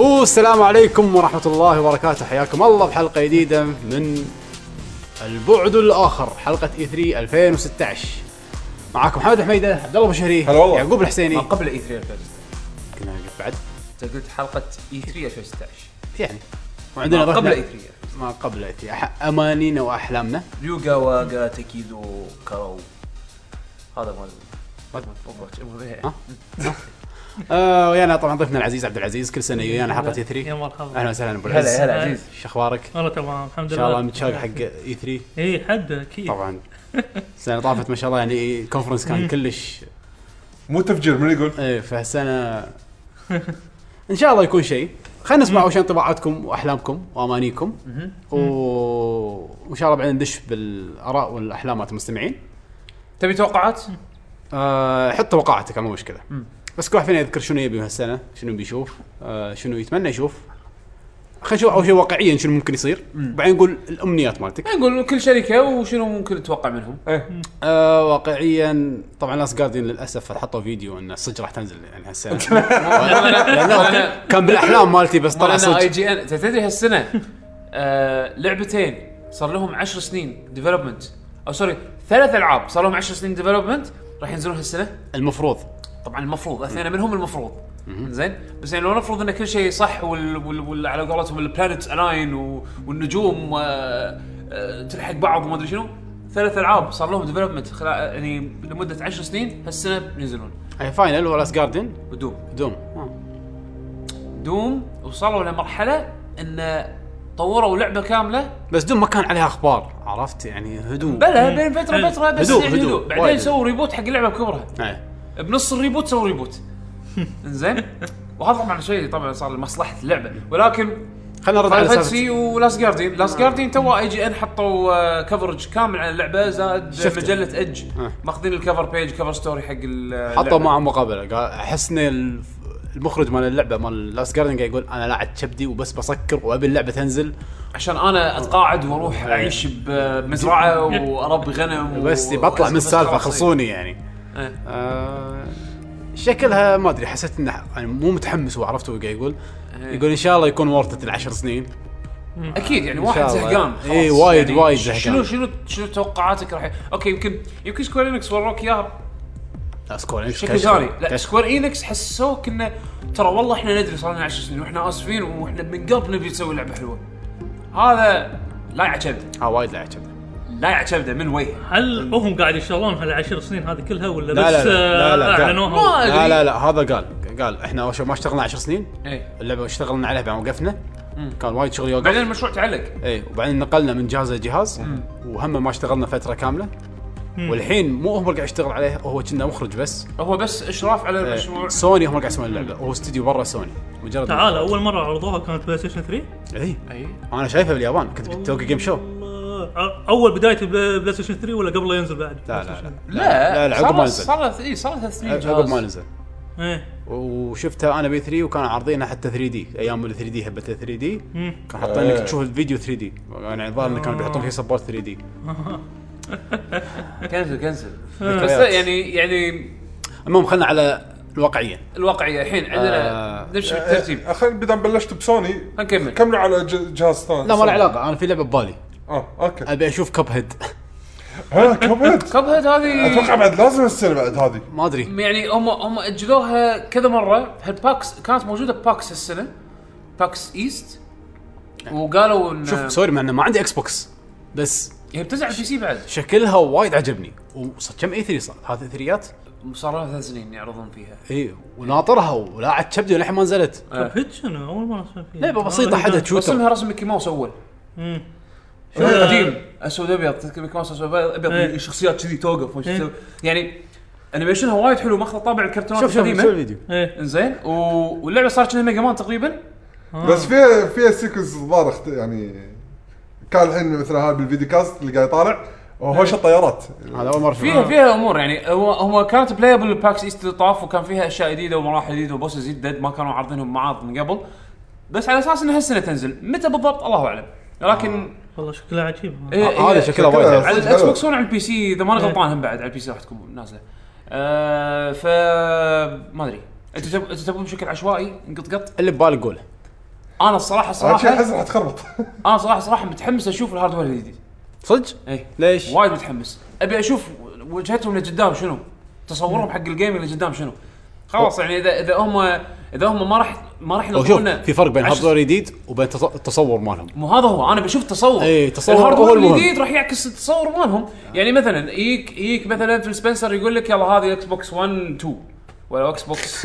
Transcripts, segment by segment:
والسلام عليكم ورحمة الله وبركاته. حياكم الله بحلقة جديدة من البعد الآخر، حلقة E3 2016. معاكم محمد حميدة، عبد الله بشهري، يعقوب الحسيني. ما قبل E3 2016 كنا بعد انت قلت حلقة E3 2016 يعني، وعندنا ما قبل E3 ما قبل E3 أمانينا وأحلامنا. يوغا واغا تكيدو كارو، هذا مال ويانا طبعا ضيفنا العزيز عبد العزيز، كل سنة ويانا حلقة E3. يا مرحبا، أهلا وسهلا أبو العز. هلا عزيز، شو أخبارك؟ والله تمام الحمد لله. إن شاء الله متشاق حق E3. إيه حد أكيد طبعا السنة طافت ما شاء الله، يعني كونفرنس كان كلش مو تفجير من يقول ايه. فهالسنة ان شاء الله يكون شيء. خلينا نسمع وش انطباعاتكم واحلامكم وامانيكم، وان شاء الله بعدين ندش بالاراء والاحلام مال المستمعين. تبي توقعات؟ حط توقعاتك مو مشكله، بس كل واحد فينا يذكر شنو يبي هالسنه، شنو بيشوف، شنو يتمنى يشوف. خلينا نشوف اول شيء واقعيا شنو ممكن يصير، بعدين نقول الامنيات مالتك. نقول كل شركة وشنو ممكن نتوقع منهم. واقعيا طبعا لاست جارديان للاسف حطوا فيديو ان الصج راح تنزل يعني هالسنه. كان بالاحلام مالتي بس طلع صج. IGN تدري هالسنه لعبتين صار لهم 10 سنين ديفلوبمنت، او سوري 3 العاب صار لهم 10 سنين ديفلوبمنت راح ينزلون هالسنه. المفروض طبعا المفروض اثنين منهم المفروض زين، بس يعني لو نفرض ان كل شيء صح على قولتهم البلانيتس الاين والنجوم تلحق بعض وما ادري شنو، 3 العاب صار لهم ديفلوبمنت يعني لمده 10 سنين هالسنه بينزلون. اي فاينل ولا جاردن دوم وصلوا لمرحله ان طوروا لعبه كامله، بس دوم ما كان عليها اخبار، عرفت يعني هدوء. بلا بين فتره بس هدوء. بعدين سووا ريبوت حق اللعبه بكبرها. بنص الريبوت سووا ريبوت انزين. وهذا طبعا شيء طبعا صار لمصلحه اللعبه، ولكن خلينا نرد على فانتسي ولاست جاردين تو IGN حطوا كفرج كامل عن اللعبه، زائد مجله ايدج ماخذين الكفر بيج كفر ستوري حق اللعبه، حطوا معه مقابله. قال احس ان المخرج مال اللعبه مال لاست جاردين قاعد يقول انا لاعب كبدي وبس بسكر وابي اللعبه تنزل عشان انا اتقاعد واروح اعيش بمزرعه واربي غنم بس بطلع من السالفه خلصوني يعني. شكلها ما ادري، حسيت انه يعني مو متحمس، وعرفته قاعد يقول ان شاء الله يكون ورثة ال10 سنين اكيد. يعني واحد زهقان اي وايد يعني وايد زهقان. شنو توقعاتك راح اوكي يمكن سكوير إنكس وروك اياها سكوير إنكس بشكل ثاني. لا سكوير إنكس حسوك انه ترى والله احنا ندري صار لنا 10 سنين واحنا اسفين واحنا من قبل نبي نسوي لعبه حلوه. هذا لا يعجبني، وايد لا يعجبني، لا يعجبني من وجه. هل هم قاعد يشتغلون هال10 سنين هذه كلها ولا لا بس اعلنوها؟ لا هذا قال احنا ما اشتغلنا 10 سنين. اللعبه اشتغلنا عليها بعد وقفنا، كان وايد شغل يوقف، بعدين المشروع تعلق. وبعدين نقلنا من جهاز لجهاز، وهم ما اشتغلنا فتره كامله. والحين مو هم قاعد يشتغل عليه، هو كنا مخرج بس، هو بس اشراف على المشروع. سوني هم قاعد يسوون اللعبه، هو استوديو برا سوني مجرد. تعال اول مره عرضوها كانت بلاي ستيشن 3. اي انا شايفها باليابان، كنت بتوقع جيم شو. اول بدايه بلاي ستيشن 3 ولا قبل لا ينزل بعد؟ لا عقب ما نزل. صار 3 سنين عقب ما نزل. ايه وشفتها انا بي 3 وكانوا عارضينها حتى 3 دي ايام ال 3 دي هبه 3 دي كان حاطين لك تشوف الفيديو 3 دي، يعني الظاهر انه كانوا بيحطون فيه سبورت 3 دي. كنسل بس يعني المهم خلنا على الواقعيه الحين عندنا نمشي بالترتيب. اخي بدل بلشت بسوني كملوا على جهاز ثاني. لا ما له علاقه، انا في لعبه ببالي اوكي ابي اشوف كب هيد. كب هيد هذه اتوقع بعد لازم السنه بعد هذه، ما ادري يعني هم اجلوها كذا مره. هالباكس كانت موجوده باكس السنه، باكس ايست، وقالوا ان شوف سوري مع انه ما عندي اكس بوكس، بس هي بتنزل على البي سي بعد. شكلها وايد عجبني، وصار كم اي 3 صار هذه ثريات صار لها 3 سنين يعرضون فيها. وناطرها ولاعب كبدي ولحين ما نزلت. هيتشن اول ما اسمع فيها لعبه بسيطه حدا تشوتر، اسمها رسم ميكي ماوس اول. قديم اسود ابيض، تذكر ميكي ماوس اسود ابيض، الشخصيات كذي توقف يعني انيميشنها وايد حلو، ماخذ طابع الكرتونات القديمه. شوف الفيديو انزين. واللعبه صارت كأنها ميجا مان تقريبا، بس فيها سيكونس ضارخ يعني. كان الحين مثلا هذا بالفيديو كاست اللي قاعد يطالع وهوش الطيارات، هذا اول مره فيها امور يعني. هو كانت بلايبل باكس ايست طاف، وكان فيها اشياء جديده ومراحل جديده وبوسز جديد ما كانوا عارضينهم معاض من قبل، بس على اساس انها هالسنه تنزل. متى بالضبط الله اعلم، لكن والله شكلها عجيب. هذا شكلها وايد على الاكس بوكس وعلى البي سي اذا ماني غلطان، هم بعد على البي سي راح تكون نازله. ف ما ادري انت تبون بشكل عشوائي نقط اللي ببالك قوله. انا الصراحه شيء احس راح تخربط. انا صراحه متحمس اشوف الهاردوير الجديد صدق؟ اي ليش؟ وايد متحمس، ابي اشوف وجهتهم لقدام شنو، تصورهم حق الجيمنج لقدام شنو. خلاص يعني اذا هم ما راح ينطونا. في فرق بين هاردوير جديد وبين التصور مالهم. مو هذا هو، انا بشوف تصور. تصور الهاردوير الجديد راح يعكس التصور مالهم. يعني مثلا يجيك مثلا في السبنسر يقول لك يلا هذه اكس بوكس 1 2 ولا اكس بوكس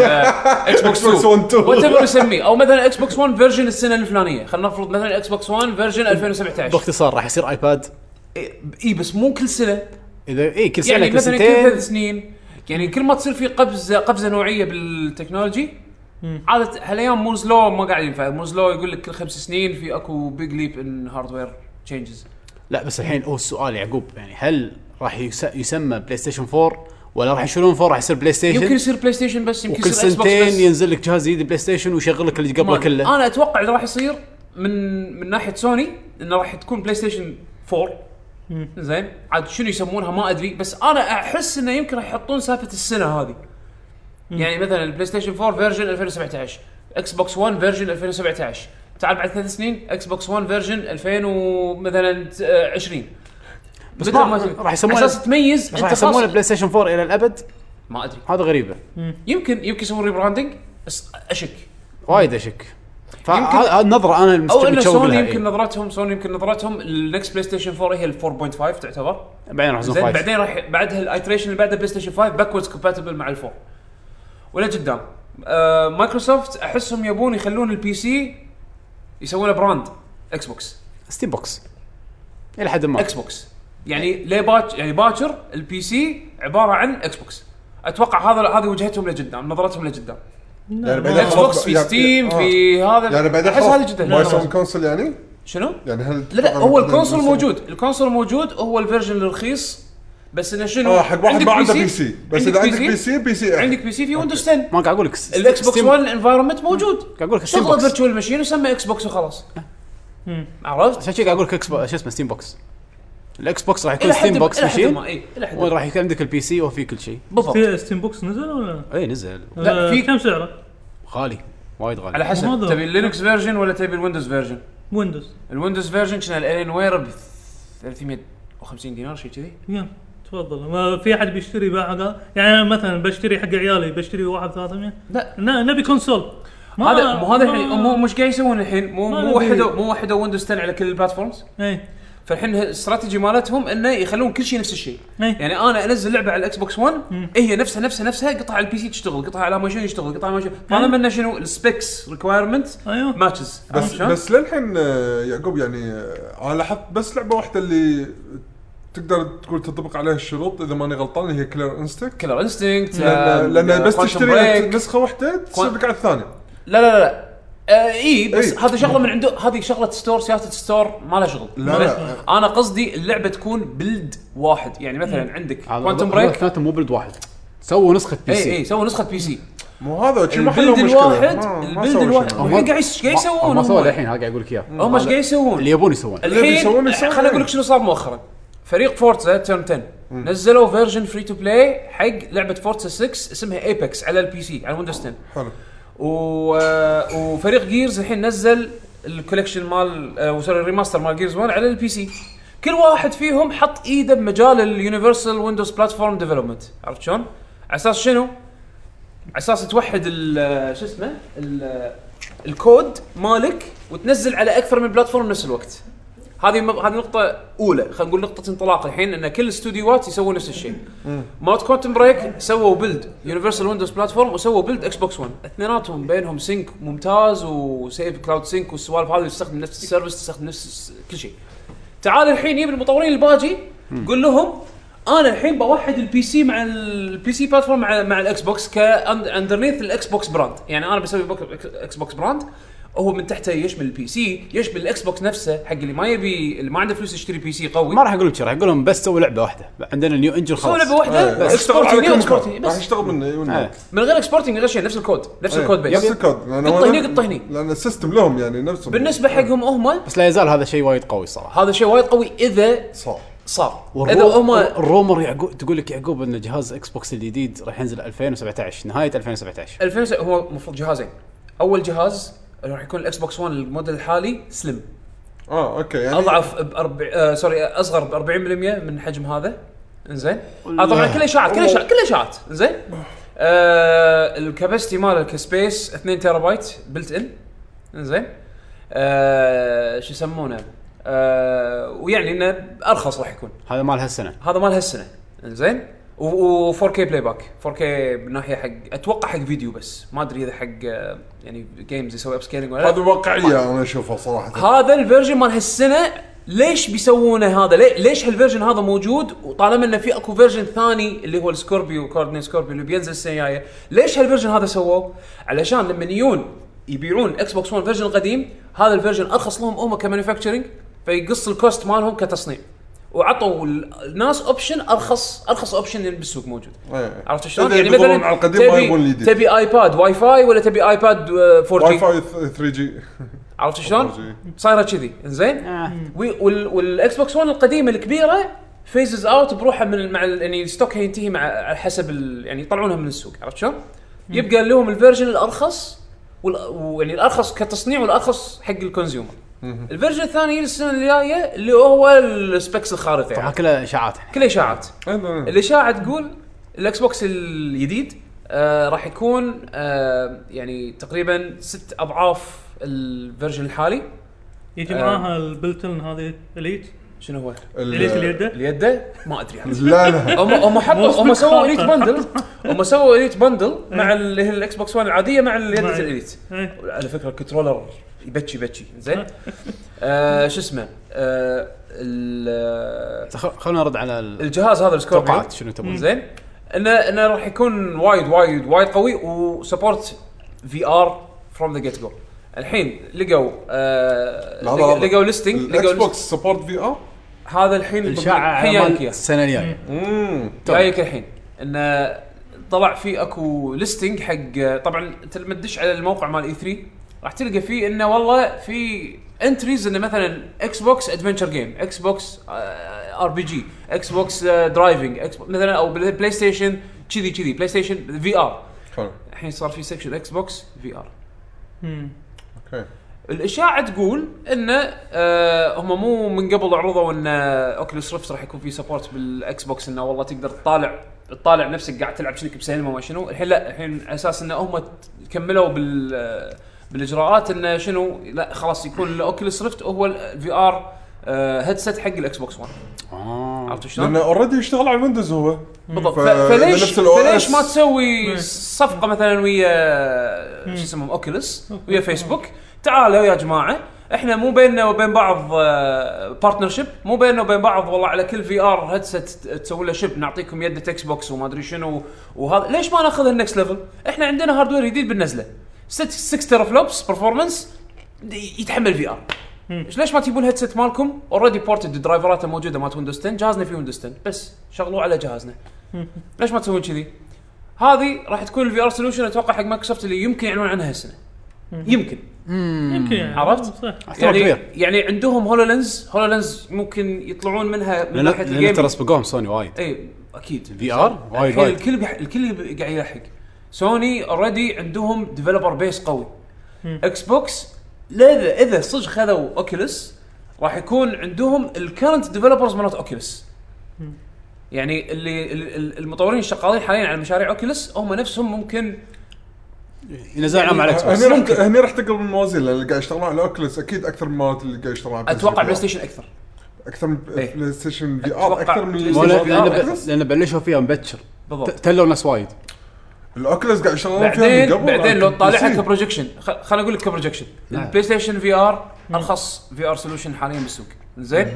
2 وات يسميه، او مثلا اكس بوكس 1 فيرجن السنه الفلانيه. خلينا نفرض مثلا اكس بوكس 1 فيرجن 2017. باختصار راح يصير ايباد. اي بس مو كل سنه. اذا كل سنه يعني كل مثلا سنتين كل 3 سنين. يعني كل ما تصير في قفزه نوعيه بالتكنولوجي. عاده هالايام مورز لو ما قاعد ينفع. مورز لو يقول لك كل 5 سنين في اكو بيج ليب ان هاردوير تشينجز. لا بس الحين هو السؤال يعقوب، يعني هل راح يسمى بلاي ستيشن 4 ولا راح يشيلون 4 راح يصير بلاي ستيشن؟ يمكن يصير بلاي ستيشن بس، يمكن كل يصير اكس بوكس سنتين بس. ينزل لك جهاز جديد بلاي ستيشن ويشغل لك اللي قبله كله. انا اتوقع اللي راح يصير من ناحيه سوني انه راح تكون بلاي ستيشن 4. زين عاد شنو يسمونها ما ادري، بس انا احس انه يمكن راح يحطون سالفه السنه هذه. يعني مثلا البلاي ستيشن 4 فيرجن 2017، اكس بوكس 1 فيرجن 2017، تعال بعد 3 سنين اكس بوكس 1 فيرجن 2020. بس ما راح يسمونه اساس تميز. راح يسمونه بلاي ستيشن 4 الى الابد. ما ادري، هذا غريبه. يمكن يسوون ريبراندنج بس اشك وايد اشك. فهذه النظره انا المستوى متشوق لها. سوني يمكن نظرتهم النكست بلاي ستيشن 4 هي ال 4.5 تعتبر. بعدين راح يزون 5. بعدين راح بعدها الايتريشن اللي بعدها بلاي ستيشن 5 باكوردز كومباتبل مع ال4 ولا قدام. مايكروسوفت احسهم يبون يخلون البي سي يسوون براند اكس بوكس ستيم بوكس الى حد ما. اكس بوكس يعني يعني باكر البي سي عباره عن اكس بوكس. اتوقع هذه وجهتهم لقدام، نظرتهم لقدام. يعني بعدين اكس بوكس في ستيم في هذا. يعني بعدين احس هذا جدا ما يسوون كونسول يعني شنو؟ يعني هل لا هو الكونسول موجود هو الفيرجن الرخيص. بس انه شنو حق واحد ما عنده بي سي. بس اذا عندك بي سي عندك بي سي في ويندوز 10. ما قاعد اقول لك الاكس بوكس 1 انفايرمنت موجود. قاعد اقول لك شغل فيرتشوال ماشين وسمى اكس بوكس وخلاص. عرفت عشان كذا قاعد اقول لك اكس بوكس شو اسمه ستيم بوكس. الاكس بوكس راح يكون ستيم بوكس ماشين وين راح يكون عندك البي سي وفي كل شيء بالضبط. ستيم بوكس نزل ولا اي نزل؟ لا في كم سعره؟ غالي وايد غالي على حسب تبي اللينكس فيرجن ولا تبي الويندوز فيرجن. الويندوز فيرجن كان الين وير ب 350 دينار شيء كذي. تفضل. ما في احد بيشتري بقى يعني مثلا بشتري حق عيالي بشتري واحد 300. لا نبي كونسول. هذا مو هذا الحين مش قاعد يسوون الحين مو وحده ويندوز 10 على كل البلاتفورمز. فالحين الاستراتيجي مالتهم انه يخلون كل شيء نفس الشيء. يعني انا انزل لعبه على الاكس بوكس 1 هي نفسها قطع على البي سي تشتغل، قطع على ماشين يشتغل، قطع على ماشين. هذا منه شنو السبيكس ريكوايرمنت ماتشز. بس للحين يعقوب يعني انا لاحظت بس لعبه واحده اللي تقدر تقول تطبق عليها الشروط اذا ماني غلطان هي كلر انستنكت. لان بس تشتري نسخه واحده تصير لك على الثانيه. لا بس هذا شغله من عنده. هذه شغله ستور، سياسه ستور ما له شغل. لا انا قصدي اللعبه تكون بلد واحد. يعني مثلا عندك كوانتم بريك كانت مو بلد واحد، سووا نسخه بي سي. سووا نسخه بي سي. مو هذا شيء البلد الواحد هم قاعد يسوون. ما سووا الحين هذا قاعد اقول لك اياه. هم ايش قاعد يسوون؟ اللي يبون يسوون الحين. خليني اقول لك شنو صار مؤخرا. فريق فورتزا تيرن 10 نزلوا فيرجن فري تو بلاي حق لعبه فورتزا 6 اسمها ايبكس على البي سي على ويندوز 10. حلو. وفريق جيرز الحين نزل الكولكشن مال وصار الريماستر مال جيرز 1 على البي سي. كل واحد فيهم حط ايده بمجال اليونيفرسال ويندوز بلاتفورم ديفلوبمنت. عرفت شلون؟ على اساس شنو؟ على اساس توحد شو اسمه الكود مالك وتنزل على اكثر من بلاتفورم نفس الوقت. هذه نقطة أولى. خلينا نقول نقطة انطلاق الحين إن كل الاستوديوهات يسوون نفس الشيء. مالت كوانتم بريك سووا بيلد يونيفرسال ويندوز بلاتفورم وسووا بيلد اكس بوكس 1. اثنيناتهم بينهم سينك ممتاز وسيف كلاود سينك والسوالف هذه تستخدم نفس السيرفيس تستخدم نفس كل شيء. تعال الحين يجيب المطورين الباجي قول لهم أنا الحين بوحد البي سي مع البي سي بلاتفورم مع الاكس بوكس كاندرنيث الاكس بوكس براند. يعني أنا بسوي اكس بوكس براند هو من تحته يشمل البي سي يشمل الاكس بوكس نفسه حق اللي ما عنده فلوس يشتري بي سي قوي. ما راح اقول لك راح اقول لهم بس سووا لعبه واحده عندنا نيو انجن خلاص. سووا لعبه واحده اكسبورتنج راح يشتغل من غير اكسبورتنج غير شيء نفس الكود بيس نفس الكود قطه لان السيستم لهم يعني نفسهم بالنسبه حقهم هم. بس لا يزال هذا شيء وايد قوي صراحه. هذا شيء وايد قوي اذا صار اذا هم الرومر يعقوب تقول لك يعقوب ان جهاز اكس بوكس الجديد راح ينزل 2017 نهايه 2017. هو المفروض جهازين. اول جهاز راح يكون الاكس بوكس 1 الموديل الحالي سليم. اوكي يعني اضعف اصغر ب 40% من حجم هذا. انزين طبعا كل اشاعات انزين. الكاباسيتي ماله كسبيس 2 تيرا بايت بلت ان. انزين شو يسمونه ويعني انه ارخص راح يكون. هذا مال هالسنه. انزين و4K بلاي باك 4K بالناحيه حق اتوقع حق فيديو بس ما ادري اذا حق يعني جيمز يسوي اب سكيلينج ولا هذا واقعيه انا اشوفه صراحه. هذا الفيرجن مال هالسنه ليش بيسوونه هذا؟ ليش هالفيرجن هذا موجود وطالما انه في اكو فيرجن ثاني اللي هو السكوربيو كاردينال سكوربيو اللي بينزل السنه الجايه؟ ليش هالفيرجن هذا سووه؟ علشان لما يجون يبيعون اكس بوكس 1 فيرجن قديم هذا الفيرجن ارخص لهم هم كمانيفاكتشرنج فيقص الكوست مالهم كتصنيع وعطوا الناس اوبشن ارخص اوبشن بالسوق موجود. عرفت شلون؟ يعني مثلا تبي ايباد واي فاي ولا تبي ايباد 4G واي فاي 3G. عرفت شلون؟ صايره كذي. انزين والاكس بوكس 1 القديمه الكبيره فيزز اوت بروحها من مع يعني ستوك هينتهي مع حسب يعني يطلعونها من السوق. عرفت شلون؟ يبقى لهم الفيرجن الارخص ويعني الارخص كتصنيع والارخص حق الكونسيومر. الفيرجن الثاني السنه الجايه اللي هو السبيكس الخارقه. طبعا كلها اشاعات. الاشاعه تقول الاكس بوكس الجديد راح يكون يعني تقريبا 6 أضعاف الفيرجن الحالي. يجي معاها البلتن هذه اليت. شنو هو اليد ما ادري لا هم حطوا هم سووا اليت بندل مع اللي هي الاكس بوكس 1 العاديه مع اليد الاليت. على فكره الكنترولر يبكي زين. شو اسمه خلونا نرد على الجهاز هذا السكوربيو شنو تبون زين انه راح يكون وايد قوي وسبورت في ار فروم ذا جيت جو. الحين لقوا ليستنج الاكس بوكس سبورت في ار. هذا الحين السنه الجايه جايك الحين انه طلع في اكو ليستنج حق. طبعا انت لما تدش على الموقع مال اي 3 راح تلقى فيه انه والله في انتريز انه مثلا اكس بوكس ادفنتشر جيم اكس بوكس ار بي جي اكس بوكس درايفنج مثلا او بلاي ستيشن كذي بلاي ستيشن في ار. الحين صار في سكشن اكس بوكس في ار. اوكي الاشاعه تقول انه هم مو من قبل عرضوا ان اوكيوليس ريفت راح يكون في سبورت بالاكس بوكس انه والله تقدر تطالع نفسك قاعد تلعب شنك بسينما ما شنو. الحين لا الحين اساس انه هم كملوا بالاجراءات انه شنو لا خلاص يكون الاوكيوليس ريفت هو الفي ار هيدسيت حق الاكس بوكس 1. عرفت شلون؟ لانه اوريدي يشتغل على الويندوز هو بالضبط. فليش ما تسوي صفقه مثلا ويا شو اسمهم اوكيوليس ويا فيسبوك تعالوا يا جماعه احنا مو بيننا وبين بعض بارتنرشيب مو بيننا وبين بعض والله على كل في ار هيدسيت تسوي له شيب نعطيكم يد اكس بوكس وما ادري شنو وهذا. ليش ما ناخذ النكست ليفل؟ احنا عندنا هاردوير جديد بالنزله 6 تيرا فلوبس برفورمانس يتحمل في ار. ليش ما تجيبون الهيدسيت مالكم اوريدي بورتد درايفراته موجوده مالت ويندوز 10 جهازنا فيه ويندوز 10 بس شغلوه على جهازنا. ليش ما تسوون كذي؟ هذه راح تكون الفي ار سولوشن اتوقع حق مايكروسوفت اللي يمكن يعلنون عنها السنه. يمكن يعني عرفت يعني عندهم هولولنز ممكن يطلعون منها من ناحيه الجيم. ترى سبقهم سوني وايد. اي اكيد في ار وايد الكل قاعد يلحق. سوني اوريدي عندهم ديفلوبر بيس قوي. اكس بوكس لا اذا صدق خذوا اوكيوليس راح يكون عندهم الكرنت ديفلوبرز مالت اوكيوليس. يعني اللي المطورين الشغالين حاليا على مشاريع اوكيوليس هم نفسهم ممكن ينزلون على الاكس بوكس. هني راح تقلب الموازين اللي قاعد يشتغلون على اوكيوليس اكيد اكثر من اللي قاعد يشتغلون على اتوقع بلاي ستيشن اكثر من بلاي ستيشن في ار اكثر من لان بلشوا فيها مبكر تلوا ناس وايد. الاوكيوليس قاعد يشتغلون فيها من قبل. بعدين لو طالعها كبروجكشن خليني اقول لك كبروجكشن البلاي ستيشن في ار ارخص في ار سولوشن حاليا بالسوق. زين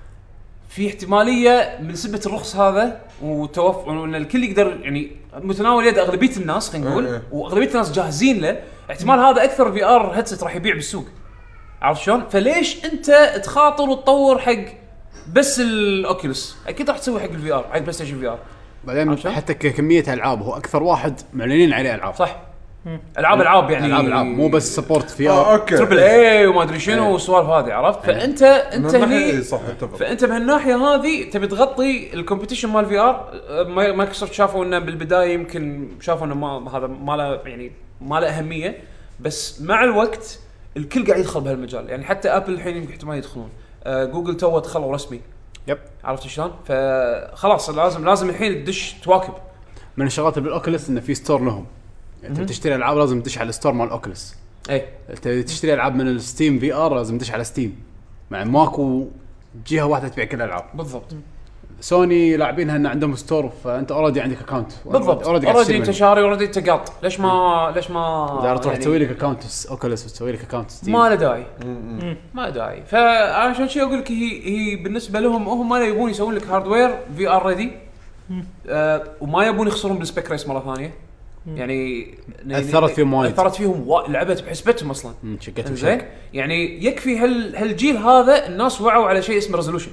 في احتماليه من سبه الرخص هذا وتوفر ان الكل يقدر يعني متناول يد اغلبيه الناس خلينا نقول واغلبيه الناس جاهزين له. احتمال هذا اكثر في ار هيدسيت راح يبيع بالسوق. عرفت شلون؟ فليش انت تخاطر وتطور حق بس الاوكيوليس؟ اكيد راح تسوي حق الفي ار حق بلاي ستيشن في ار. بعدين حتى كميه العاب هو اكثر واحد معلنين عليه العاب صح. العاب يعني العاب مو بس سبورت في ار تربل اي وما ادري شنو والسوالف هذه. عرفت؟ فانت هني فانت بهالناحيه هذه تبي تغطي الكومبيتيشن مال في ار. مايكروسوفت شافوا انه بالبدايه يمكن شافوا انه ما هذا ما له يعني ما له اهميه بس مع الوقت الكل قاعد يدخل بهالمجال. يعني حتى ابل الحين يمكن احتمال يدخلون، جوجل تو دخلوا رسمي. يب عرفت شلون؟ فخلاص لازم الحين تدش تواكب. من الشغلات بالاوكيلس انه في ستور لهم، انت تشتري العاب لازم تدش على الستور مال الاوكيلس. اي انت تشتري العاب من الستيم في ار لازم تدش على ستيم، مع ماكو جهه واحده تبيع كل الالعاب. بالضبط. سوني لاعبينها ان عندهم ستور، فانت اوريدي عندك اكونت. بالضبط اوريدي انت شاري اوريدي تقاط. ليش ما اذا تروح تسوي لك اكونت اوكيلس وتسوي لك اكونت ستيم ما له داعي. ما له داعي. فعشان شيء اقول لك هي بالنسبه لهم هم ما يبون يسوون لك هاردوير في ار ريدي، وما يبون يخسرون بالسبيك ريس مره ثانيه. يعني اثرت فيهم وايد، اثرت فيهم لعبت بحسبتهم اصلا. شقتهم زين. يعني يكفي هالجيل هذا الناس وعوا على شيء اسمه ريزولوشن.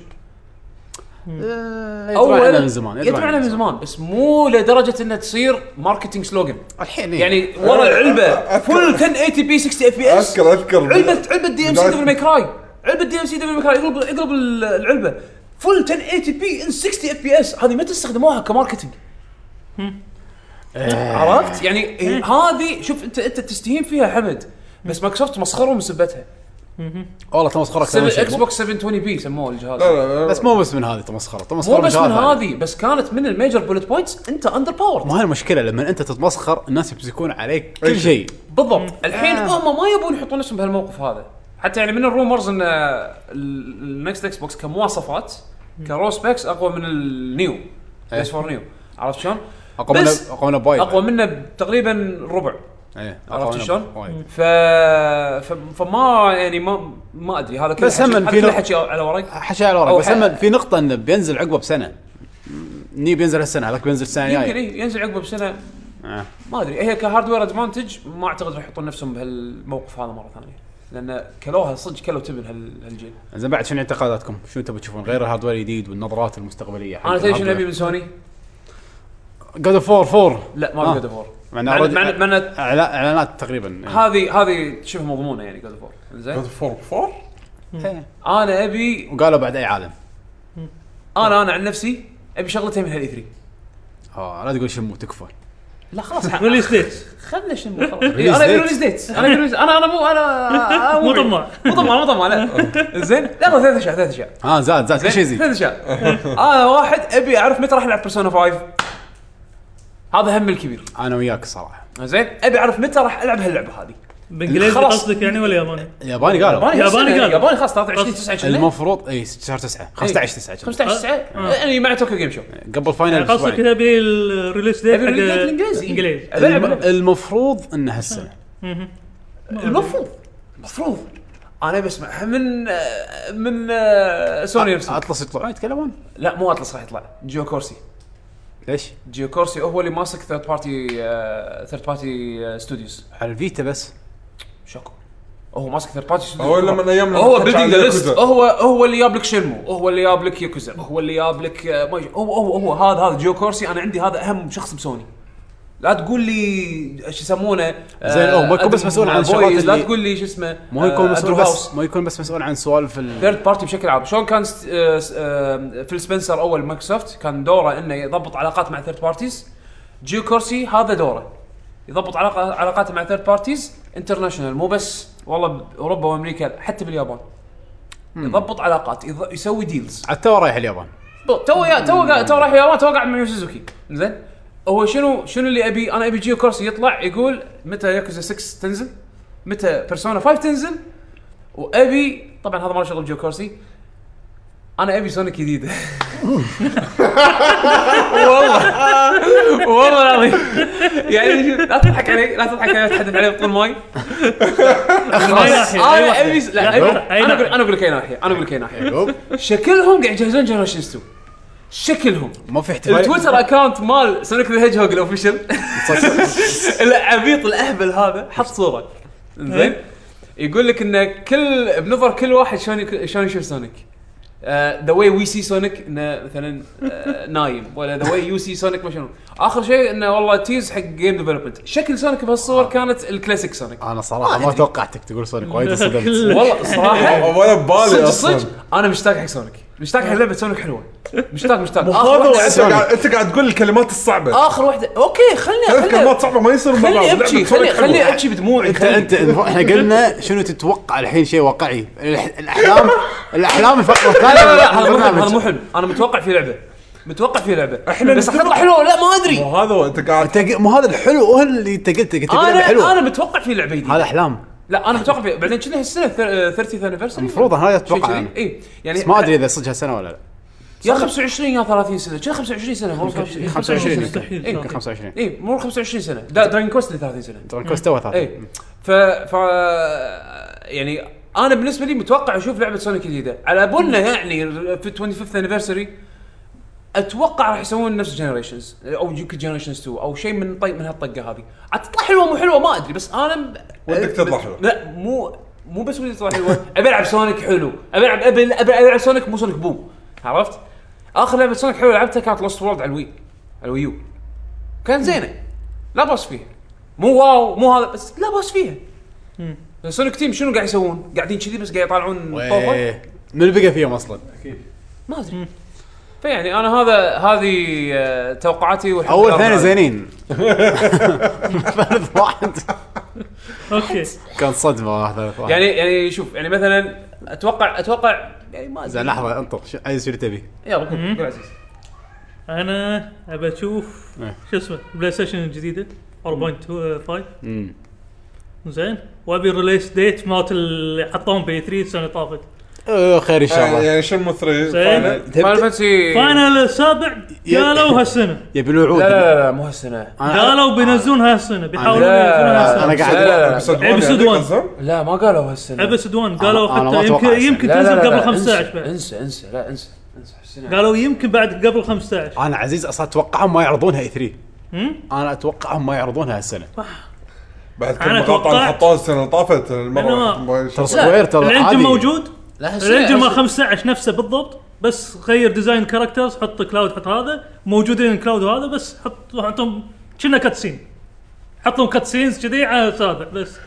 اول من زمان يدري من زمان، بس مو لدرجه انها تصير ماركتينج سلوغن الحين. يعني ورا العلبه فل 1080 بي 60 اف بي اس. اذكر علبه دي ام سي دبل ماي كراي، علبه دي ام سي دبل ماي كراي اقلب العلبه فل 1080 بي ان 60 اف بي اس. هذه ما تستخدموها كماركتينج. عرفت يعني هذه شوف انت تستهين فيها حمد، بس مايكروسوفت مسخرهم مسبتها. والله تمسخرك اكس بوكس 720 بي سموه الجهاز. بس مو بس من هذه تمسخره مو بس من هذه، بس كانت من الميجر بولت بوينتس انت اندر باور. ما هي المشكله لما انت تتمسخر الناس يمسكون عليك كل شيء. بالضبط. الحين هم ما يبون يحطون نفسهم بهالموقف هذا. حتى يعني من الرومرز ان النكست اكس بوكس كمواصفات كرو سبيكس اقوى من النيو اس 4 نيو. عرفت شلون؟ اقوى منه تقريبا ربع. عرفت شلون؟ فما يعني ما ادري هذا كله حكي على ورق بس هم في نقطه انه بينزل عقبه بسنه. ني بينزل هالسنه، هذاك بينزل السنه الجايه. يمكن ينزل عقبه بسنه. ما ادري هي كهاردوير ادفانتج ما اعتقد راح يحطون نفسهم بهالموقف هذا مره ثانيه، لان كلوها صدق كلو تبن هالجيل. زين بعد شنو اعتقاداتكم؟ شنو تبي تشوفون غير الهاردوير الجديد والنظرات المستقبليه؟ انا تدري شنو ابي من سوني؟ جود اوف 4 لا ما جود اوف 4 معنى اعلانات تقريبا. هذه شبه مضمونه يعني جود اوف 4. زين جود اوف 4 انا ابي، وقالوا بعد اي عالم. انا عن نفسي ابي شغلتين من هال E3. لا تقول شمو تكفى. لا خلاص ريليز ديت خلنا شنو خلاص. انا ابي ريليز ديت. انا مو طماع لا. زين لا 3 اشياء. زاد كل شيء يزيد 3 اشياء. انا واحد ابي اعرف متى راح العب بيرسونا 5. هذا هم الكبير. انا وياك الصراحه. زين ابي اعرف متى راح العب هاللعبه هذه. بالانجليزي قصدك يعني ولا ياباني؟ ياباني قالوا ياباني خلاص 23/9 المفروض اي شهر 9 15/9 يعني مع توكيو جيم شو قبل فاينل. قصدك تبي الريليس ديت حق الانجليزي. المفروض انه هالسنه. المفروض انا بسمع من سوني نفسه. اطلس يطلعون يتكلمون. لا مو اطلس راح يطلع جيو كورسي. ليش جيو كورسي هو اللي ماسك ثيرد بارتي ستوديوز على الفيتا بس. شكو هو ماسك ثيرد بارتي ستوديوز. هو لما ايام هو بيلدينج ليست. هو اللي جاب لك شنمو، هو اللي جاب لك ياكوزا، هو اللي جاب لك هو هذا جيو كورسي. انا عندي هذا اهم شخص بسوني. لا تقول لي ايش يسمونه زين. ما يكون بس مسؤول عن شغلات. لا تقول لي شو اسمه. ما يكون بس مسؤول عن سوالف الثيرد بارتي بشكل عام. شلون كان فيل سبنسر اول مايكروسوفت كان دوره انه يضبط علاقات مع ثيرد بارتيز. جيو كورسي هذا دوره يضبط علاقات مع ثيرد بارتيز انترناشونال، مو بس والله اوروبا وامريكا، حتى باليابان. يضبط علاقات، يسوي ديلز. حتى رايح اليابان. تو رايح اليابان، تو قاعد مع سوزوكي. زين هو شنو اللي ابي؟ انا ابي جيو كورسي يطلع يقول متى ياكوزا 6 تنزل، متى بيرسونا 5 تنزل. وابي طبعا هذا ما له شغل جيو كورسي. انا ابي سونيك جديده. والله العظيم يعني لا تضحك علي تحدث علي بطول ماي. انا ابي انا اقول لك اي ناحيه شكلهم قاعد يجهزون جنريشن 2. شكلهم ما في احتمال. التويتر اكاونت مال سونيك ذا هيدج هوج الاوفيشال العبيط الاهبل هذا حط صوره زين يقول لك ان بنظر كل واحد شلون يشوف سونيك. ذا واي وي سي سونيك انه مثلا نايم، ولا ذا واي يو سي سونيك ما شنو. اخر شيء انه والله تيز حق جيم ديفلوبمنت. شكل سونيك بهالصور كانت الكلاسيك سونيك. انا صراحه ما توقعتك تقول سونيك، وايد صدمت والله الصراحه ولا ببالي اصلا. انا مشتاق حق سونيك مشتاق حق لعبه سونيك حلوه مشتاق انت قاعد تقول الكلمات الصعبه اخر واحده اوكي خلني كلمات صعبه ما يصير خلني ابكي بدموعي انت احنا قلنا شنو تتوقع الحين شيء واقعي الاحلام الفقره الثانيه لا هذا مو حلم انا متوقع في لعبه احنا بس تطلع حلوه لا ما ادري وهذا هو انت قاعد مو هذا الحلو هو اللي انت قلت انا متوقع في لعبه جديده هذا احلام لا انا متوقع في بعدين كنا هالسنه 30th anniversary المفروض هذا اتوقع اي يعني بس ما ادري اذا صدق هالسنه ولا لا يا 25 يا 30 سنه كذا 25 سنه مو 25 مستحيل يمكن 25 اي مو 25 سنه دراجون كويست 30 سنه دراجون كويست تو 30 اي ف يعني انا بالنسبه لي متوقع اشوف لعبه سونيك الجديده على بالنا يعني في 25th anniversary اتوقع راح يسوون نفس جنريشنز او يمكن جنريشنز 2 او شيء من هالطقه هذه تطلع حلوه مو حلوه ما ادري بس انا ودك تطلع حلوه لا مو بس ودي تطلع حلوه ابي العب سونيك حلو ابي العب سونيك مو سونيك بوم عرفت اخر لعبه سونيك حلوه لعبتها كانت لوست وورلد على الويو كان زينه لا باس فيها مو واو مو هذا بس لا باس فيها سونيك تيم شنو قاعد يسوون قاعدين كذي بس قاعد يطلعون طوفه من بقى فيهم اصلا اكيد ما ادري فيعني انا هذه توقعاتي اول ثاني زينين ثالث واحد اوكي كان صدمه ثالث واحد يعني شوف يعني مثلا اتوقع يعني ما زين لحظه انطر عايز شو تبي يلا قول عزيز انا ابى اشوف شو اسمه بلاي ستيشن الجديده 4.5 زين وابي الريليس ديت مالت اللي حطوهم ب 3 السنه طافت خير ان شاء الله يعني شنو 3 فاينل فانتسي فاينل السابع قالوا هالسنه يبي الوعود لا مو هالسنه قالوا بينزلونها هالسنه بيحاولون ينزلونها انا قاعد ابيسود 1 لا ما قالوا هالسنه ابيسود 1 قالوا حتى يمكن تنزل قبل 15 بعد انسى لا انسى قالوا يمكن بعد قبل 15 انا عزيز اصلا اتوقعهم ما يعرضونها اي 3 انا اتوقعهم ما يعرضونها هالسنه بعد كل مقاطع اللي حطوها السنه اللي طافت المره ترى سكوير ترى الانجن موجود الانجن مال 15 نفسه بالضبط بس غير ديزاين كاركترز حط كلاود حط هذا موجودين كلاود وهذا بس حطهم كنا كاتسين حطهم كاتسينز كذي على سابع بس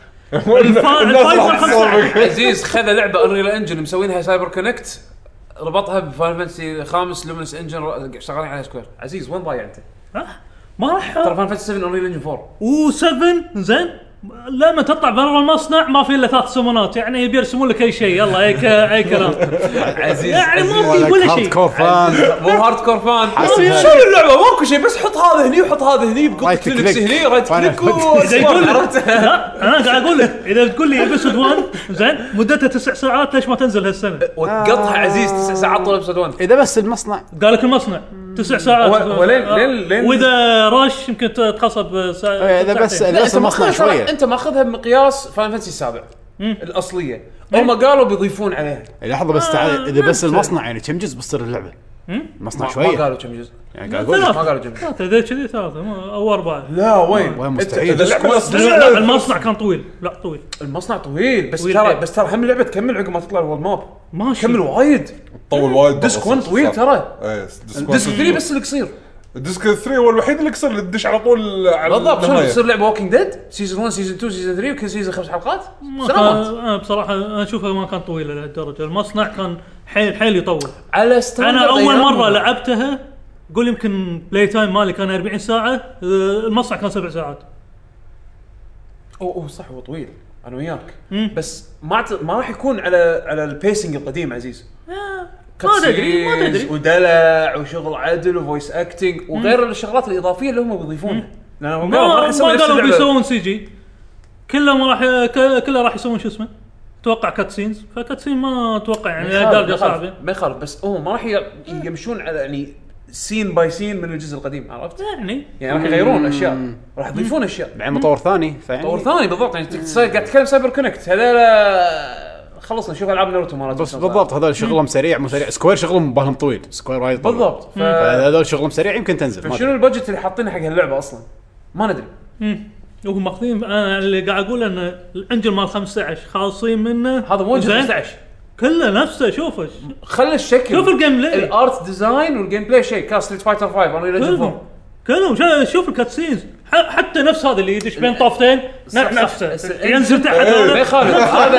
عزيز خذ لعبه انريل انجن مسوينها سايبر كونكت ربطها بفاينل فانتسي 5 لومينس انجن شغالين على سكوير عزيز وين ضايع انت ما راح ترى فاينل فانتسي 7 انريل انجن 4 و7 زين لما تطلع برا المصنع ما في الا 3 سمونات يعني بيرسمون لك اي شيء يلا اي كلام عزيز يعني ما في ولا شيء مو هارد كور فان شو اللعبه ماكو شيء بس حط هذا هني وحط هذا هني بقول كليكس هني رايت كليك انا قاعد اقول لك اذا تقول لي ابيسود 1 زين مدتها 9 ساعات ليش ما تنزل هالسنه وتقطها عزيز 9 ساعات طول ابيسود 1 اذا بس المصنع قال لك المصنع 9 ساعات ولين واذا راش يمكن تخصب ساعه اذا بس المصنع شويه انت ماخذها بمقياس فاينل فانتسي 7 الاصليه هم قالوا بيضيفون عليها لحظه بس تعال اذا بس المصنع يعني كم جزء بتصير اللعبه المصنع شويه ما قالوا كم جزء يعني قاعد اقول ما قالوا كم جزء اذا كذي 3 او 4 لا وين مستحيل المصنع كان طويل لا طويل المصنع طويل بس ترى هم اللعبه تكمل عقب ما تطلع الورد ماب ماشي كمل وايد طول وايد ديسك 1 طويل ترى ديسك 3 بس اللي قصير الديسك 3 هو الوحيد اللي قصر اللي تدش على طول على بالضبط شلون تصير لعبه ووكينج ديد سيزون 1 سيزون 2 سيزون 3 وكل سيزون 5 حلقات انا بصراحه انا اشوفها ما كان طويله لهالدرجه المصنع كان حيل يطول على انا اول مره لعبتها قول يمكن بلاي تايم مالي كان 40 ساعه المصنع كان 7 ساعات صح هو طويل انا وياك بس ما راح يكون على البيسنج القديم عزيز ما تدري ودلع وشغل عدل وفويس اكتنج وغير الشغلات الاضافيه اللي هم بيضيفونها لانهم ما قالوا بيسوون سي جي كله راح يسوون شو اسمه اتوقع كاتسينز فكاتسين ما اتوقع يعني درجه صعبه ما يخالف بس هم ما راح يمشون على يعني سين باي سين من الجزء القديم عرفت يعني راح يغيرون اشياء راح يضيفون اشياء مع مطور ثاني مطور ثاني بالضبط يعني قاعد تتكلم سايبر كونكت هذا خلصنا نشوف العاب ناروتو مالتهم بس بالضبط هذول شغلهم سريع مو سريع سكوير شغلهم بالهم طويل سكوير وايد بالضبط فهذول شغلهم سريع يمكن تنزل فشنو البادجت اللي حاطينه حق هاللعبه اصلا ما ندري وهم ماخذين انا اللي قاعد اقول ان الانجل مال 15 خالصين منه هذا مو 15 كله نفسه شوفه خلى الشكل شوف الجيم بلاي الارت ديزاين والجيم بلاي شيء كاس ستريت فايتر 5 انا كانوا شوف الكاتسينز حتى نفس هذا اللي يدش بين طافتين نفسه ينزل تحت ما يخالف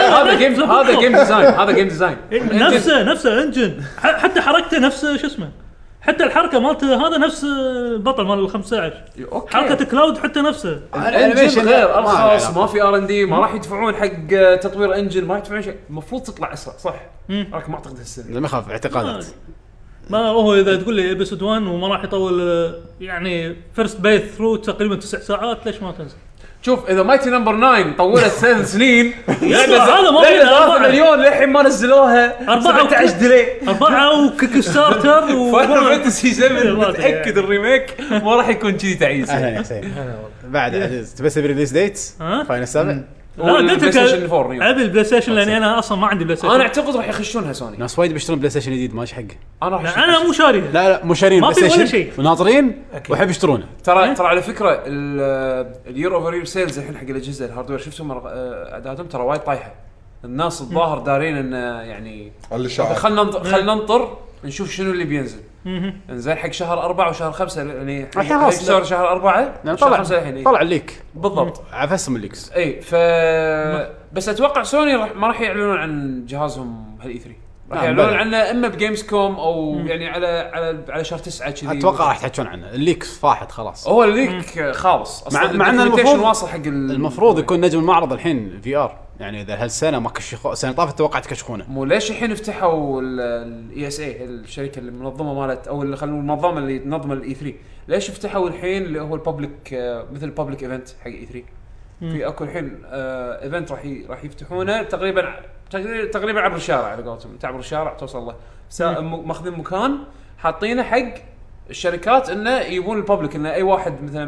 هذا جيم ديزاين نفسه انجن حتى حركته نفسه شو اسمه حتى الحركه مالته هذا نفس بطل مال 15 حركه كلاود حتى نفسه الانيميشن غير ارخص ما في R&D ما راح يدفعون حق تطوير انجن ما يدفعون شيء المفروض تطلع اسرع صح لكن ما اعتقد هالسنه ما يخاف اعتقادات ما هو اذا تقول لي ابيسود 1 وما راح يطول يعني فيرست بايث ثرو تقريبا 9 ساعات ليش ما تنزل شوف اذا مايتي نمبر 9 طولت 3 سنين هذا ما في 4 مليون للحين ما نزلوها 17 ديلي 4 وكيك ستارتر فاينل فانتسي 7 متاكد الريميك ما راح يكون كذي تعيس اهلا يا حسين بعد عزيز تبي تسوي ريليس ديت فاينل 7 لا بلاي ستيشن 4 ابي البلاي ستيشن لاني انا اصلا ما عندي بلاي ستيشن انا اعتقد راح يخشونها سوني ناس وايد بيشترون بلاي ستيشن جديد ماشي حقه انا مو شاري لا مو شارين بلاي ستيشن وناطرين ويحب يشترونه ترى على فكره اليور اوفر يير سيلز الحين حق الاجهزه الهاردوير شفتهم اعدادهم ترى وايد طايحه الناس الظاهر دارين ان يعني خلينا ننطر نشوف شنو اللي بينزل انزين حق شهر 4 وشهر 5 يعني شهر 4 شهر 5 الحين طلع الليك بالضبط عفسهم الليكس اي بس اتوقع سوني ما راح يعلنون عن جهازهم هالاي 3 راح يعلنون عنه اما بجيمز كوم او يعني على شهر 9 كذي اتوقع راح تحكون عنه الليك فاحت خلاص هو الليك خالص اصلا مع ان واصل حق المفروض يكون نجم المعرض الحين في ار يعني اذا هالسنه ما كشخوا سنه طافت توقعت كشخونه مو ليش الحين فتحوا الاي اس اي الشركه المنظمه مالت او اللي خلوا المنظمه اللي تنظم الاي 3 ليش فتحوا الحين اللي هو الببليك مثل الببليك ايفنت حق اي 3 في اكو الحين ايفنت راح يفتحونه تقريبا عبر الشارع على قولتهم تعبر الشارع توصل له ماخذين مكان حاطينه حق الشركات انه يبون الببليك انه اي واحد مثلا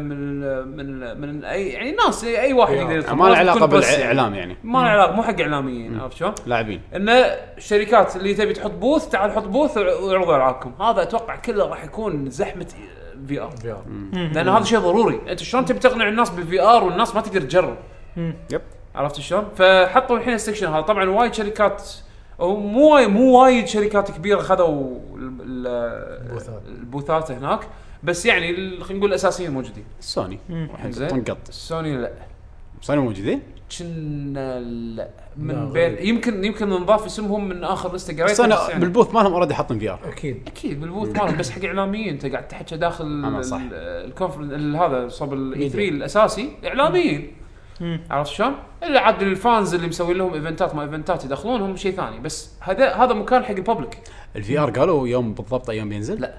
من اي يعني ناس اي واحد يقدر يدخل ما له علاقه بالاعلام يعني ما له علاقه مو حق اعلاميين عرفت شلون لاعبين انه الشركات اللي تبي تحط بوث تعال حط بوث وعرضوا العابكم هذا اتوقع كله راح يكون زحمه في ار لان هذا شيء ضروري انت شلون تبي تقنع الناس بالفي ار والناس ما تقدر تجرب يب عرفت شلون فحطوا الحين السكشن هذا طبعا وايد شركات او مو وايد شركات كبيره خذوا البوثات هناك بس يعني خلينا نقول الاساسيين موجودين سوني طنقط سوني لا سوني موجودين كنا لا من بين يمكن نضاف اسمهم من اخر لسته قريت بس يعني بالبوث مالهم اوريدي حاطين في ار اكيد بالبوث مالهم بس حق اعلاميين انت قاعد تحكي داخل الكونفرنس هذا صوب الاي 3 الاساسي اعلاميين عرفت شلون اللي عاد الفانز اللي مسوي لهم ايفنتات ما ايفنتات يدخلونهم شيء ثاني بس هذا مكان حق الببليك الفي ار قالوا يوم بالضبط ايام بينزل لا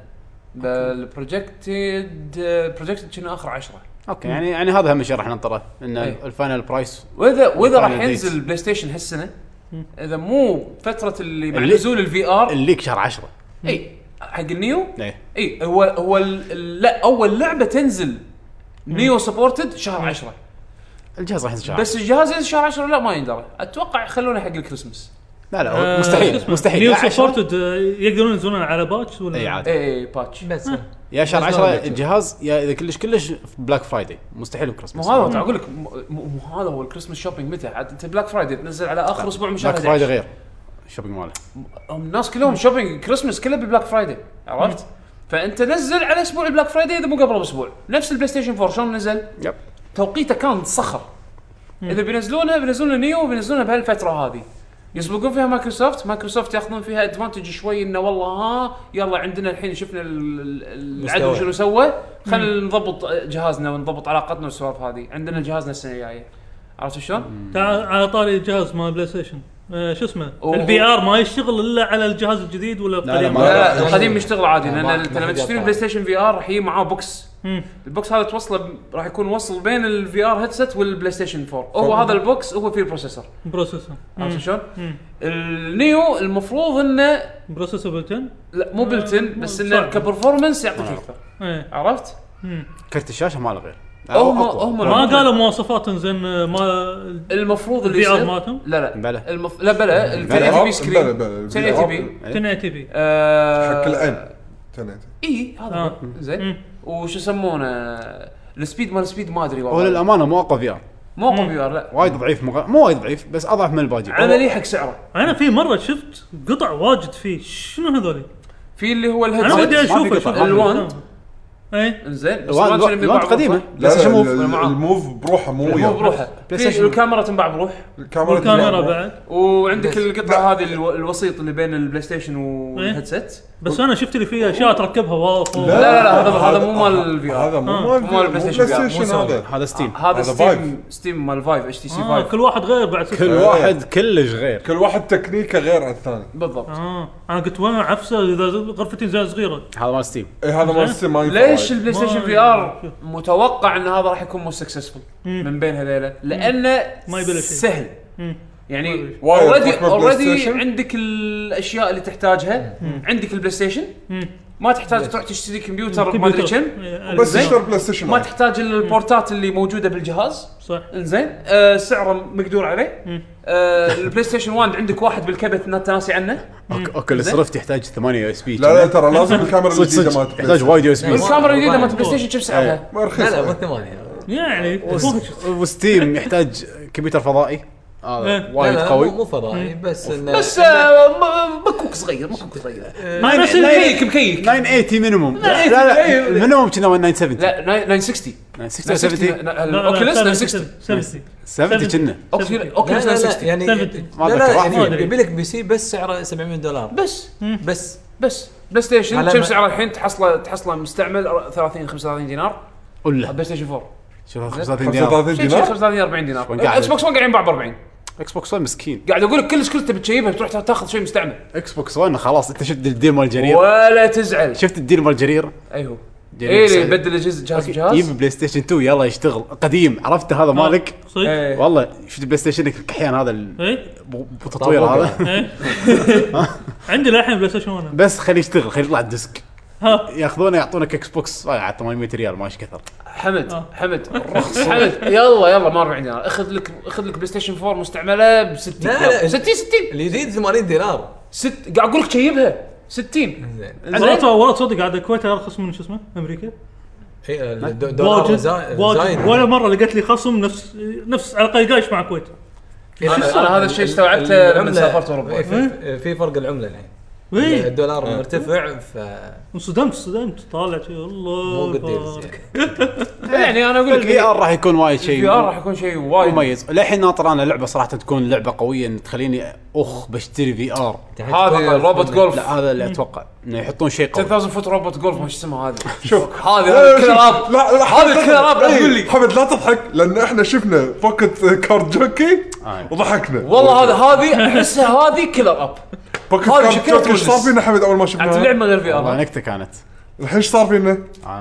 البروجكتد كنا اخر 10 اوكي يعني هذا اهم شيء راح ننطره ان الفاينل برايس واذا راح ينزل بلاي ستيشن هالسنه اذا مو فتره اللي مع نزول الفي ار الليك شهر 10 اي حق النيو اي هو لا اول لعبه تنزل نيو سبورتد شهر 10 الجهاز راح ينزل شهر بس الجهاز ينزل شهر 10 لا ما يندرى اتوقع يخلونه حق الكريسماس لا مستحيل نيو سبورتد يقدرون ينزلون على باتش ولا اي عادي اي باتش بس يا شهر 10 الجهاز يا اذا كلش بلاك فرايداي مستحيل الكريسماس مو هذا اقول لك مو هذا هو الكريسماس شوبينج متى انت بلاك فرايداي تنزل على اخر اسبوع من شهر بلاك فرايداي غير الشوبينج ماله الناس كلهم شوبينج كريسماس كله ببلاك فرايداي عرفت فانت نزل على اسبوع البلاك فرايداي اذا مو قبل باسبوع نفس البلاي ستيشن 4 شلون نزل توقيته كان صخر اذا بينزلونها نيو وبينزلونها بهالفتره هذه يسبقون فيها مايكروسوفت ياخذون فيها ادفانتج شوي انه والله يلا عندنا الحين شفنا العدو شنو سوى خلينا نضبط جهازنا ونضبط علاقتنا والسوالف هذه عندنا جهازنا السنه الجايه عرفت شلون على طاري الجهاز مال بلاي ستيشن شو اسمه الفي ار ما يشتغل الا على الجهاز الجديد ولا القديم لا القديم يشتغل عادي لان لما تشتري بلاي ستيشن في ار راح يجي معاه بوكس البوكس هذا توصله راح يكون وصل بين الفي ار هيدسيت والبلاي ستيشن 4 هو هذا البوكس هو فيه البروسيسور عرفت شلون النيو المفروض انه بروسيسور بلتن لا مو بلتن بس انه كبرفورمانس يعطيك اكثر عرفت كرت الشاشه ماله غير هم ما قالوا مواصفات زين ما المفروض اللي يصير لا بلا ال 1080 سكرين 1080 حق العين 1080 اي هذا زين وش يسمونه السبيد ما ادري والله للامانه مو اقوى في ار لا وايد ضعيف مو وايد ضعيف بس اضعف من الباقي عملي حق سعره انا في مره شفت قطع واجد فيه شنو هذول في اللي هو الهيدسيت انا ودي اشوفه الوان انزين الوان قديمه لا الموف بروحه مو وياه بروحه الكاميرا تنباع بروح الكاميرا بعد وعندك القطعه هذه الوسيط اللي بين البلاي ستيشن والهيدسيت بس انا شفت اللي فيها اشياء تركبها لا هذا مو مال الفي ار هذا مو مال البلاي ستيشن هذا ستيم هذا ستيم مال فايف اتش تي سي 5 كل واحد غير بعد كل واحد كلش غير كل واحد تكنيكه غير عن الثاني بالضبط انا قلت وين عفسه اذا غرفتين زي صغيره هذا مال ستيم هذا مال ستيم ليش البلاي ستيشن في ار متوقع ان هذا راح يكون مو سكسسفul من بين هذيلا لانه سهل يعني اوريدي عندك الاشياء اللي تحتاجها عندك البلاي ستيشن ما تحتاج تروح تشتري كمبيوتر ما ادري كم بس تشتري بلاي ستيشن ما تحتاج البورتات اللي موجوده بالجهاز صح انزين سعره مقدور عليه البلاي ستيشن 1 عندك واحد بالكبت ما تناسي عنه اوكي الصرف يحتاج 8 يو اس بي لا ترى لازم الكاميرا الجديده ما تحتاج وايد يو اس بي الكاميرا الجديده ما بلاي ستيشن كم سعرها لا مو 8 يعني وستيم يحتاج كمبيوتر فضائي وايد قوي مو فضائي بس مكوك صغير ما نفس مكيك 980 مينيموم لا المينيموم كنا 970 لا 960 960 اوكيليس 70 كنا اوكيليس 960 يعني لا يبي لك بي سي بس سعره $700 بس بلاي ستيشن كم سعره الحين تحصله مستعمل 35 دينار ولا بلاي ستيشن 4 شوف 35 دينار 40 دينار اكس بوكس 1 قاعدين ب 40 اكس بوكس 1 مسكين قاعد اقول لك كلش تبي تشيبها تروح تاخذ شيء مستعمل اكس بوكس 1 خلاص انت شفت الديل مال جرير ولا تزعل شفت الديل مال جرير ايوه اللي يبدل جهاز يجيب بلاي ستيشن 2 يلا يشتغل قديم عرفت هذا مالك والله شفت بلاي ستيشن الكحيان هذا بتطوير هذا عندي الحين بلاي ستيشن 1 بس خليه يشتغل خليه يطلع الديسك ياخذونه يعطونك اكس بوكس على 800 ريال ماشي كثر حمد رخص حمد يلا ما عندنا اخذ لك بلاي ستيشن 4 مستعمله ب 60 60 الجديد $80 قاعد اقول لك شيبها 60 والله صدق قاعد الكويت ارخص من شو اسمه امريكا $1 زايد ولا مره لقيت لي خصم نفس على الاقل قايش مع الكويت انا هذا الشيء استوعبته من سافرت اوروبا في فرق العمله الحين الدولار مرتفع صدمت طالع شيء والله مو قد يعني انا اقول لك الفي ار راح يكون وايد شيء الفي ار راح يكون شيء وايد مميز للحين ناطر انا لعبه صراحه تكون لعبه قويه تخليني بشتري في ار هذه روبوت جولف لا هذا اللي اتوقع انه يحطون شيء قوي 10,000 فوت روبوت جولف مش اسمها هذه شوف هذه كلاب لا هذا كلاب اقول لي حمد لا تضحك لان احنا شفنا بوكيت كارد جوكي وضحكنا والله هذه احسها هذه كلر اب هذا شكله ايش صار فينا حمد اول ما شفناها اللعبه من غير في ار والله نكته كانت الحين ايش صار فينا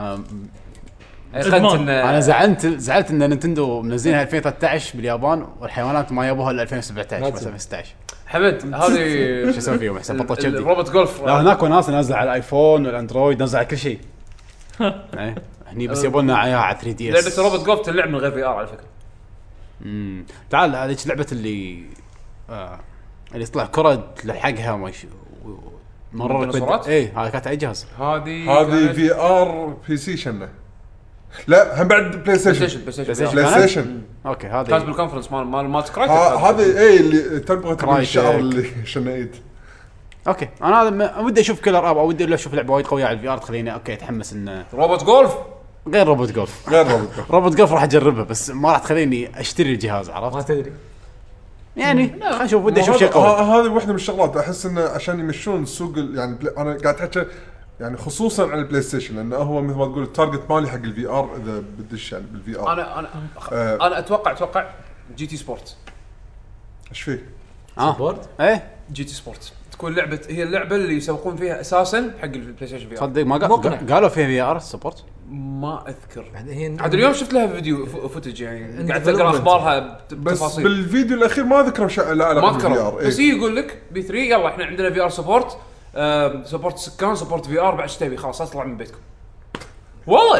انا زعلت ان نينتندو منزلينها 2013 باليابان والحيوانات ما يابوها الا 2017 مثلا 2016 حمد هذه شو اسوي فيهم حسب بطل كبدي روبوت جولف لا هناك وناس نازله على الايفون والاندرويد نازله على كل شيء هني بس يبوننا اياها على 3 دي اس لعبه روبوت جولف تلعب من غير في ار على فكره تعال هذيك لعبه اللي يطلع كره تلحقها ماشي مرة هذا كانت اي جهاز هذه في ار بي سي شنه لا هم بعد بلاي ستيشن اوكي هذه كانت بالكونفرنس مال سكرايت هذه اللي تربط الشعر اللي شنايد اوكي انا هذا ودي اشوف كلر اب او ودي اشوف لعبه وايد قويه على الفي ار تخليني اوكي اتحمس ان روبوت جولف غير روبوت جولف راح اجربها بس ما راح تخليني اشتري الجهاز عرفت ما تدري يعني خلينا نشوف ودي اشوف شيء قوي هذه واحده من الشغلات احس انه عشان يمشون السوق يعني انا قاعد احكي يعني خصوصا على البلاي ستيشن لانه هو مثل ما تقول التارجت مالي حق الفي ار اذا بدش يعني بالفي ار انا اتوقع جي تي سبورت ايش فيه سبورت جي تي سبورت تكون لعبه هي اللعبه اللي يسوقون فيها اساسا حق البلاي ستيشن في ار صدق ما قالوا فيها في ار سبورت ما اذكر عاد اليوم شفت لها فيديو فوتج يعني قاعد اقرا اخبارها بس بالفيديو الاخير ما ذكروا شيء لا ما اذكر بس يقول لك بي 3 يلا احنا عندنا في ار سبورت سبورت سكان سبورت في ار بعد ايش تبي خلاص اطلع من بيتكم والله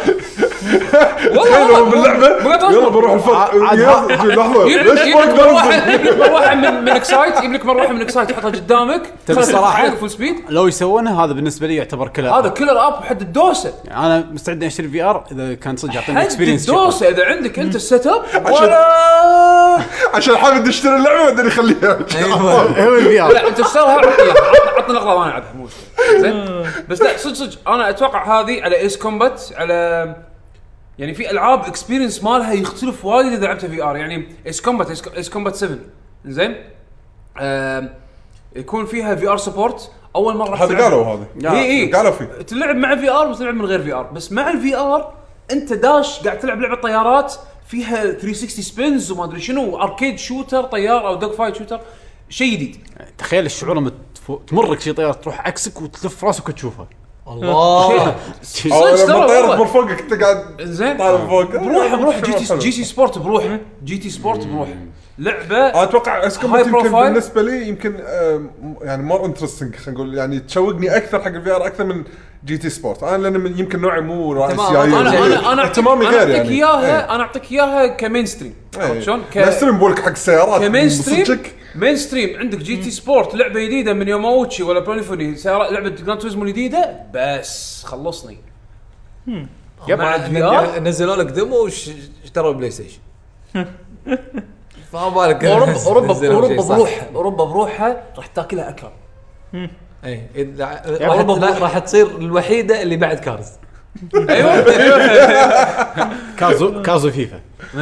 باللعبه يلا بروح الفرق لحظه ليش مروحه من اكسايت يجيب لك مروحه من اكسايت تحطها قدامك الصراحه فول سبيد لو يسوونها هذا بالنسبه لي يعتبر كلر هذا كلر اب حد الدوسه يعني انا مستعد اشتري في ار اذا كان صدق يعطيني اكسبيرينس الدوسه اذا عندك انت السيت اب عشان حابب اشتري اللعبه بدي اخليها هو الفي ار لا انت اشتريها عطني الاغراض وانا العبها مو زين بس لا صدق انا اتوقع هذه على ايس كومبات على يعني في العاب اكسبيرينس مالها يختلف وايد اذا لعبتها في ار. يعني ايس كومبات 7 زين يكون فيها في ار سبورت اول مره. هذا قالوا هذا اي قالوا فيه تلعب مع في ار وتلعب من غير في ار. بس مع الفي ار انت داش قاعد تلعب لعبه طيارات فيها 360 سبينز وما ادري شنو اركيد شوتر طيار او دوغ فايت شوتر شيء جديد. تخيل الشعور لما تمرك شي طياره تروح عكسك وتلف راسك وتشوفها. الله صدق ترى طياره من فوقك انت قاعد زين طاير فوق بروح جي سي سبورت بروح جي تي سبورت بروح لعبه اتوقع اسكم يمكن بالنسبه لي يمكن يعني مور انترستنج خلينا نقول يعني تشوقني اكثر حق الفي ار اكثر من جي تي سبورت. انا لان يمكن نوعي مو رئيسي انا اهتمامي غير يعني اياها انا اعطيك اياها كمين ستريم شلون كمين بقولك حق السيارات كمين ستريم مين ستريم عندك جي تي سبورت لعبه جديده من يوماوتشي ولا بلانيفوني سيارات لعبه جراند توريزمو جديده بس خلصني. نزلوا لك ديمو واشتروا بلاي ستيشن فما بالك اوروبا بروحها راح تاكلها اكرم. اي اوروبا راح تصير الوحيده اللي بعد كارز. ايوه كازو فيفا.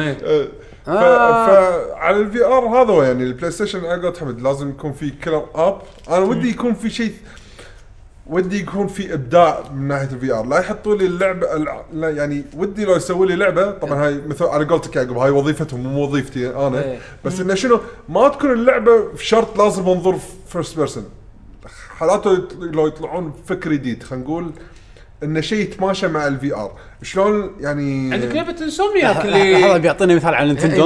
فعلى الفي ار هذا هو يعني البلاي ستيشن اقعد حمد لازم يكون في كلر اب. انا ودي يكون في شيء ودي يكون في ابداع من ناحيه الفي ار. لا يحطوا لي اللعبه لا يعني ودي لو يسوي لي لعبه طبعا هاي مثل على قولتك يعقوب هاي وظيفتهم مو وظيفتي انا بس انه شنو ما تكون اللعبه في شرط لازم منظور فيرست بيرسون. حالاته لو يطلعون فكر جديد خلينا نقول انه شيء يتماشى مع الفي ار شلون يعني عندك لعبه انسومنياك اللي هذا بيعطيني مثال على نينتندو.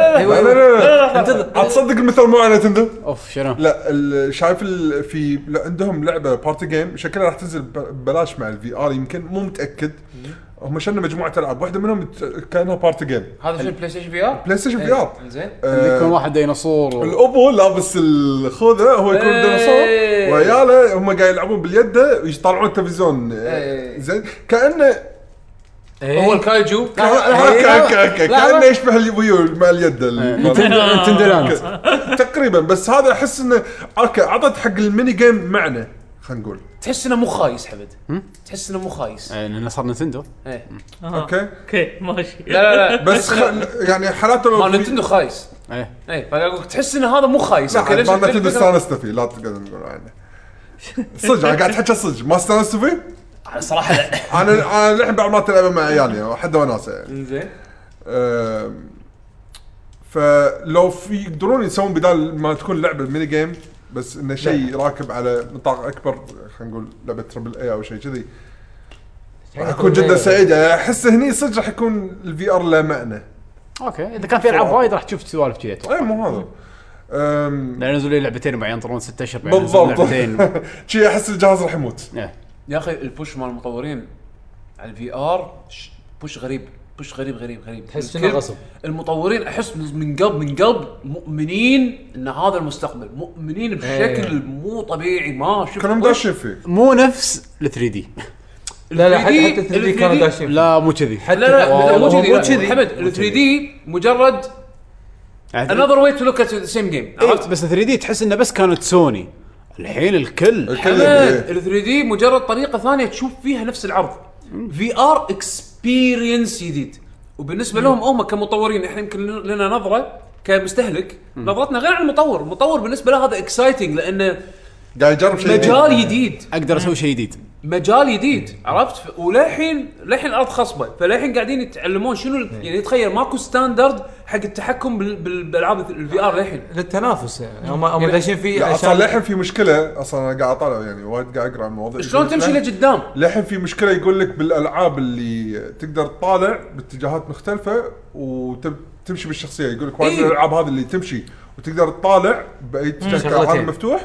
لا اتصدق المثال مو على نينتندو اوف شنو لا شايف في عندهم لعبه بارتي جيم شكلها راح تنزل ببلاش مع الفي ار يمكن مو متاكد. هم شنو مجموعه العاب واحده منهم كانها بارتي جيم. هذا في البلاي ستيشن في ار. بلاي ستيشن في ار زين يكون واحد ديناصور الابو لابس الخوذه هو يكون ديناصور وياله هم قاعد يلعبون باليد ويطلعون التلفزيون زين كانه هو الكايجو كانه يشبه الويو مع اليد نينتندو تقريبا. بس هذا احس انه اوكي عطت حق الميني جيم معنى خلينا نقول. تحس انه مو خايس حمد تحس انه مو خايس لانه صار نينتندو. اوكي ماشي لا بس يعني حالاته ما نينتندو خايس فاقول تحس ان هذا مو خايس. ما نينتندو استانست فيه لا تقدر نقول عنه صدق انا قاعد احكي صدق ما استانست فيه صراحه لا. انا الحين بعد ما تلعب مع عيالي حد وناسه يعني زين فلو في يقدرون يسوون بدال ما تكون لعبه ميني جيم بس انه شيء راكب على نطاق اكبر خلينا نقول لعبه تربل اي او شيء كذي اكون جدا سعيد. يعني احس هني صدق راح يكون الفي ار له معنى. اوكي اذا كان في العاب وايد راح تشوف سوالف كذي اتوقع. اي مو هذا لا نزلوا لي لعبتين وبعدين ينطرون 6 اشهر بعدين لعبتين شيء احس الجهاز راح يموت. يا اخي البوش مال المطورين على الفي ار بوش غريب تحس انه غصب. المطورين احس من قلب مؤمنين ان هذا المستقبل مؤمنين بشكل مو طبيعي ما شفت كانوا داشين فيه مو نفس ال 3 دي لا حتى 3 دي كانوا داشين لا مو كذي لا مو كذي حمد ال 3 دي مجرد another way to look at the same game عرفت. بس 3 دي تحس انه بس كانت سوني الحين الكل ال 3 دي مجرد طريقه ثانيه تشوف فيها نفس العرض. في ار اكسبيرينس جديد وبالنسبه لهم هم كمطورين احنا يمكن لنا نظره كمستهلك نظرتنا غير عن المطور بالنسبه له هذا اكسايتنج لانه قاعد يجرب شيء مجال جديد اقدر اسوي شيء جديد مجال جديد عرفت. وللحين الارض خصبه فالحين قاعدين يتعلمون شنو يعني تخيل ماكو ستاندرد حق التحكم بالالعاب الفي ار للحين للتنافس يعني هم داشين فيه اصلا للحين في مشكله اصلا انا قاعد اطالع يعني وايد قاعد اقرا عن الموضوع شلون تمشي لقدام. للحين في مشكله يقول لك بالالعاب اللي تقدر تطالع باتجاهات مختلفه وتمشي بالشخصيه يقول لك وايد الالعاب هذه اللي تمشي وتقدر تطالع باي اتجاه عالم مفتوح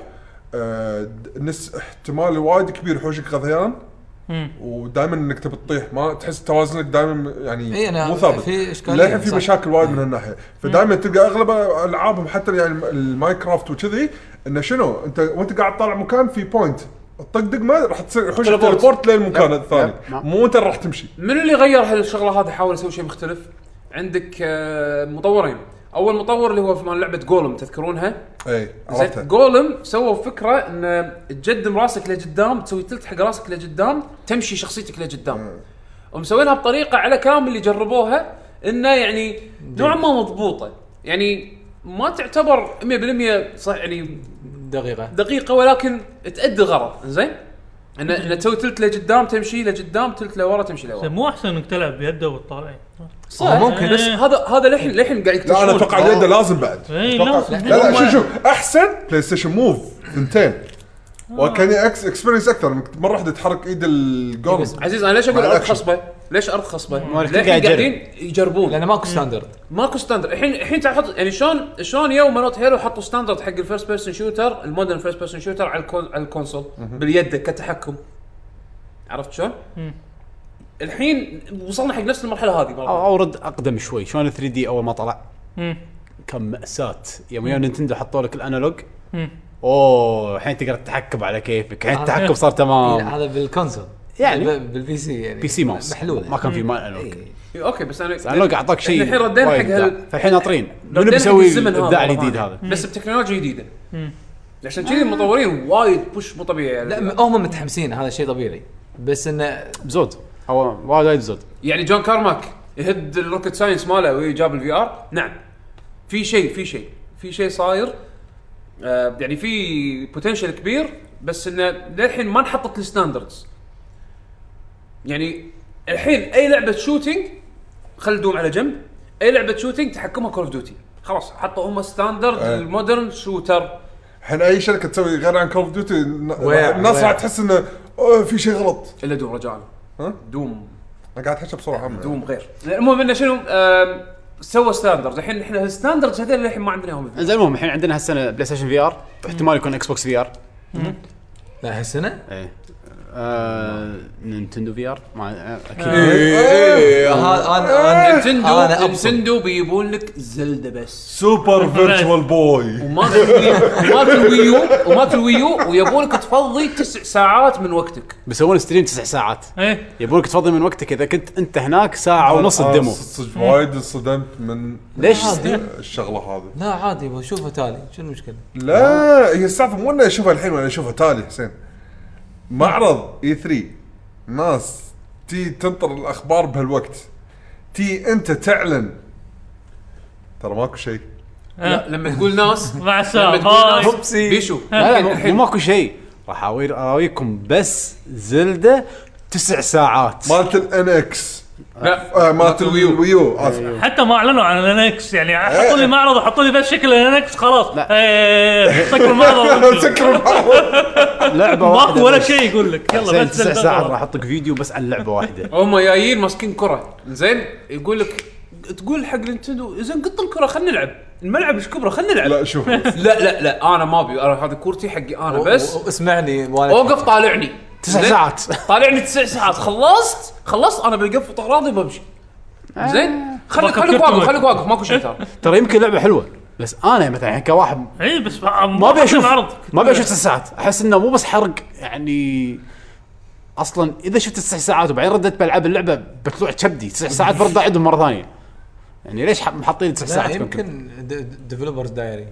احتمال وايد كبير حوشك غثيان ودائما انك تبي تطيح ما تحس توازنك دائما يعني مو ثابت. للحين في مشاكل وايد من هالناحيه فدائما تلقى اغلب العابهم حتى يعني الماينكرافت وكذي انه شنو انت وانت قاعد تطلع مكان في بوينت الطق دقمه راح تصير حوش تليبورت للمكان الثاني مو انت راح تمشي. من اللي غير هالشغله هذه حاول يسوي شيء مختلف. عندك مطورين اول مطور اللي هو في مال لعبه جولم تذكرونها؟ اي عرفتها. جولم سووا فكره ان تقدم راسك لقدام، تسوي تلت حق راسك لقدام، تمشي شخصيتك لقدام. ومسوينها بطريقه على كلام اللي جربوها انه يعني نوعا ما مضبوطه، يعني ما تعتبر 100% صح يعني دقيقه ولكن تأدي الغرض. زين ان تسوي تلت لقدام تمشي لقدام، تلت لورا تمشي لورا. مو احسن انك تلعب بيده والطالعين صح ممكن، بس هذا للحين قاعد يكتشفون. لا انا اتوقع اليد لازم بعد. لا شوف احسن بلاي ستيشن موف 2 وكان اكسبيرينس اكثر مره واحده تحرك ايد الجول. عزيز انا ليش اقول ارض خصبه؟ ليش ارض خصبه؟ قاعدين يجربون لان ماكو ستاندرد. الحين تحط يعني شلون يوم نوت هيرو حطوا ستاندرد حق الفيرست بيرسون شوتر، المودرن فيرست بيرسون شوتر على الكونسول باليد كتحكم. عرفت شلون؟ الحين وصلنا حق نفس المرحله هذه. اورد اقدم شوي. شلون 3 دي اول ما طلع كان مأساة. يوم نينتندو حطوا لك الانالوج الحين تقدر تتحكم على كيفك. الحين التحكم صار تمام. هذا بالكونسول يعني بالبي سي يعني بي سي ماوس محلول ما كان في مال انالوج. اوكي بس انا الانالوج اعطاك شيء. الحين ردينا حق فالحين ناطرين منو بيسوي الابداع الجديد هذا بس بتكنولوجيا جديده. عشان كذي المطورين وايد بوش مو طبيعي يعني. لا هم متحمسين هذا شيء طبيعي بس انه بزود هو وايد بزود. يعني جون كارماك يهد الروكت ساينس ماله ويجاب الفي ار. نعم في شيء صاير يعني في بوتنشل كبير بس انه للحين ما انحطت الستاندردز. يعني الحين اي لعبه شوتينج خل دوم على جنب، اي لعبه شوتينج تحكمها كول اوف ديوتي خلاص حطوا هم ستاندرد المودرن شوتر. الحين اي شركه تسوي غير عن كول اوف ديوتي الناس راح تحس انه في شيء غلط. الا دوم رجال دوم انا قاعد احكي بصراحه دوم غير. المهم انه شنو سوى ستاندرد. الحين احنا الستاندرد هذول الحين ما عندنا هم. زين المهم الحين عندنا هالسنه بلاي ستيشن في ار واحتمال يكون اكس بوكس في ار. لا هالسنه ايه نينتندو في ار ما اكيد. انا نينتندو بيجيبون لك زلدة بس سوبر فيرتشوال بوي وماك الويو ويبونك تفضي 9 ساعات من وقتك. بيسوون ستريم 9 ساعات. يبونك تفضي من وقتك اذا كنت انت هناك ساعه ونص الديمو. وايد صدمت من ليش الشغله هذه. لا عادي بشوفها تالي شو المشكله. لا هي السالفه مو اني اشوفها الحين ولا اشوفها تالي. حسين معرض E3 ناس تي تنطر الاخبار بهالوقت تي انت تعلن ترى ماكو شيء. لا لما تقول ناس مع السلامه بيشو مو ماكو شيء. راح اراويكم بس زلدة 9 ساعات مالت الانكس. لا مالت الويو حتى ما اعلنوا عن الانكس يعني حطوا لي معرض وحطوا لي بس شكل الانكس خلاص سكروا المعرض سكروا لعبه واحده ولا شيء يقول لك يلا بس 9 ساعات راح احط لك فيديو بس عن لعبه واحده. هم جايين ماسكين كره زين يقول لك تقول حق نينتندو زين قط الكره خلينا نلعب الملعب ايش كبره خلينا نلعب. لا شوف لا انا ما ابي انا هذه كورتي حقي انا بس اسمعني اوقف طالعني 9 ساعات طالعني 9 ساعات خلصت انا بقف راضي بمشي. زين خليك واقف ماكو شيء ترى يمكن لعبه حلوه بس انا مثلا كواحد اي بس ما ابي اشوف 9 ساعات. احس انه مو بس حرق يعني اصلا اذا شفت 9 ساعات وبعدين ردت بلعب اللعبه بطلع كبدي 9 ساعات برد اعيدهم مره ثانيه. يعني ليش محطين 9 ساعات؟ يمكن ديفلوبرز دايري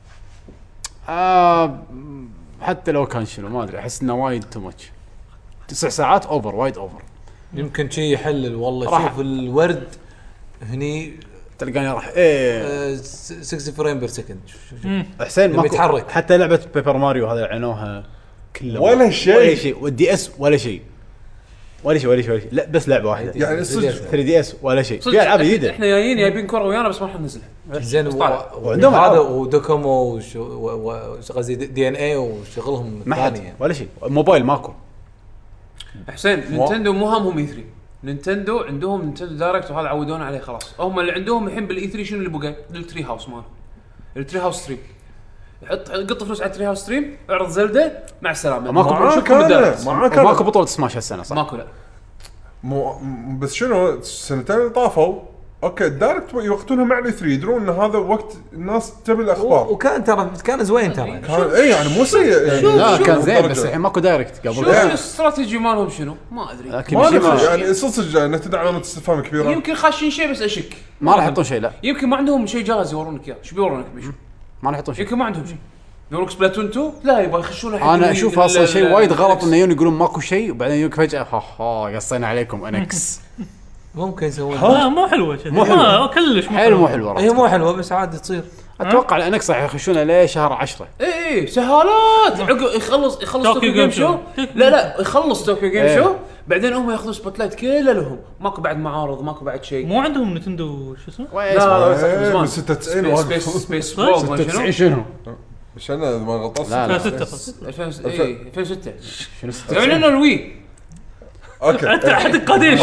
حتى لو كان شنو ما ادري احس انه وايد تو ماتش 9 ساعات اوفر وايد اوفر. يمكن شيء يحلل والله شوف الورد هني تلقاني راح 60 فريم بير سكند. حسين ما يتحرك حتى لعبه بيبر ماريو هذا عينوها كلها ولا شيء والدي اس ولا شيء لا بس لعبه واحده يعني 3 دي اس ولا شيء. في العاب جديده احنا جايين جايبين كره ويانا بس ما راح ننزلها. زين وعندهم هذا ودوكومو وقصدي دي ان اي وشغلهم الثاني ولا شيء. موبايل ماكو. حسين نينتندو مو همهم اي 3 نينتندو عندهم نينتندو دايركت وهذا عودونا عليه خلاص. هم اللي عندهم الحين بالاي 3 شنو اللي بقى التري هاوس مال التري هاوس ستريم قط فلوس على التري هاوس ستريم اعرض زلدة مع السلامه. ماكو بطولة سماش هالسنه صح؟ ماكو لا بس شنو السنتين اللي طافوا اوكي الدايركت يوقتونها مع ال3 يدرون ان هذا وقت الناس تبي الاخبار وكان ترى كان زوين ترى اي يعني مو سيء يعني لا كان زين بس الحين ماكو دايركت قبل شو الاستراتيجي مالهم شنو ما ادري لكن ما شيء ادري يعني صدق انه تدعي علامه استفهام كبيره يمكن خاشين شيء بس اشك ما راح يحطون شيء لا يمكن ما عندهم شيء جاهز يورونك اياه شو بيورونك بيشو ما راح يحطون شيء يمكن ما عندهم شيء يورونك سبلاتون 2 لا يبغى يخشون انا اشوف اصلا شيء وايد غلط انه يقولون ماكو شيء وبعدين يجيك فجاه ها قصينا عليكم انكس ممكن يسوون لا مو حلوه كذي ما كلش حلو مو حلوه هي مو حلوه بس عادي تصير اتوقع الانكس راح يخشون ليه شهر 10 اي سهالات عقب يخلص طوكيو جيم شو لا يخلص طوكيو جيم شو بعدين هم ياخذون سبوت لايت كله لهم ماكو بعد معارض ماكو بعد شيء مو عندهم نتندو شو اسمه لا 96 سبيس وورلد شنو مش انا ما غلطت 2006 2006 شنو يعني الوي اوكي انت حد قديش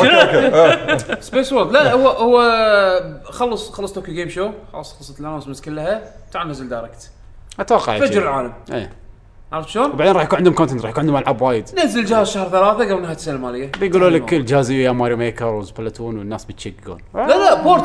سبيس وورلد لا هو خلص طوكيو جيم شو خلصت الانونسمنتس كلها تعال نزل دايركت اتوقع فجر العالم ايه عرفت شلون وبعدين راح يكون عندهم كونتنت راح يكون عندهم العاب وايد نزل جهاز شهر 3 قبل نهايه السنه الماليه بيقولوا لك الجهاز يا ماريو ميكر وسبلاتون والناس بتشقون لا بورت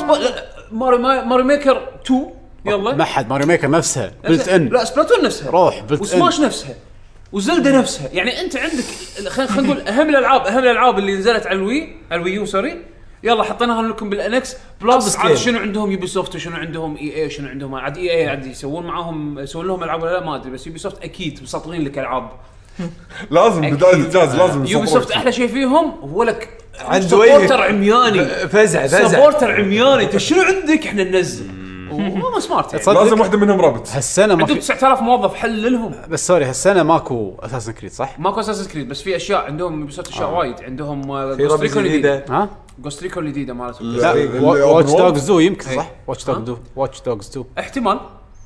ماريو ميكر 2 يلا ما حد ماريو ميكر نفسها بلت ان لا سبلاتون نفسها روح بلت ان وسماش نفسها وزلدة نفسها يعني انت عندك خلينا نقول اهم الالعاب اللي نزلت على الويو سوري يلا حطيناها لكم بالانكس بلس عاد شنو عندهم يوبي سوفت وشنو عندهم اي شنو عندهم عاد اي عاد يسوون معاهم يسوون لهم العاب ولا لا ما ادري بس يوبي سوفت اكيد مسطرين لك العاب لازم بدايه الجهاز لازم يوبي سوفت احلى شيء فيهم هو لك عنده سبورتر عمياني فزع سبورتر عمياني انت شنو عندك احنا ننزل وما سمارت يعني. لازم واحده منهم رابط هالسنه ما عندهم في 9000 موظف حللهم بس سوري هالسنه ماكو اساسن كريد صح ماكو اساسن كريد بس في اشياء عندهم بيصير اشياء وايد عندهم في رابط جديده ها جوست ريكون الجديده مالتهم لا واتش دوغز 2 يمكن صح واتش دوغز 2 احتمال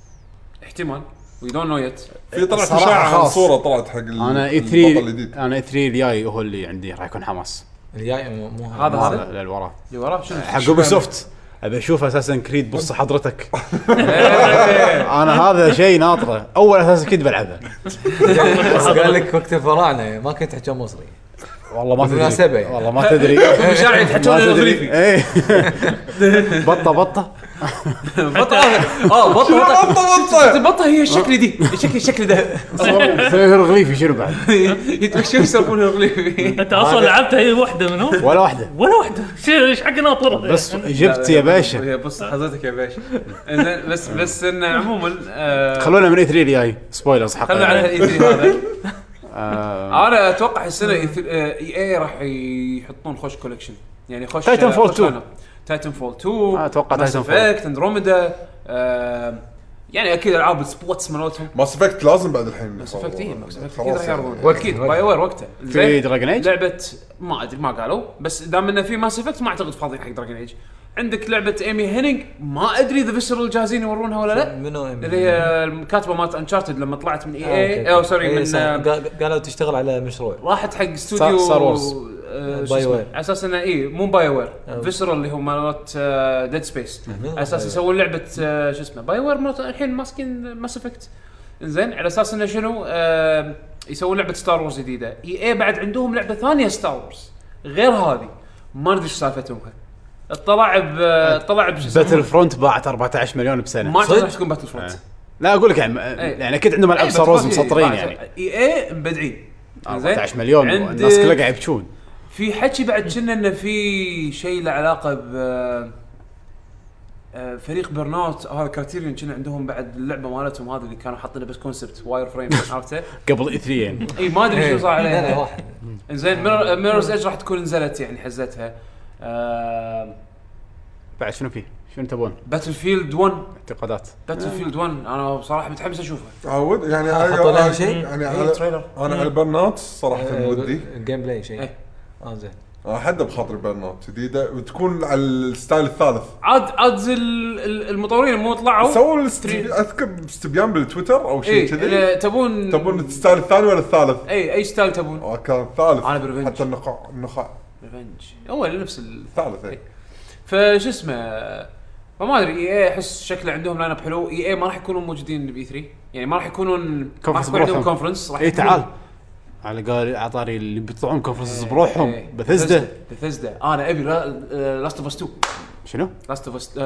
وي دونت نو يت في طلعت اشاعه صوره طلعت حق انا اي 3 انا اي 3 الجاي هو اللي عندي راح يكون حماس الجاي مو هذا لا اللي وراه شنو حق يوبي سوفت ابي اشوف اساسن كريد بص حضرتك انا هذا شيء ناطره اول اساسن كريد بلعبه بس قال لك وقت الفراعنه ما كنت تحكي مصري والله ما بالمناسبة تدري يعني. والله ما تدري مشاعر يتحكون الغريفي ايه بطه بطه هي الشكل ده هيروغليفي شنو بعد يتمشون يسوون هيروغليفي انت اصلا لعبتها هي واحده منهم ولا واحده ايش حق ناطره بس جبت يا باشا بص حضرتك يا باشا بس انه عموما خلونا من اي 3 الجاي سبويلرز حق خلونا على اي 3 هذا انا اتوقع السنه اي راح يحطون خوش كولكشن يعني خوش تايتن فول 2 اتوقع تايتن فول اندروميدا يعني اكيد العاب السبورتس مالتهم ماس افكت لازم بعد الحين ماس افكت اكيد راح يعرضون اكيد باي وير وقته في دراجون ايج لعبه ما ادري ما قالوا بس دام انه في ماس افكت ما اعتقد فاضيين حق دراجون ايج عندك لعبه ايمي هينينج ما ادري ذا فيسرال جاهزين يورونها ولا لا منو اللي هي الكاتبه مالت انشارتد لما طلعت من اي او سوري من قالوا تشتغل على مشروع راحت حق استوديو ستار وورز باي وير على اساس انه مو باي وير فيسرال اللي هم مالت ديد سبيس على اساس يسوون لعبه شو اسمه باي وير مالت الحين ماسكين ماس افكت زين على اساس انه شنو يسوون لعبه ستار وورز جديده اي بعد عندهم لعبه ثانيه ستار وورز غير هذه ما ادري ايش سالفتهم طلع باتل فرونت باعت 14 مليون بسنه ما اعتقد راح تكون باتل فرونت لا اقول لك يعني اكيد عندهم العاب ستار وورز مسطرين يعني اي مبدعين 14 مليون الناس كلها قاعد يبكون في حكي بعد كنا انه في شيء له علاقه ب فريق برناوت هذا كريتيريون كنا عندهم بعد اللعبه مالتهم هذه اللي كانوا حاطينها بس كونسبت واير فريم عرفته قبل اي 3 يعني اي ما ادري شو صار عليها زين ميرورز ايج راح تكون نزلت يعني حزتها بعد شنو تبون باتل فيلد 1 اعتقادات باتل فيلد 1 انا بصراحه متحمس اشوفها عود يعني حطوا لها شيء يعني انا على برنات صراحه ودي الجيم بلاي شيء زين حد بخاطر برنات جديده وتكون على الستايل الثالث عاد المطورين مو طلعوا سووا اذكر استبيان بالتويتر او شيء كذي تبون الستايل الثاني ولا الثالث اي ستايل تبون كان الثالث انا بريفنج حتى النخاع بريفنج هو نفس الثالث فش اسمه فما ادري اي احس شكله عندهم لاين اب حلو اي ما راح يكونوا موجودين بي 3 يعني ما راح يكونون عندهم كونفرنس راح تعال على قال عطاري اللي بيطلعون كونفرنس بروحهم بثزدا انا ابي لاست اوف اس 2 شنو؟ لاست اوف اس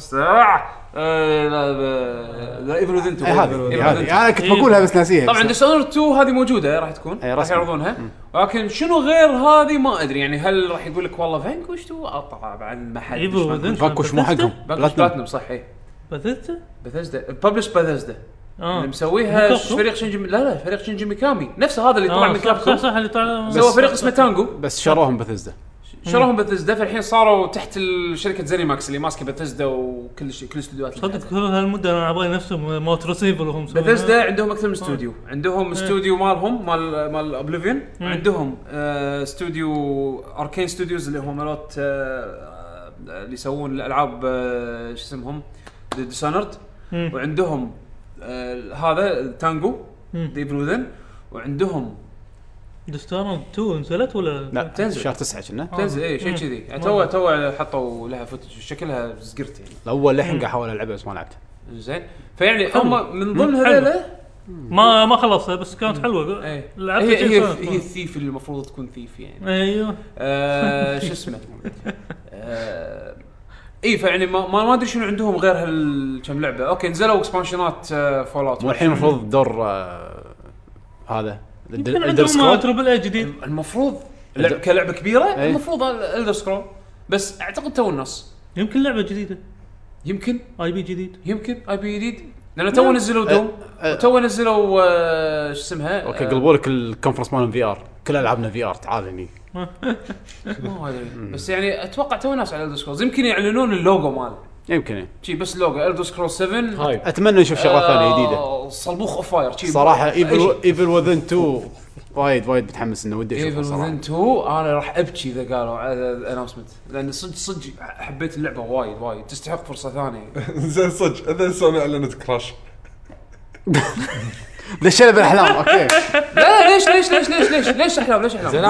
ذا ايفل وذن 2 هذه انا كنت بقولها بس ناسيها. طبعا ديسونر 2 هذه موجوده راح تكون راح يعرضونها، ولكن شنو غير هذه ما ادري يعني. هل راح يقول لك والله فانكوش 2 طبعا ما حد فانكوش مو حقهم بلاتنم صح. اي بثزدا ببلش بثزدا اللي مسويها فريق شينجي. لا فريق شينجي ميكامي نفسه هذا اللي طلع من كابكوم صح اللي طلع سوى فريق اسمه تانجو بس شروهم بثزدا. شروهم بثزدا فالحين صاروا تحت شركه زينيماكس اللي ماسكه بثزدا وكل شيء كل استديوهات. صدق كل هالمده انا عبالي نفسهم موت ريسيفر وهم بثزدا عندهم اكثر من استوديو. عندهم استوديو مالهم مال اوبليفيون، عندهم استوديو اركين ستوديوز اللي هم مالوت اللي يسوون الالعاب شو اسمهم ديسونرد، وعندهم هذا تانجو ديفل وذن، وعندهم ديسونرد 2 نزلت ولا لا تنزل شهر 9 كنا تنزل. اي شيء كذي يعني تو حطوا لها فوتج شكلها زقرت يعني. الاول لحين قاعد احاول العبها بس ما لعبتها. زين فيعني هم من ضمن هذول ما خلصتها بس كانت حلوه. هي الثيف اللي المفروض تكون ثيف يعني. ايوه شو اسمه اي فيعني ما ادري شنو عندهم غير كم لعبه. اوكي نزلوا اكسبانشنات فول اوت والحين المفروض الدور هذا الدر سكرول تربل اي جديد المفروض كلعبه كبيره. المفروض الدر سكرول بس اعتقد تو النص. يمكن لعبه جديده، يمكن اي بي جديد، يمكن اي بي جديد لأنه تو نزلوا دوم تو نزلوا شو اسمها. اوكي قلبوا لك الكونفرنس مالهم في ار، كل العابنا في ار تعال هني. ما ادري بس يعني اتوقع تو ناس على الدر سكرول يمكن يعلنون اللوجو ماله. يمكن شي بس لوجو الدر سكرول 7 هاي. اتمنى نشوف شغلات ثانيه جديده. صلبوخ اوف فاير صراحه ايفل وذن 2 وايد متحمس انه ودي اشوفه صراحه. ايفل وذن 2 انا راح ابكي اذا قالوا على الاناونسمنت لان صدق حبيت اللعبه وايد تستحق فرصه ثانيه. زين صدق اذا سوني اعلنت كراش دشينا بالاحلام. اوكي لا ليش احلام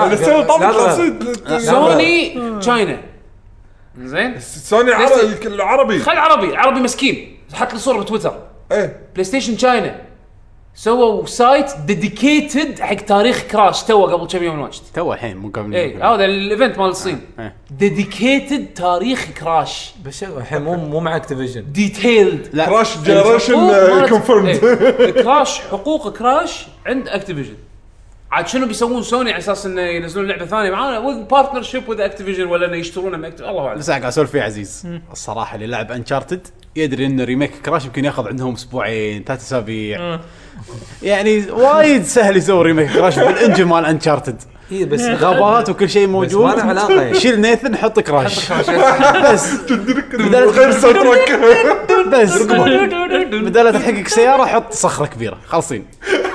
سوني تشاينا. زين سوني عربي مسكين حط لي صوره بتويتر. ايه بلاي ستيشن تشاينا سووا سايت ديديكيتد حق تاريخ كراش تو قبل كم يوم واجد تو الحين مو قبل. ايه هذا الايفنت مال الصين ديديكيتد تاريخ كراش. بس الحين مو مع اكتيفيجن ديتيلد. كراش جنريشن كونفيرمد. كراش حقوق كراش عند اكتيفيجن. عاد شنو بيسوون سوني على اساس انه ينزلون لعبه ثانيه معانا وذ بارتنرشيب وذ اكتيفيجن ولا انه يشترونه من الله اعلم. بس قاعد اسولف فيه عزيز الصراحه اللي لعب انشارتد يدري ان ريميك كراش يمكن ياخذ عندهم اسبوعين 3 اسابيع. يعني وايد سهل يسوي ريميك كراش بالانجن مال انشارتد. اي بس غابات وكل شيء موجود. ما له علاقه يعني. شيل نيثن حط كراش بس غير صوتك بس بدل تحقق سياره حط صخره كبيره خالصين.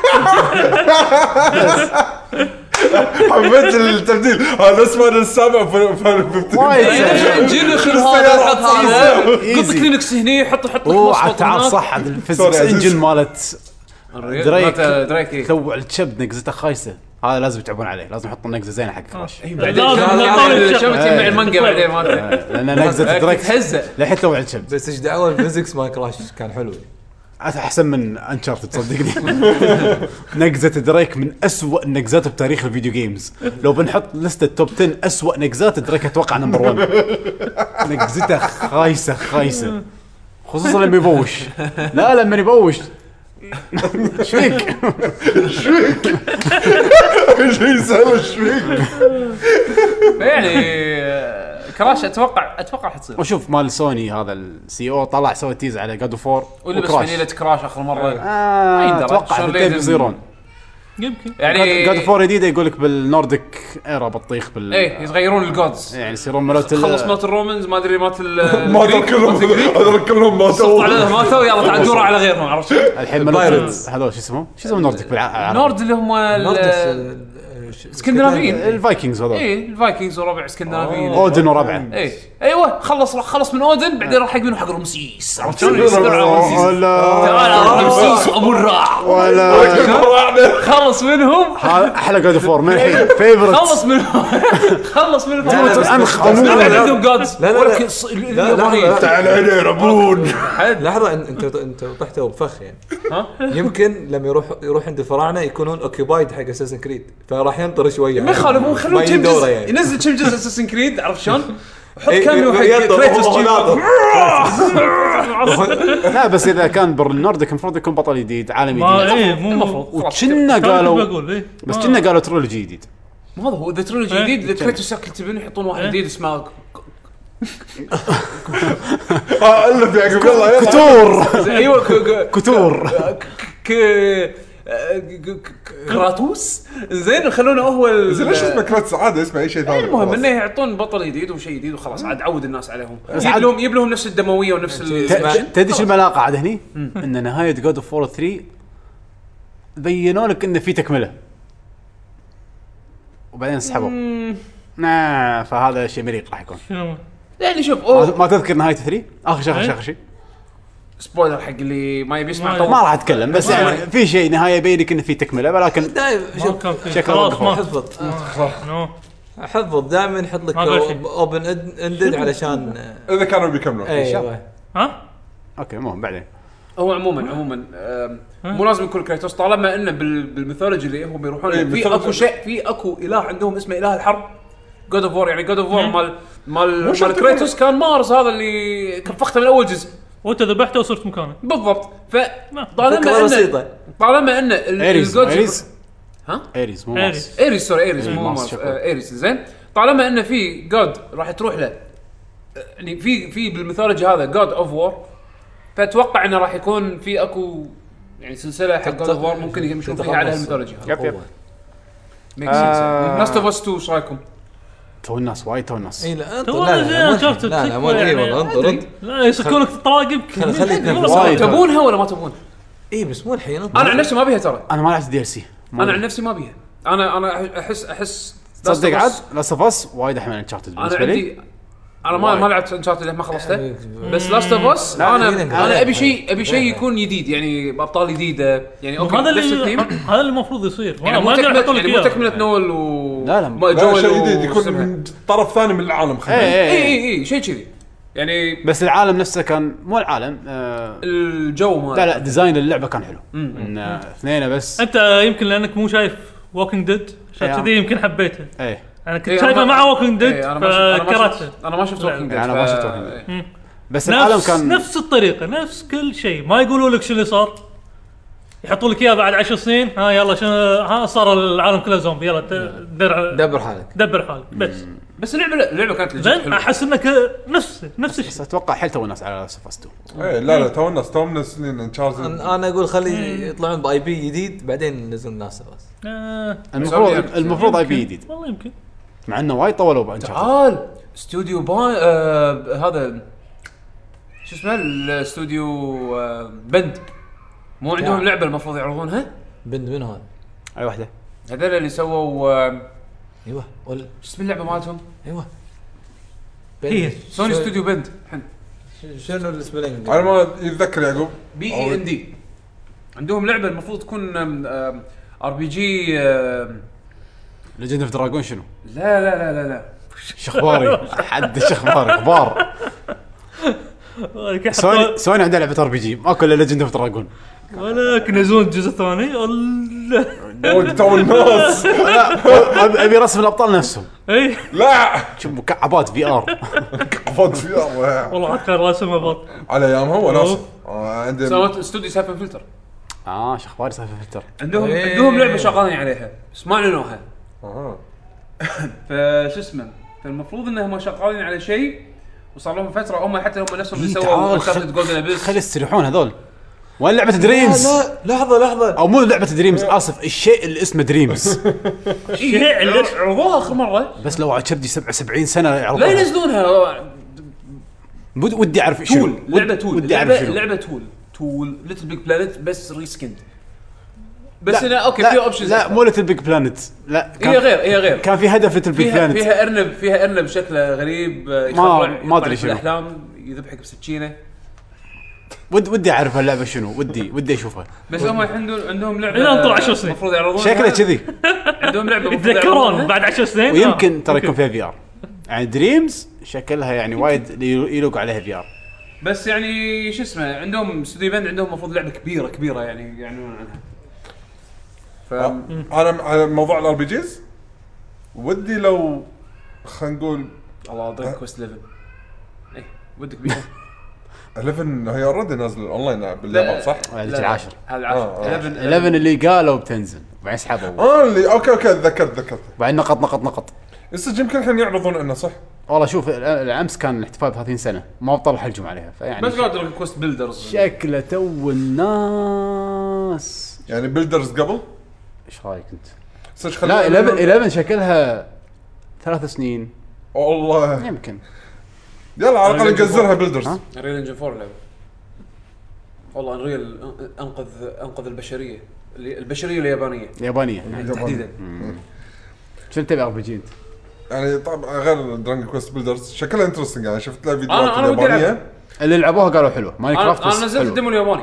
حبيت التبديل هذا اسمه السابع وايد انجن خل هذا حط هذا قط كلينكس هني حط مواصفات تعال صح الفيزكس انجن مالت دريك تو الشب نقزته خايسه. هذا لازم يتعبون عليه، لازم يحطون نقزه زينه حق كراش. بعدين شو مع المانجا بعدين ما لان نقزه دريك تهزه لحين تو الشب. بس ايش دعوه الفيزكس مال كراش كان حلو احسن من انشارتد تصدقني. نقزه دريك من أسوأ النقزات بتاريخ الفيديو جيمز. لو بنحط لسته توب 10 أسوأ نقزات دريك اتوقع نمبر 1. نقزته خايسه خصوصا لما يبوش. لا لما يبوش شفيك شيء سهل شفيك يعني كراش اتوقع حتصير. وشوف مال سوني هذا السي او طلع سوى تيز على جاد اوف 4 ولبس فانيلة كراش اخر مره. اتوقع الاثنين بيصيرون يمكن يعني جاد اوف 4 جديده يقول لك بالنورديك ايرا بطيخ ايه يتغيرون الجودز يعني يصيرون مالت خلص مات الرومانز ما ادري مات ما كلهم ماتوا يلا تعال دوروا على غيرهم عرفت الحين البايرتس هذول شو اسمهم نورديك نورد اللي هم اسكندنافيين الفايكنجز هذول. ايه الفايكنجز وربع اسكندنافيين اودن وربعه. ايوه خلص من اودن بعدين راح يقولون حق رمسيس عرفت شلون ولا تعال رمسيس ابو الرع ولا خلص منهم. احلى جاد فور من الحين فيفورت. خلص منهم انخ عندهم جادز لا تعال هنا ربون. لحظه انت طحتوا بفخ يعني. يمكن لما يروح عند الفراعنه يكونون اوكيبايد حق اساسن كريد فراح ينطر شويه. ما يخالف خلوه كم جزء ينزل كم جزء اساسن كريد عرفت شلون حط كاميو حق كريتوس لا بس اذا كان بالنورديك المفروض يكون بطل جديد عالم جديد مو المفروض وكنا قالوا بس كنا قالوا ترولوجي جديد ما هذا هو اذا ترولوجي جديد كريتوس يكتبون يحطون واحد جديد اسمه الف يعقوب يلا كتور ايوه كتور كراتوس زين يخلونه هو زين ليش اسمه كراتوس عادي اسمه اي شيء ثاني المهم انه يعطون بطل جديد وشيء جديد وخلاص عاد عود الناس عليهم يجيب لهم نفس الدمويه ونفس تدري شو الملاقه عاد هني ان نهايه جود اوف 4 3 بينوا لك انه في تكمله وبعدين سحبوا فهذا شيء مريق راح يكون يعني شوف ما تذكر نهايه 3 اخر شيء سبويلر حق اللي ما يبي يسمع ما راح اتكلم بس يعني في شيء نهايه يبين لك انه في تكمله ولكن شكله حفظ دائما يحط لك اوبن اندد علشان اذا كانوا بيكملوا ايوه اوكي المهم بعدين هو عموما مو لازم يكون كريتوس طالما انه بالميثولوجي اللي هم بيروحون في اكو شيء في اكو اله عندهم اسمه اله الحرب جود اوف وور يعني جود اوف وور مال كريتوس كان مارس هذا اللي كفخته من اول جزء وانت ذبحته وصرت مكانه بالضبط طالما ان ايريز ها ايريز مو ايريز زين طالما ان في جود راح تروح له يعني في بالميثولوجي هذا جود اوف وور فاتوقع انه راح يكون في اكو يعني سلسله حق جود اوف وور ممكن يمشون فيها على الميثولوجي يب لاست اوف اس 2 ايش رايكم؟ تو الناس وايد تو الناس اي لا لا ما ادري والله انطر لا يسكونك تراقب تبونها ولا ما تبونها؟ اي بس مو الحين انا عن نفسي ما بيها ترى انا ما لعبت دي ال سي انا عن نفسي ما بيها انا احس تصدق عاد لاست اوف اس وايد احمل انشارتد بالنسبه لي انا ما لعبت انشارتد ما خلصته بس لاست اوف اس انا ابي شيء يكون جديد يعني ابطال جديده يعني اوكي هذا اللي المفروض يصير يعني مو تكمله نول و لا شيء جديد يكون من طرف ثاني من العالم اي شيء كذي يعني بس العالم نفسه كان مو العالم الجو ما لا ديزاين اللعبه كان حلو ان اثنين بس انت يمكن لانك مو شايف ووكينج ديد كذي يمكن حبيته انا كنت شايفه مع ووكينج ديد فكرهته انا ما شفت ووكينج ديد انا ما شفت ووكينج ديد بس العالم كان نفس الطريقه نفس كل شيء ما يقولوا لك شو اللي صار يحطوا لك اياه بعد 10 سنين يلا شنو صار العالم كله زومبي يلا دبر حالك بس اللعبه كانت حلوه احس انك نفس الشيء بس اتوقع حل تو الناس على سفاستو لا تو الناس لين انشارج انا اقول خلي يطلعون باي بي جديد بعدين ننزل الناس بس المفروض اي بي جديد والله يمكن مع انه وايد طولوا بانشارج تعال استوديو هذا شو اسمه الاستوديو بند مو عندهم لعبه المفروض يعرضونها بند من هذا اي واحده هذول اللي سووا ايوه شو اسم اللعبه مالتهم ايوه هي سوني استوديو بند شنو السبيلنج انا ما يتذكر يعقوب BEND عندهم لعبه المفروض تكون ار بي جي ليجند اوف دراجون شنو لا شخباري حد شخباري كبار سوني عنده لعبه ار بي جي ماكو الا ليجند اوف دراجون ولكن ينزلون الجزء الثاني تو الناس ابي رسم الابطال نفسهم اي لا شوف مكعبات في ار والله كان راسمه بط على ايامها وناس عندهم استوديو سايفن فلتر شخباري سايفن فلتر عندهم لعبه شغالين عليها بس ما اعلنوها فشو اسمه فالمفروض انهم شغالين على شيء وصار لهم فتره هم حتى هم نفسهم اللي سووا جولدن ابيس خلي يستريحون هذول وين لعبه دريمز لا لحظه او مو لعبه دريمز اسف الشيء اللي اسمه دريمز الشيء اللي عرضوها اخر مره بس لو عاد 77 سنه يعرضوها لا ينزلونها ودي اعرف شو لعبه تول ليتل بيج بلانيت بس ريسكند بس انا اوكي في اوبشنز لا مو ليتل بيج بلانيت لا هي غير كان في هدف ليتل بيج بلانيت فيها ارنب شكله غريب ما ادري شنو الاحلام يذبحك بسكينه ودي اعرف اللعبه شنو ودي اشوفها بس هم عندهم لعبه الى انطر 10 سنين المفروض يعرضونها شكلها كذي عندهم لعبه يتذكرون بعد 10 سنين ويمكن ترى يكون فيها في ار يعني دريمز شكلها يعني وايد يلوق عليها في ار بس يعني شو اسمه عندهم استوديو بند عندهم المفروض لعبه كبيره يعني يعنون عنها انا على موضوع الار بي جيز ودي لو خلينا نقول الله دراجون كويست 11 اي ودك بيها 11 هي اوريدي نازل اونلاين باليابان صح؟ هذه العاشر. هذا 10 11 اللي قالوا بتنزل وبعدين سحبوا. اللي اوكي ذكرت وبعدين نقط. يصير يمكن الحين يعرضون انه صح. والله شوف الامس كان الاحتفال ب 30 سنه ما بطل حلجم عليها فيعني بس قاعد دراجون كويست بيلدرز شكله تو الناس يعني بيلدرز قبل ايش رايك انت؟ لا 11 شكلها 3 سنين والله يمكن. يلا على الاقل نقزرها بيلدرز. ريل انجن 4 لعبه والله انريل انقذ البشريه اليابانيه تحديدا. شو تبي ار بي جي انت؟ يعني طبعا غير دراجون كويست بيلدرز شكلها انترستنج يعني شفت لها فيديوهات اليابانيه اللي لعبوها قالوا حلو ماينكرافت انا نزلت الديمو الياباني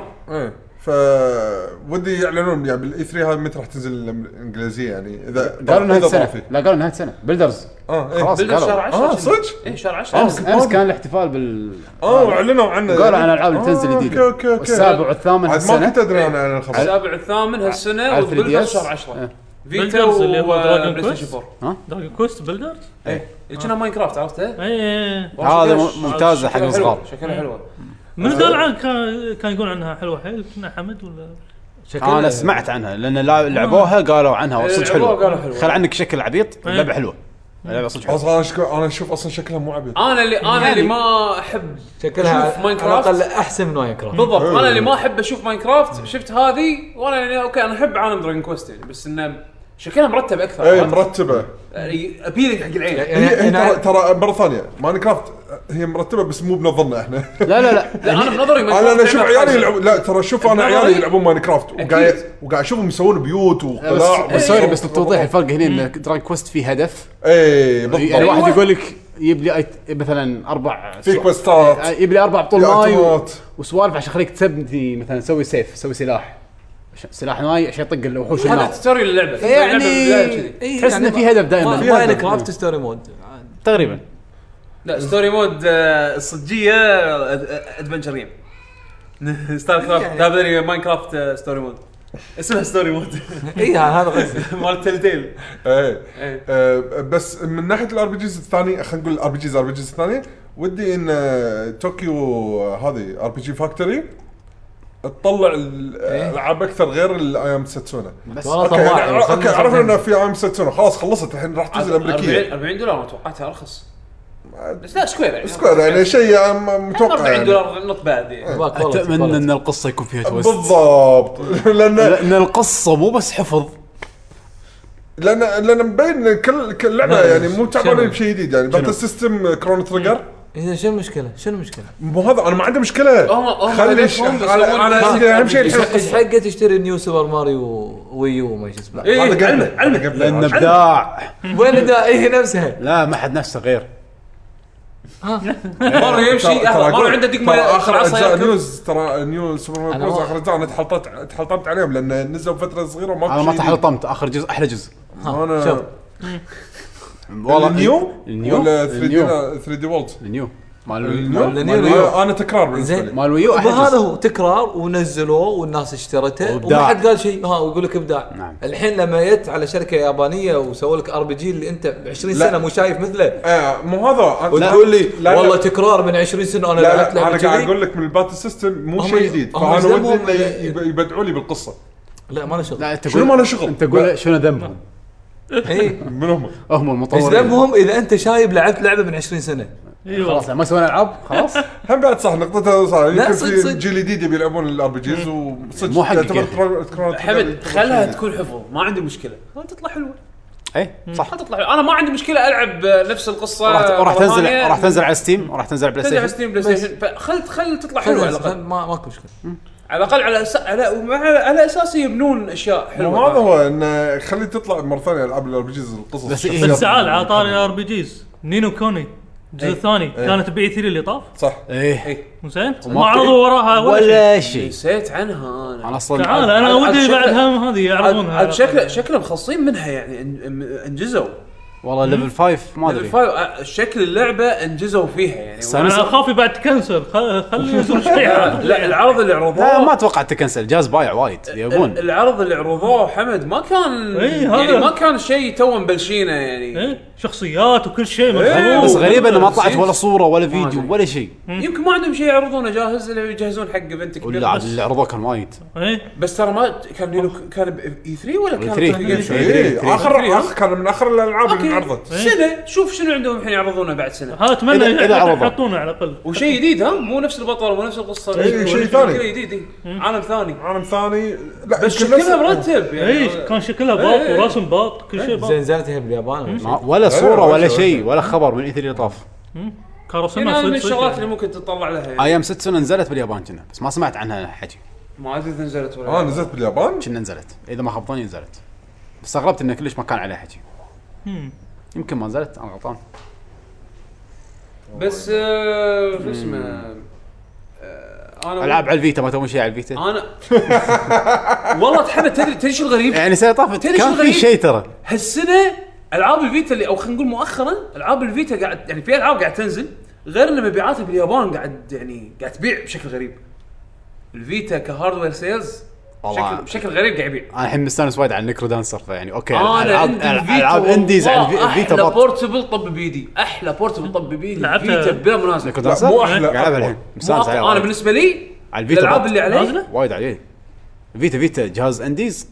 ودي يعلنون يعني بالاي 3 هاي متى راح تنزل الانجليزيه يعني اذا قالوا نهايه السنه لا قالوا نهايه السنه بيلدرز خلاص قالوا شهر 10 صدق ايه شهر 10 امس كان الاحتفال بال اعلنوا عنه قالوا عن الالعاب اللي تنزل جديده السابع والثامن هالسنه ما كنت ادري انا الخبر السابع والثامن هالسنه وبيلدرز شهر 10 بيلدرز اللي هو بلاي ستيشن 4 دراجون كويست بيلدرز ايه كنا ماينكرافت عرفته هذا ممتازه حق الصغار شكلها حلوه من قال عن كان يقول عنها حلوه حيل كنا حمد ولا انا سمعت عنها لان لعبوها قالوا عنها وصدق حلوه خل عنك شكل عبيط اللعبه حلوه اللعبه صدق حلوه انا اشوف اصلا شكلها مو عبيط انا اللي ما احب شكلها ماينكرافت اقل احسن من ماينكرافت بالضبط انا اللي ما احب اشوف ماينكرافت شفت هذه وانا يعني اوكي انا احب عالم دراجون كويست يعني بس انه شكلها مرتب اكثر مرتبه ابيلينج حق العين هي ترى مره ثانيه ماينكرافت هي مرتبه بس مو بنظرنا احنا لا انا بنظري انا اشوف عيالي يلعبون لا ترى شوف انا عيالي يلعبون ماينكرافت وقاعد اشوفهم يسوون بيوت وقلاع بس للتوضيح الفرق هنا ان دراجون كويست فيه هدف بالضبط يعني واحد يقول لك يجيب لي مثلا 4 في كويستات يجيب لي 4 بطول ماي وسوالف عشان خليك تبني مثلا تسوي سيف تسوي سلاح ماي عشان يطق الوحوش النار هذا ستوري اللعبه يعني تحس انه في هدف دائما ماينكرافت ستوري مود تقريبا لا ستوري مود الصجيه ادفنتشر جيم ستار كرافت هذا ماينكرافت ستوري مود اسمها ستوري مود هذا قصدي مال تلتيل بس من ناحيه الار بي جيز الثاني خلينا نقول الار بي جيز الثاني ودي ان طوكيو هذه ار بي جي فاكتوري تطلع الالعاب اكثر غير الايام ساتسونا بس اوكي عرفنا انه في ايام ساتسونا خلاص خلصت الحين راح تنزل امريكيه $40 ما توقعتها ارخص بس لا سكوير يعني شيء متوقع يعني $40 نوت باد اتمنى ان القصه يكون فيها تويست بالضبط لان القصه مو بس حفظ لان مبين كل لعبه يعني مو تعبانين بشيء جديد يعني باتل سيستم كرون تريجر اذا شنو المشكله مو هذا انا ما عندي مشكله خلي انا عندي اهم شيء بس حقه تشتري نيو سوبر ماريو ويو ما شو اسمه هذا علمه لان ابداع وين هي نفسها لا ما حد نفسه غير مره يمشي مره عنده دقمه اخر اجزاء نيوز ترى نيو سوبر ماريو بروز اخر اجزاء انا تحلطمت عليهم لان نزلوا فتره صغيره وما انا ما تحلطمت اخر جزء احلى جزء انا شوف والله النيو ولا 3 دي وولد النيو انا تكرار بالنسبه لي مال ويو هذا هو تكرار ونزلوه والناس اشترته وما حد قال شيء ويقول لك ابداع الحين لما جت على شركه يابانيه وسووا لك ار بي جي اللي انت ب 20 سنه مو شايف مثله مو هذا وتقول لي والله تكرار من 20 سنه انا لعبت لعبه انا قاعد اقول لك من الباتل سيستم مو شيء جديد فانا ودي يبدعوا لي بالقصه لا ما له شغل شنو ما له شغل انت تقول شنو ذنبهم من هم المطورين ذنبهم اذا انت شايب لعبت لعبه من 20 سنه خلاص ما سوينا العاب خلاص هم بعد صح نقطتها صار يمكن في جيل جديد يبي يلعبون الار بي جيز وصدق مو حق حمد خلها تكون حفظ ما عندي مشكله تطلع حلوه اي صح تطلع انا ما عندي مشكله العب نفس القصه راح تنزل على ستيم وراح تنزل على بلاي ستيشن خل تطلع حلوه على الاقل ماكو مشكله على الاقل على اساس يبنون اشياء حلوه هذا هو ان خلي تطلع مره ثانيه العاب الار بي جيز القصص بس تعال على طاري ار بي جيز نينو كوني الجزء الثاني كانت بي 3 اللي طاف صح زين ما عرضوا وراها ولا شيء نسيت عنها انا اصلا تعال انا ودي بعدها هذه يعرضونها شكله مخلصين منها يعني انجزوا والله ليفل 5 ما ادري شكل اللعبه انجزوا فيها يعني انا اخاف بعد تكنسل خلي يصير شيء لا العرض اللي عرضوه لا ما توقعت تكنسل جاز بايع وايد يبون العرض اللي عرضوه حمد ما كان يعني ما كان شيء تو مبلشينه يعني شخصيات وكل شيء بس غريبه انه ما طلعت ولا صوره ولا فيديو ولا شيء. يمكن ما عندهم شيء يعرضونه جاهز اللي يجهزون حق ايفنت كبير. ولا اللي عرضوه كان وايد. بس ترى ما كان اي 3 ولا كان اخر كان من اخر الالعاب اللي انعرضت سنه. شوف شنو عندهم الحين يعرضونه بعد سنه. هذا اتمنى يحطونه على الاقل وشيء جديد. مو نفس البطل مو نفس القصه. شيء ثاني جديد. عالم ثاني لا بس شكلها مرتب يعني. كان شكلها باط ورسم باط كل شيء باط. زين نزلتها باليابان ولا صوره ولا شيء ولا خبر من اي 3 طاف. كارسما من الشغلات اللي ممكن تطلع لها يعني. ايام 6 سنه نزلت باليابان كنا بس ما سمعت عنها حكي. ما ادري اذا نزلت ولا نزلت باليابان كنا نزلت اذا ما خبطوني نزلت. بس استغربت انه كلش ما كان عليها حكي. يمكن ما نزلت انا غلطان. بس شو اسمه انا العب على الفيتا ما تسوي شيء على الفيتا. انا والله تحب تدري شو الغريب يعني سنه طافت كان في شيء ترى هالسنه العاب الفيتا اللي او خلينا نقول مؤخرا العاب الفيتا قاعد يعني في العاب قاعد تنزل غير ان مبيعاتها باليابان قاعد تبيع بشكل غريب. الفيتا كهاردوير سيلز بشكل غريب قاعد يبيع. انا الحين مستانس وايد على النيكرو دانسر فيعني اوكي العاب انديز على الفيتا احلى بورتبل طب بيدي فيتا بلا منازع. مو احلى العبها الحين مستانس عليها. انا بالنسبه لي على الفيتا الالعاب اللي عليه وايد عليه. فيتا جهاز انديز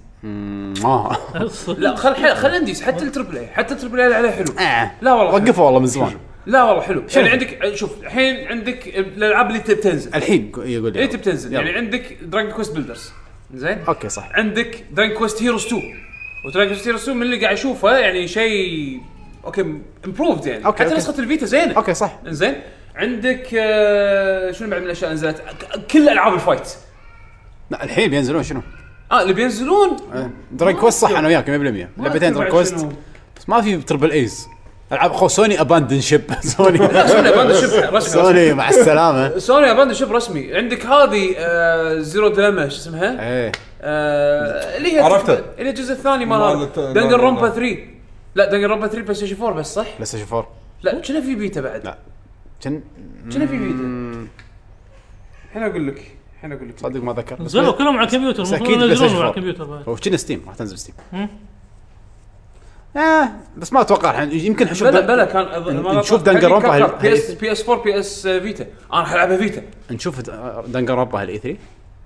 لا خل انديز حتى التربل اي عليه حلو. لا والله وقفه والله من زمان. لا والله حلو يعني عندك شوف الحين عندك الالعاب اللي تبتنزل الحين يقول لي تبتنزل يعني عندك دراجون كويست بيلدرز زين اوكي صح. عندك دراجون كويست هيروز 2 ودراجون كويست هيروز 2 من اللي قاعد اشوفه يعني شيء اوكي امبروفد يعني أوكي. حتى نسخه الفيتا زينه اوكي صح زين. عندك شنو بعد من الاشياء نزلت كل العاب الفايت. لا الحين بينزلون شنو اللي بينزلون دراجون كويست صح انا وياك 100% لعبتين دراجون كويست بس ما في تربل ايز. العاب سوني اباندن شيب سوني اباندن شيب رسمي سوني مع السلامه. سوني اباندن شيب رسمي. عندك هذه زيرو ديلما شو اسمها اللي هي عرفتها اللي الجزء الثاني مال دنجر رومبا 3. لا دنجر رومبا 3 بلاي ستيشن 4 بس صح بلاي ستيشن 4 لا كنا في بيتا بعد. لا كنا في بيتا الحين اقول لك صدق ما ذكر نزلوا كلهم على الكمبيوتر المفروض ينزلون على الكمبيوتر هو كنا ستيم راح تنزل ستيم بس ما اتوقع يمكن نشوف بلا كان نشوف دنجر رومبا بي اس 4 بي اس فيتا. انا راح العبها فيتا. نشوف دنجر رومبا الاي 3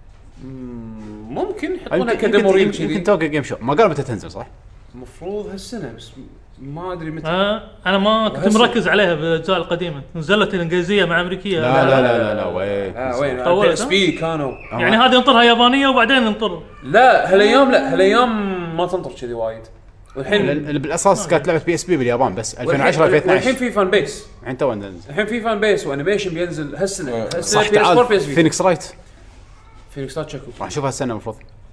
ممكن يحطونها كديمورين كذي. يمكن توقع جيم شو ما قالوا متى تنزل صح المفروض هالسنه بس ما ادري متى. انا ما كنت مركز عليها بالاجزاء القديمه. نزلت الانجليزيه مع امريكيه. لا وين وين اس بي كانوا يعني هذه ننطرها يابانيه وبعدين ننطر. لا هالايام ما تنطر كذي وايد. والحين بالاساس كانت لعبه بي اس بي باليابان بس 2010 2012 الحين في فان بيس. الحين في فان بيس وانيميشن بينزل هالسنه صح. بي اس 4 بي اس فينيكس رايت شكو راح نشوفها هالسنه المفروض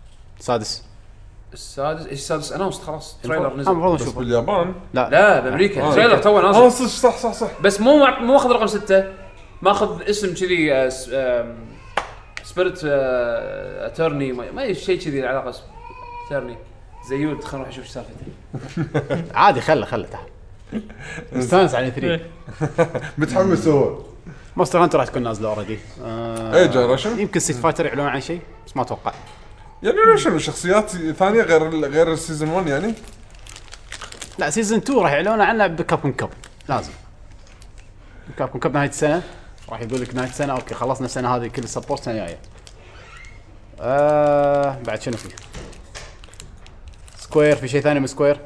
السادس اناونست خلاص تريلر نزل. المفروض نشوف باليابان لا بامريكا تريلر تو نازل. صح بس مو اخذ رقم 6 ماخذ اسم كذي سبيريت اتورني ما شيء كذي العلاقه اتورني زيود. خلينا نروح نشوف ايش سالفته. عادي خله تعال مستانس على 3 متحمس هو. مونستر هانتر راح تكون نازله اوريدي. اي جنريشن يمكن ستريت فايتر يعلنون عن شيء بس ما اتوقع. يعني شنو شخصيات ثانيه غير السيزون 1 يعني. لا سيزون 2 راح يعلنون عنه بكابكوم كاب لازم. كابكوم كاب نهايه السنه راح يقول لك نهايه السنه اوكي خلصنا السنه هذه كل السبورت السنه الجايه. بعد شنو فيه سكوير في شيء ثاني من سكوير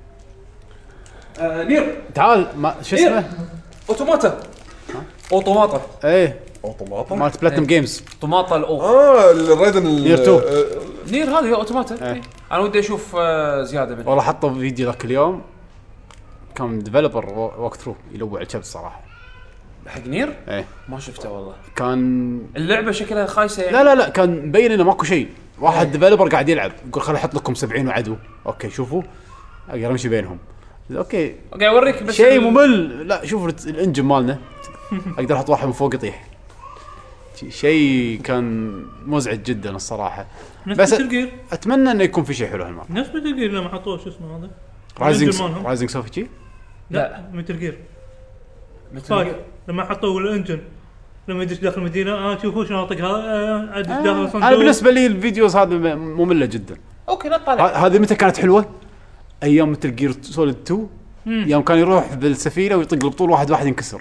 نير تعال ما شو اسمه اوتوماتا ايه اوتوماتا مالت بلاتنم جيمز اوتوماتا الريدن نير 2 نير هذه اوتوماتا. انا ودي اشوف زياده منه. والله حطوا فيديو ذاك اليوم كان ديفلوبر ووك ثرو يلوع الشب الصراحه حق نير. ايه ما شفته والله. كان اللعبه شكلها خايسه يعني. لا كان مبين انه ماكو شيء. واحد ديفلوبر قاعد يلعب يقول خل احط لكم 70 وعدو اوكي شوفوا اقدر امشي بينهم اوكي اوريك بس شيء ممل. لا شوفوا الانجن مالنا اقدر احط واحد من فوق يطيح. شيء كان مزعج جدا الصراحه. بس اتمنى انه يكون في شيء حلو هالمره. نفس متل جير لما حطوه شو اسمه هذا رايزنج سوفيتشي. لا متل جير لما حطوا الانجن لما يدش داخل المدينه شوفوا شنو اطق هذا داخل صندوق. انا بالنسبه لي الفيديوز هذه ممله جدا. اوكي لا طالع هذه متى كانت حلوه ايام متل جير سوليد 2 يوم كان يروح بالسفينه ويطق البطول واحد ينكسر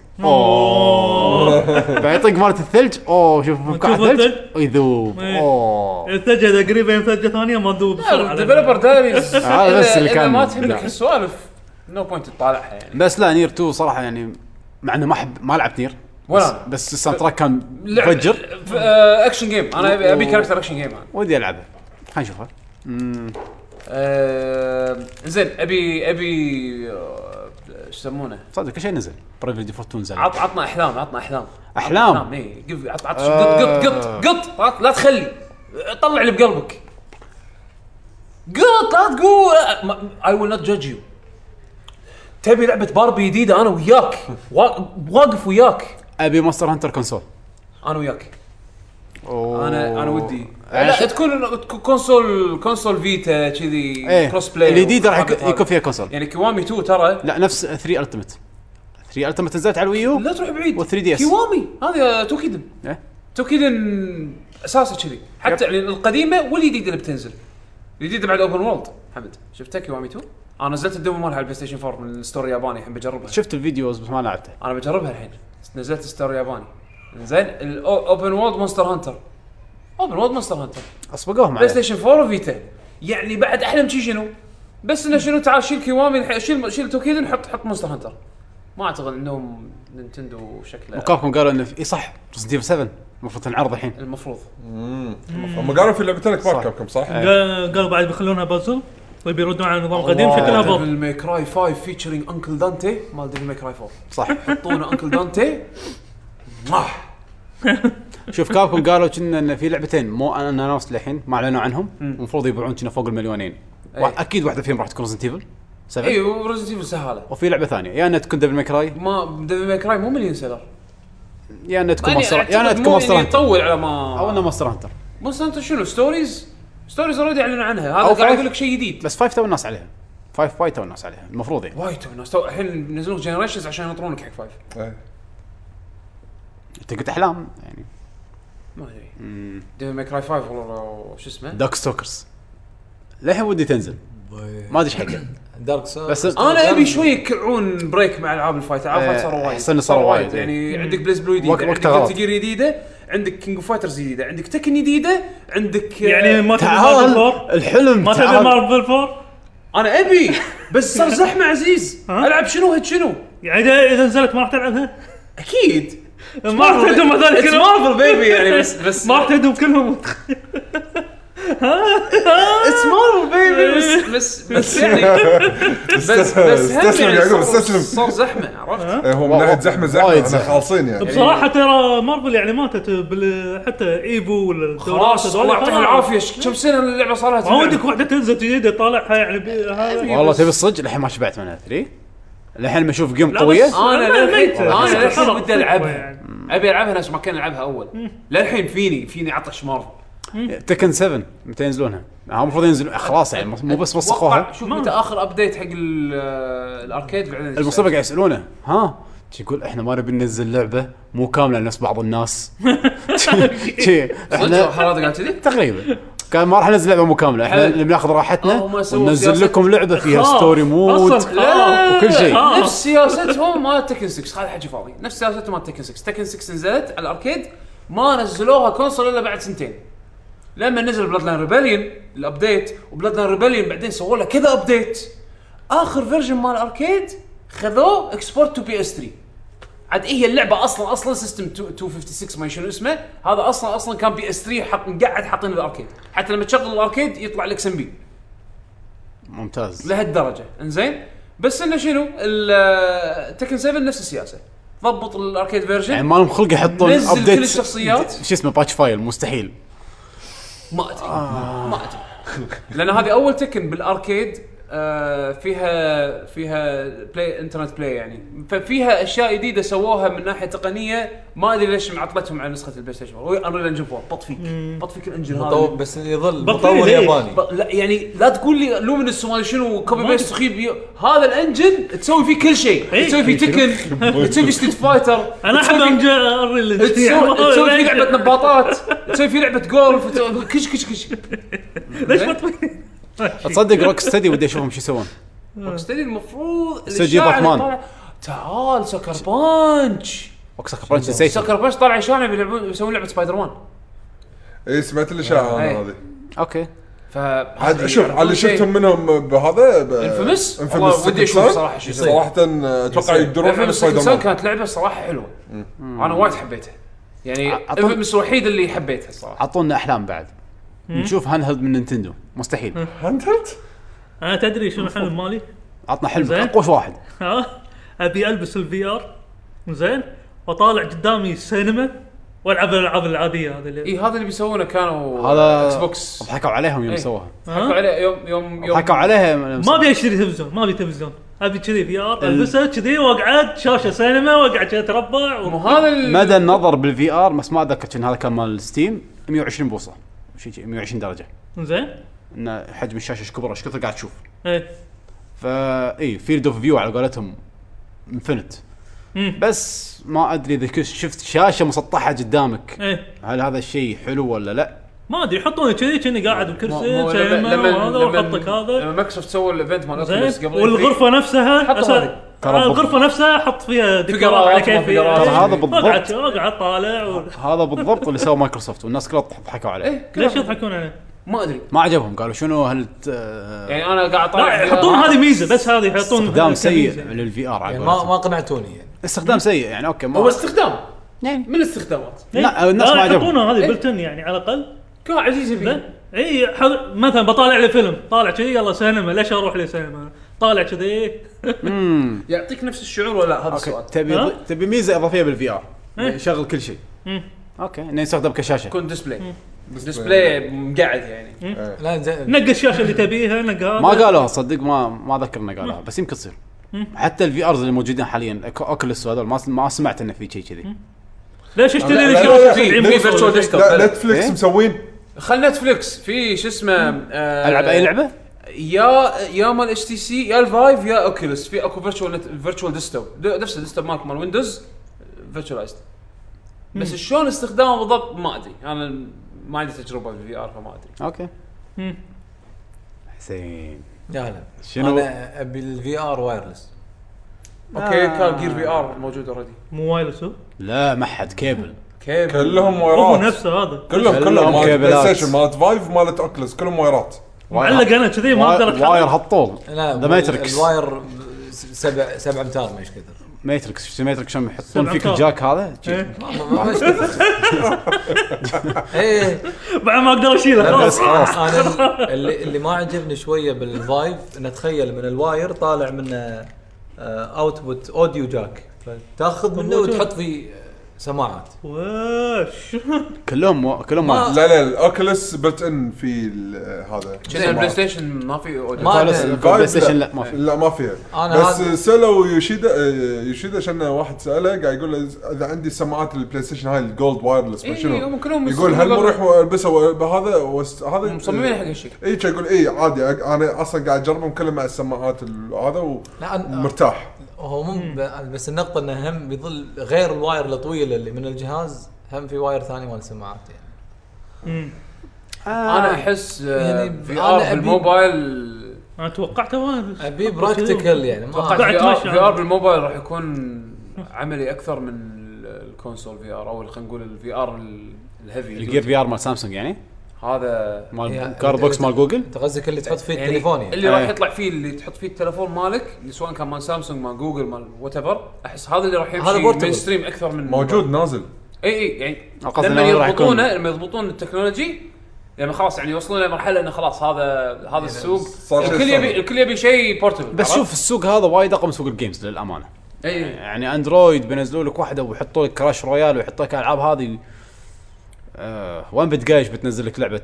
فيطق مالت الثلج شوف فقاعة الثلج ويذوب الثلج هذا قريبه من ثلجه ثانيه ما تذوب بسرعه. الديفلوبر دايريز هذا بس اللي كان ما تهمك السوالف نو بوينت تطالعها يعني. بس لا نير 2 صراحه يعني مع انه ما لعبت نير بس الساوند تراك كان مفجر اكشن جيم. انا ابي كاركتر اكشن جيم ودي العبه خلينا نشوفها. زين ابي ايش يسمونه صدق كل شيء نزل برايفل ديفولت نزل. عطنا احلام اي قط لا تخلي طلع اللي بقلبك قط لا تقول I will not judge you. تبي لعبه باربي جديده انا وياك واقف وياك. ابي مونستر هانتر كونسول انا وياك. انا ودي لا تكون كونسول فيتا كذي كروس بلاي الجديد راح يكون فيها كونسول يعني كيوامي 2 ترى لا نفس 3 التيمت نزلت على الويو لا تروح بعيد و3 دي اس كيوامي هذا توكيدن اساسا كذي حتى يعني القديمه والجديده اللي بتنزل الجديده بعد اوبن وورلد. حمد شفتها كيوامي 2 انا نزلت الديمو مالها على البلاي ستيشن 4 من الستوري الياباني الحين بجربها. شفت الفيديوز بس ما لعبتها. انا بجربها الحين نزلت الستوري الياباني زين الاوبن وورلد مونستر هانتر اصبقوهم بلاي ستيشن 4 وفيتا يعني بعد احلى من شنو بس انه شنو تعال شيل كيوامي شيل توكيدن حط مونستر هانتر. ما اعتقد انهم نينتندو شكله وكابكم قالوا انه اي صح ريزنت ايفل 7 المفروض تنعرض الحين المفروض هم قالوا في لعبتين كبار كابكم صح قالوا بعد بيخلونها بازل ويردون على نظام قديم شكلها بط ديفل ماي كراي 5 فيتشرينج انكل دانتي مال ديفل ماي كراي 4 صح حطونا انكل دانتي شوف كابكم قالوا كنا ان في لعبتين مو انا ناس للحين ما اعلنوا عنهم المفروض يبيعون كنا فوق المليونين اكيد واحده فيهم راح تكون ريزنت ايفل 7 اي وريزنت ايفل سهاله وفي لعبه ثانيه يا انها تكون ديفل ماي كراي ما ديفل ماي كراي مو مليون سيلر يا انها تكون مونستر يا انها تكون مونستر يطول على ما او انها مونستر هانتر شنو ستوريز اوريدي اعلنوا عنها هذا قاعد اقول لك شيء جديد بس 5 تو الناس عليها 5 وايد تو الناس عليها المفروض يعني وايد تو الناس الحين نزلوا جنريشنز عشان ينطرونك حق 5 انت قلت احلام يعني ما ادري ديفل ماي كراي 5 والله شو اسمه دارك ستوكرز للحين ودي تنزل ما ادري ايش حقه دارك سولز بس انا ابي شوي يكعون بريك مع العاب الفايت. العاب الفايت صاروا وايد يعني عندك بلايز بلو جديده عندك تيجر جديده عندك كينج اوف فايترز جديده عندك تكن جديده عندك يعني ما تبي مارفل الحلم ما تبي مارفل 4 انا ابي بس صار زحمه عزيز العب شنو يعني اذا نزلت ما راح تلعبها اكيد ما راح تهدم هذول كلهم مارفل بيبي يعني بس ما راح تهدم كلهم اتس مارفل بيبي بس يعني بس استسلم يعقوب استسلم صار زحمه عرفت هو من ناحيه زحمه احنا خالصين يعني بصراحه ترى مارفل يعني ماتت حتى ايفو ولا الدورات الله يعطيها العافيه كم سنه اللعبه صار لها ما ودك واحده تنزل جديده طالعها يعني هذا والله تبي الصدق الحين ما شبعت منها 3 الحين ما اشوف جيم قويه انا الحين ودي العبها ابي العبها ناس ما كان العبها اول للحين فيني عطش مارفل تكن 7 متى ينزلونها هم المفروض ينزلون خلاص يعني مو بس وثقوها شوف متى اخر ابديت حق الاركيد بعدين المصيبه قاعد يسالونه يقول احنا ما نبي ننزل لعبه مو كامله لنفس بعض الناس احنا هذا قاعد كذي تقريبا كان ما راح ننزل لعبه مو كامله احنا اللي بناخذ راحتنا وننزل لكم لعبه فيها ستوري مود وكل شيء نفس سياستهم ما تكن 6 هذا حكي فاضي نفس سياستهم ما تكن 6 تكن 6 نزلت على الاركيد ما نزلوها كونسول الا بعد 2 سنين لما نزل بلاد لاين ريبليون الابديت وبلاد لاين ريبليون بعدين سووا له كذا ابديت اخر فيرجن مال الاركيد خذوه اكسبورت تو بي اس 3 عاد هي اللعبه اصلا سيستم 256 ما شنو اسمه هذا اصلا كان بي اس 3 قاعد حاطين الاركيد حتى لما تشغل الاركيد يطلع لك ام بي ممتاز لهالدرجه انزين بس انه شنو تكن 7 نفس السياسه ضبط الاركيد فيرجن يعني ما لهم خلق يحطون ابديت كل الشخصيات شو اسمه باتش فايل مستحيل ما ادري لان هذه اول تكن بالاركيد فيها بلاي انترنت بلاي يعني ففيها اشياء جديده سووها من ناحيه تقنيه ما ادري ليش معطلتهم على نسخه البلاي ستيشن انريل انجن 4 بط فيك الانجن هذا بس يظل مطور ياباني لا يعني لا تقول لي لومينس وما شنو كوبي بيست سخيب هذا الانجن تسوي فيه كل شيء تسوي فيه تكن تسوي فيه ستريت فايتر انا احب انريل تسوي فيه لعبه نباطات تسوي فيه لعبه جولف كش ليش ما تصدق روك ستدي ودي اشوفهم شو يسوون روكستدي المفروض استوديو باتمان. تعال سكر بانش سكر بانش نسيت. سكر بانش طالع عشان يسوون لعبه سبايدر مان. اي سمعت الاشاعه انا هذه. اوكي فهذا شوف على شفتهم منهم بهذا انفيمس ودي اشوف صراحه شيء صراحه اتوقع يدرون على سبايدر مان. كانت لعبه صراحه حلوه انا وايد حبيتها يعني انفيمس الوحيد اللي حبيتها الصراحه. عطونا احلام بعد نشوف هاند من نينتندو مستحيل. هاند انا تدري شنو الحلم مالي؟ عطنا حلم اقوى واحد. ابي البس الفي ار زين وطالع قدامي السينما والعب الالعاب العاديه هذه اللي هذا اللي بيسوونه كانوا هذا اكس بوكس ضحكوا عليهم يوم سووها. ضحكوا عليه يوم ضحكوا عليها. ما ابي اشتري تلفزيون ما ابي تلفزيون ابي كذي في ار البسه كذي واقعد شاشه سينما واقعد اتربع وهذا مدى النظر بالفي ار بس ما اتذكر كان هذا كان مال ستيم 120 بوصه شيء 120 درجه زين ان حجم الشاشه ايش كبره ايش كثر قاعد تشوف. ايه فيلد اوف فيو على قولتهم انفنت. بس ما ادري اذا شفت شاشه مسطحه قدامك هل هذا الشيء حلو ولا لا؟ ما ادري يحطون كذي كني قاعد بكرسي هذا وحطك هذا لما مايكروسوفت سووا الايفنت مال اوكيوليس قبل والغرفه نفسها الغرفه نفسها حط فيها ديكورات على كيفي. هذا بالضبط قاعد طالع هذا بالضبط اللي سوى مايكروسوفت والناس كلها ضحكوا عليه. ليش يضحكون عليه؟ ما ادري ما عجبهم قالوا شنو هل يعني انا قاعد طالع يحطون هذه ميزه بس هذه يحطون استخدام سيء للفي ار يعني ما قنعتوني يعني استخدام سيء يعني اوكي ما هو استخدام يعني من الاستخدامات لا الناس ما عجبهم يحطونها هذه بلتن يعني على الاقل كان عزيز فيه. اي مثلا بطالع لي فيلم طالع كذي يلا سينما ليش اروح لي سينما طالع كذي يعطيك نفس الشعور ولا هذا السؤال تبي ميزه اضافيه بالفي ار يشغل كل شيء اوكي انه يستخدم كشاشه يكون ديسبلاي مقعد يعني لا نقل الشاشه اللي تبيها نقها ما قالوها صدق ما ذكرنا قالوها بس يمكن تصير حتى الفي ارز اللي موجودين حاليا اوكلس هذول ما سمعت انه في شيء كذي. ليش اشتري لي شاشه في فيرتشوال ديسكتوب نتفليكس مسوين خل نتفليكس في شو اسمه العب اي لعبه يا مال اتش تي سي يا الفايف يا اوكيوليس في اكو فيرتشوال ديسكتوب نفس الديسكتوب مال ويندوز فيرتشواليزد بس شلون استخدامه بالضبط ما ادري انا ما عندي تجربه بالفي ار فما ادري. اوكي حسين لا شنو انا ابي الفي ار وايرلس. اوكي كان جير في ار موجود اوريدي مو وايرلس لا ما حد كيبل كلهم هو وايرات نفسه هذا كلهم مالت بلاي ستيشن مالت فايف مالت اوكلس كلهم وايرات معلق انا كذي ما اقدر واير هالطول ذا ماتريكس الواير 7 امتار ما ايش كثر ماتريكس شلون يحطون فيك الجاك هذا ما ايش كثر ايه بعد ما اقدر اشيله خلاص انا اللي ما عجبني شويه بالفايف ان تخيل من الواير طالع منه اوتبوت اوديو جاك فتاخذ منه وتحط فيه سماعات واش كلهم لا الاوكلس بلت ان في هذا كذا البلاي ستيشن ما في اوديو البلاي ستيشن لا ما فيها بس سالوا يوشيدا عشان واحد ساله قاعد يقول له اذا عندي سماعات البلاي ستيشن هاي الجولد وايرلس شنو يقول هل مريح البسه بهذا هذا مصممين حق الشيء يقول عادي انا اصلا قاعد اجربهم كلهم مع السماعات هذا ومرتاح هو بس النقطة انه هم بيظل غير الواير الطويل اللي من الجهاز هم في واير ثاني مال السماعات يعني. انا احس يعني في ار بالموبايل انا توقعته وايرلس ابي براكتيكال يعني توقعت في ار بالموبايل راح يكون عملي اكثر من الكونسول في ار او خلينا نقول الفي ار الهيفي الجير في ار مال سامسونج يعني هذا مال كار بوكس مال جوجل انت قصدك اللي تحط فيه التليفون يعني اللي راح يطلع فيه اللي تحط فيه التليفون مالك سواء كان مال سامسونج مال جوجل مال وات ايفر احس هذا اللي راح يمشي مين ستريم اكثر من موجود نازل اي يعني لما يضبطون التكنولوجي يعني خلاص يعني يوصلون لمرحله انه خلاص هذا السوق الكل يبي شيء بورتبل بس شوف السوق هذا وايد اقوى من سوق الجيمز للامانه يعني اندرويد بينزلوا لك واحده ويحطوا لك كراش رويال ويحطوا لك العاب هذه وين بتقايش بتنزل لك لعبه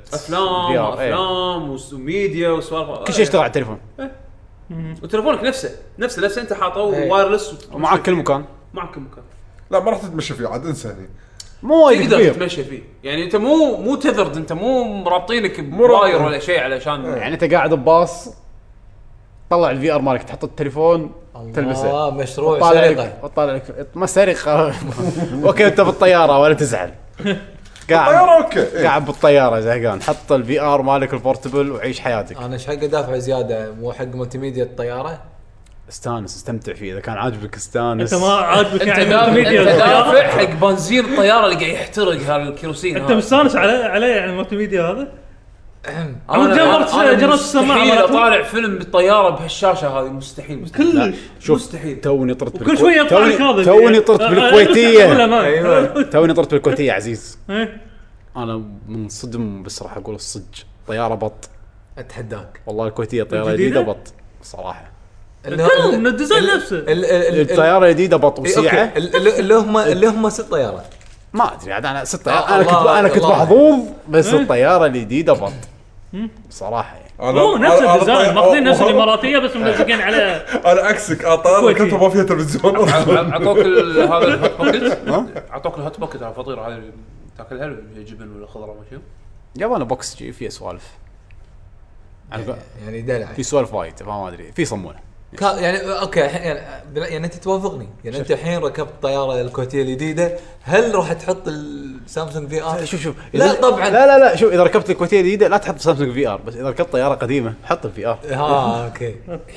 افلام وميديا وسوالف كل شيء يشتغل على التليفون وتليفونك نفسه انت حاطه وايرلس ومعك كل مكان لا ما راح تتمشى فيه عاد انسى هني مو وايد كبير تتمشى فيه يعني انت مو تذرد انت مو رابطينك بواير ولا شيء علشان يعني انت قاعد بباص طلع الفي ار مالك تحط التليفون تلبسه مشروع سرقه وطالع لك ما سرقه اوكي انت بالطياره ولا تزعل الطياره اوكي قاعد بالطياره زهقان، حط الفي ار مالك البورتبل وعيش حياتك. انا ايش حق دافع زياده مو حق ملتي ميديا الطياره. استانس استمتع فيه اذا كان عاجبك استانس. انت ما عاجبك انت يعني ملتي ميديا دافع حق بنزين الطياره اللي قاعد يحترق هالكيروسين. انت مستانس عليه يعني ملتي ميديا هذا. انا جربت السماعه طالع فيلم بالطياره بهالشاشه هذه مستحيل كلش مستحيل. توني طرت كل شويه يطلع لك هذا توني طرت بالكويتيه. ايوه توني طرت بالكويتيه عزيز. انا منصدم بس راح اقول الصج طياره بط. اتحداك والله الكويتيه طياره جديده بط صراحه. كلهم من الديزاين نفسه. الطياره الجديده بط وسيعه. اللي هم 6 طيارات ما ادري عاد انا 6 طيارات. انا كنت محظوظ بس الطياره الجديده بط صراحه يعني. هو نفس الديزاين ماخذين نفس الاماراتيه بس ملزقين عليها. انا عكسك طياره كنت ما فيها تلفزيون. اعطوك هذا الهوت بوكيت. اعطوك الهوت بوكيت على الفطيره هذه تاكلها له جبن ولا خضره ما شو جابنا بوكس جي فيه سوالف يعني دلع في سوالف وايد ما ادري في صمونه يعني اوكي يعني انت توافقني يعني انت الحين ركبت طياره الكويتيه الجديده هل راح تحط السامسونج في ار؟ شوف لا طبعا لا شوف اذا ركبت الكويتيه الجديده لا تحط سامسونج في ار بس اذا ركبت طياره قديمه حط الفي ار. اوكي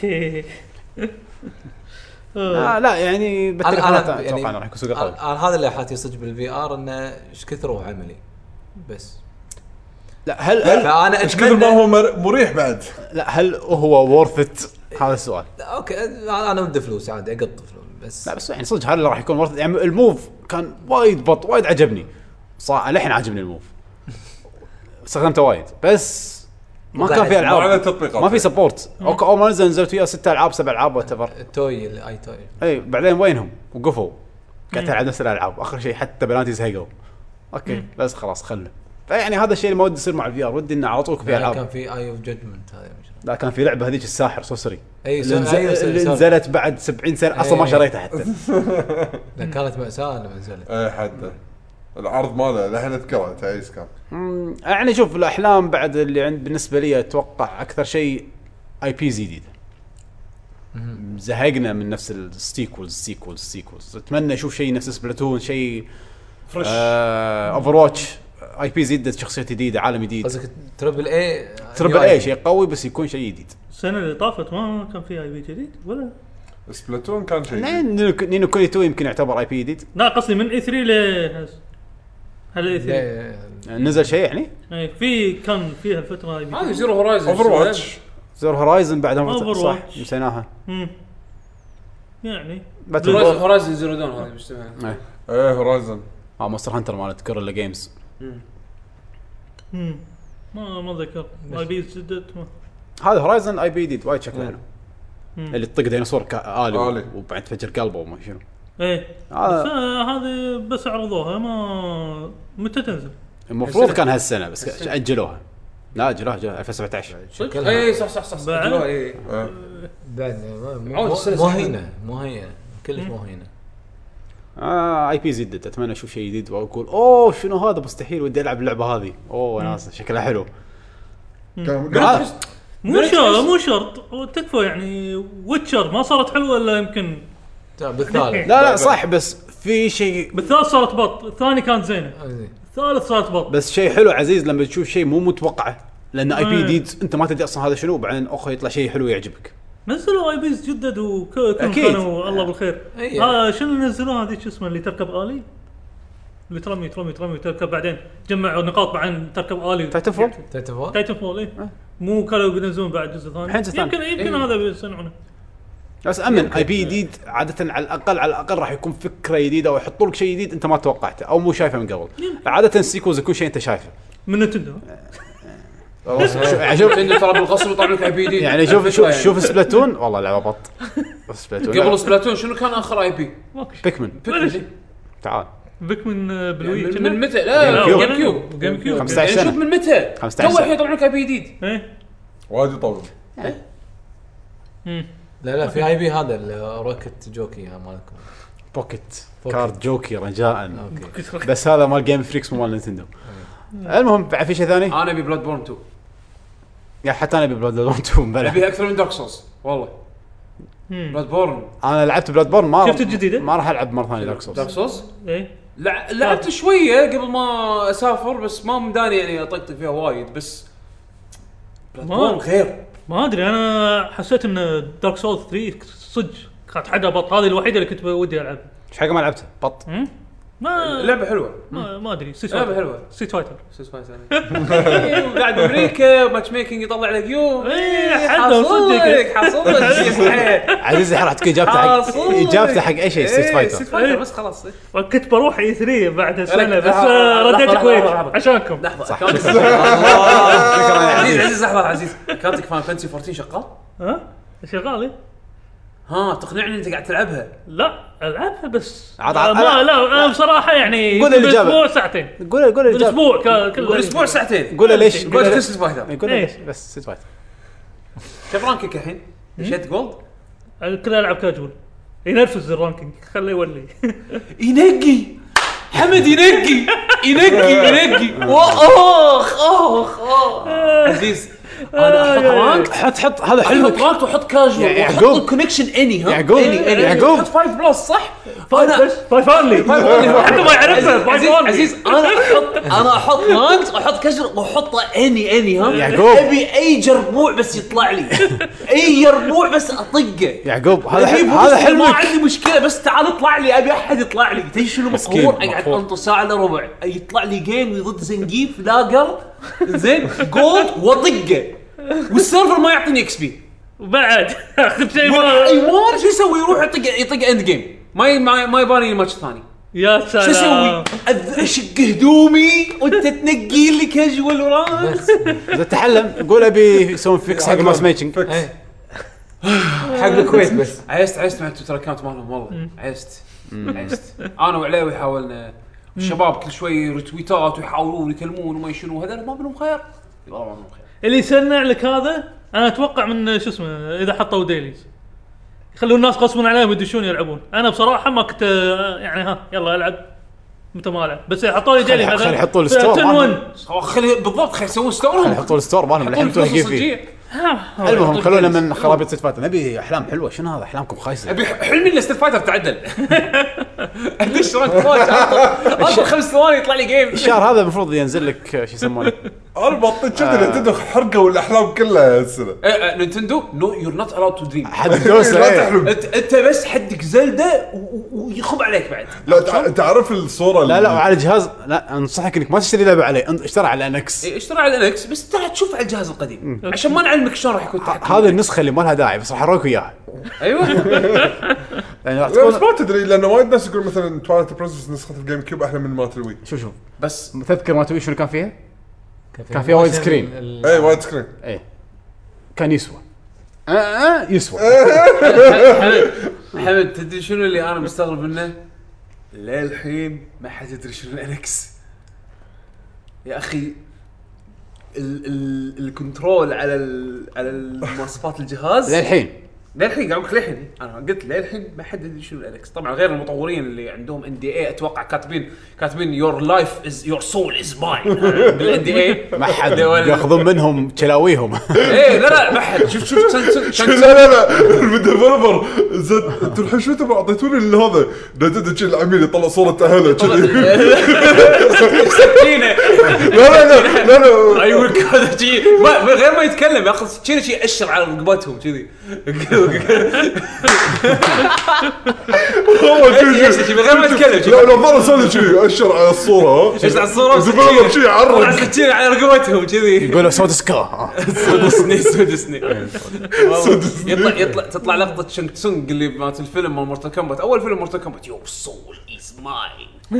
لا يعني بالتليفونات اتوقع يعني راح يكون سوق قوي. هذا اللي حاتي صدق بالفي ار انه ايش كثر عملي بس. لا هل فانا اتمنى ما هو مريح بعد. لا هل هو وورث هذا السؤال. اوكي انا ودي فلوس عادي اقط فلوس بس. لا بس يعني صدق هل راح يكون وورث يعني الموف كان وايد بط وايد عجبني صح الحين عاجبني الموف استخدمته وايد بس ما كان في العاب ما في سبورت اوكي اول ما نزلت وياه 6 العاب 7 العاب واتفر التوي الاي توي اي بعدين وينهم وقفوا قاعد تلعب نفس الالعاب اخر شيء حتى بناتي زهقوا اوكي بس خلاص خله فيعني هذا الشيء اللي ما ودي يصير مع الفي ار ودي انه على طول في العاب. كان في اي اوف جادجمنت هذا لا كان في لعبه هذيك الساحر سوسري اللي نزلت بعد 70 سنه اصلا ما شريتها حتى. لا كانت مأساة لما نزلت اي حتى العرض ماله لحين اذكره تعيس كان يعني شوف الاحلام بعد اللي عند بالنسبه لي اتوقع اكثر شيء اي بي جديد زهقنا من نفس السيكولز اتمنى اشوف شيء نفس سبلاتون شيء فريش اوفر واتش اي بي زيد شخصيه جديده عالم جديد قصدك تربل اي شيء قوي بس يكون شيء جديد. السنه اللي طافت ما كان في اي بي جديد ولا سبلاتون كان شيء نينو كوني 2 يمكن يعتبر اي بي جديد. لا قصدي من اي 3 ل هل اي 3 نزل شيء يعني اي في كان فيها فتره اي بي هذه زيرو هورايزن اوفر واتش زيرو هورايزن بعدها صح نسيناها يعني هورايزن زيرو دون هذه مش تمام ايه هورايزن مونستر هانتر مالت كورلا جيمز ما ذكر اي بي جدد هذا هورايزن اي بي جديد وايد شكله حلو اللي تطق ديناصور آلي وبعد تفجر قلبه وما شنو ايه بس هذه بس عرضوها ما متى تنزل المفروض كان هالسنه بس اجلوها لا اجلوها 2017 اي صح اجلوها اي بعد مو هينه كلش مو هينه اي بي زدت اتمنى اشوف شيء جديد واقول اوه شنو هذا مستحيل ودي العب اللعبه هذه اوه ناس شكلها حلو مو شرط تكفى يعني ويتشر ما صارت حلوه ولا يمكن بالثالث لا صح بس في شيء بالثالث صارت بط الثاني كانت زينه الثالث صارت بط بس شيء حلو عزيز لما تشوف شيء مو متوقعه لان اي بي جديد انت ما تدري اصلا هذا شنو وبعدين يطلع شيء حلو يعجبك. نزلوا اي بيز جدد وكانوا الله بالخير. شنو نزلوها هذه شو اسمه اللي تركب آلي اللي ترمي تركب بعدين تجمع نقاط بعدين تركب آلي تايتن فول ايه مو كانوا بينزلون بعد جزء ثاني يمكن هذا بيصنعونه بس امن اي بي جديد عاده على الاقل راح يكون فكره جديده او يحطوا لك شيء جديد انت ما توقعته او مو شايفه من قبل. عاده السيكوز يكون شيء انت شايفه من نتندو عجب انه ترى بالغصب يطلع لك اي بي جديد يعني شوف سبلاتون والله لعبه بط سبلاتون قبل سبلاتون شنو كان اخر اي بي بيكمن تعال بيكمن بالوي من متى لا جيم كيوب 15 سنه شوف من متى تو الحين يطلع لك اي بي جديد وايد يطول لا في اي بي هذا روكت جوكي مالكم بوكيت كارد جوكي رجاء بس هذا مال جيم فريكس مو مال نينتندو. المهم بعد في شيء ثاني انا ابي بلاد بورن 2 يا حتى انا ابي بلاد بورن 2 ابي اكثر من دارك سولز والله بلاد بورن انا لعبت بلاد بورن ما شفت الجديده ما راح العب مره ثانيه دارك سولز ايه لعبت شويه قبل ما اسافر بس ما مداني يعني اطقطق فيها وايد بس بلاتفورم غير. ما ادري انا حسيت ان دارك سولز 3 صدق كانت حاجه بط. هذه الوحيده اللي كنت ودي العبها. ايش حاجه ما لعبتها بط؟ ما لعبه حلوه ما ادري لعبه حلوه ستريت فايتر قاعد بامريكا ماتش ميكينج يطلع لك يوم حصلك عزيز راح تكون اجابته حق اي شيء ستريت فايتر بس خلاص. وكنت بروح اي 3 بعد سنه بس رديت الكويت عشانكم. لحظه عزيز لحظه عزيز كانتك فان فانسي 14 شغال؟ شغال ها تقنعني انت قاعد تلعبها؟ لا العبها بس لا انا بصراحه يعني قول الاجابه اسبوع ساعتين قول الاجابه اسبوع كل اسبوع ساعتين قول ليش قول ستريت فايتر يقول ليش بس ستريت فايتر كيف رانكك الحين؟ شت جولد كل العب كاجوال ينفذ الرانكينج خليه يولي ينقي حمد ينقي اخ عزيز انا احط رانك حط هذا حلمك رانك وحط كاجوال وحط الكونكشن اني يعقوب حط 5 بلس صح 5 بس 5 اونلي حتى ما يعرفها عزيز انا احط رانك واحط كاجوال واحطه اني ها يعقوب ابي اي جربوع بس يطلع لي اي جربوع بس اطقه يعقوب هذا حلمك ما عندي مشكله بس تعال اطلع لي ابي احد يطلع لي تدري شنو مقهور اقعد انطر ساعه الا ربع يطلع لي جيم ضد زنقيف لاقر زين جولد وطقه والسيرفر ما يعطيني اكس بي بعد اخذ شيء ايوان شو يسوي يروح يطق اند جيم ما يباني الماتش الثاني يا سلام شو اسوي اشق هدومي وانت تنقي لي كاجوال وراس اذا تحلم قول ابي يسوون فيكس حق ماس ميتشنج حق الكويت بس عيست مع التويتر اكاونت مالهم والله عيست انا وعليوي حاولنا الشباب كل شوي ريتويتات ويحاولون يكلمون وما يشنوا هذول ما بينهم خير والله ما بينهم خير اللي يسنع لك هذا انا اتوقع من شو اسمه اذا حطوا ديليز يخلون الناس غصبا عليهم يدشون يلعبون. انا بصراحه ما كنت يعني يلا العب متى ما العب بس حطوا لي ديلي مثلا يحطوا الستور خلي بالضبط خلي يسوون ستورهم يحطوا الستور مالهم الحين توقف فيه. المهم خلونا من خرابيط ستريت فايتر نبي احلام حلوه. شنو هذا احلامكم خايسه؟ ابي حلمي ان ستريت فايتر تعدل ادش رانك فوت اخر 5 ثواني يطلع لي جيم. الشهر هذا المفروض ينزل لك شو يسمونه انا بطيت شفت نينتندو حرقوا الاحلام كلها السنه. نينتندو نو يور نوت الاود تو دريم حد دوسه انت بس حدك زلده ويخب عليك بعد. لا تعرف الصوره لا وعلى جهاز لا انصحك انك ما تشتري لعبه عليه اشتري على انكس اشتري على انكس بس ترى تشوف على الجهاز القديم عشان ما نعلمك شلون راح يكون هذه النسخه اللي ما لها داعي بس راح اروك اياها. ايوه يعني راح تكون ما تدري لانه وايد ناس يقول مثلا تواليت برنسس نسخه الجيم كيوب احلى من مالت الوي. شوف بس تذكر ما توي شنو كان فيها؟ كان فيها وايد سكرين. اي وايد سكرين اي كان يسوى يسوى. محمد تدري شنو اللي انا مستغرب منه للحين ما حد يدري شنو الانكس يا اخي. الكنترول على المواصفات الجهاز للحين قاعد اقول للحين انا قلت للحين ما حد يدري شنو الانكس. طبعا غير المطورين اللي عندهم ان دي اي اتوقع كاتبين يور لايف از يور سول از ماين بالان دي اي ما حد ياخذون منهم كلاويهم. ايه لا ما حد شوف لا الديفلوبر انتوا الحين شو تبغوا اعطيتوني هذا نادي العميل يطلع صوره اهله كذي سكينه لا ايوه هذا شيء غير ما يتكلم ياخذ سكينه شيء اشر على رقبتهم كذي هو غير ما يتكلم لا مره صار شيء اشر على الصوره ايش على الصوره زباله شيء عرض سكينه على رقبتهم كذي يقولوا سود سكا سودسني يطلع تطلع لقطه شنغ تسونغ اللي مات الفيلم مال مورتال كومبات اول فيلم مورتال كومبات يور سول از ماين.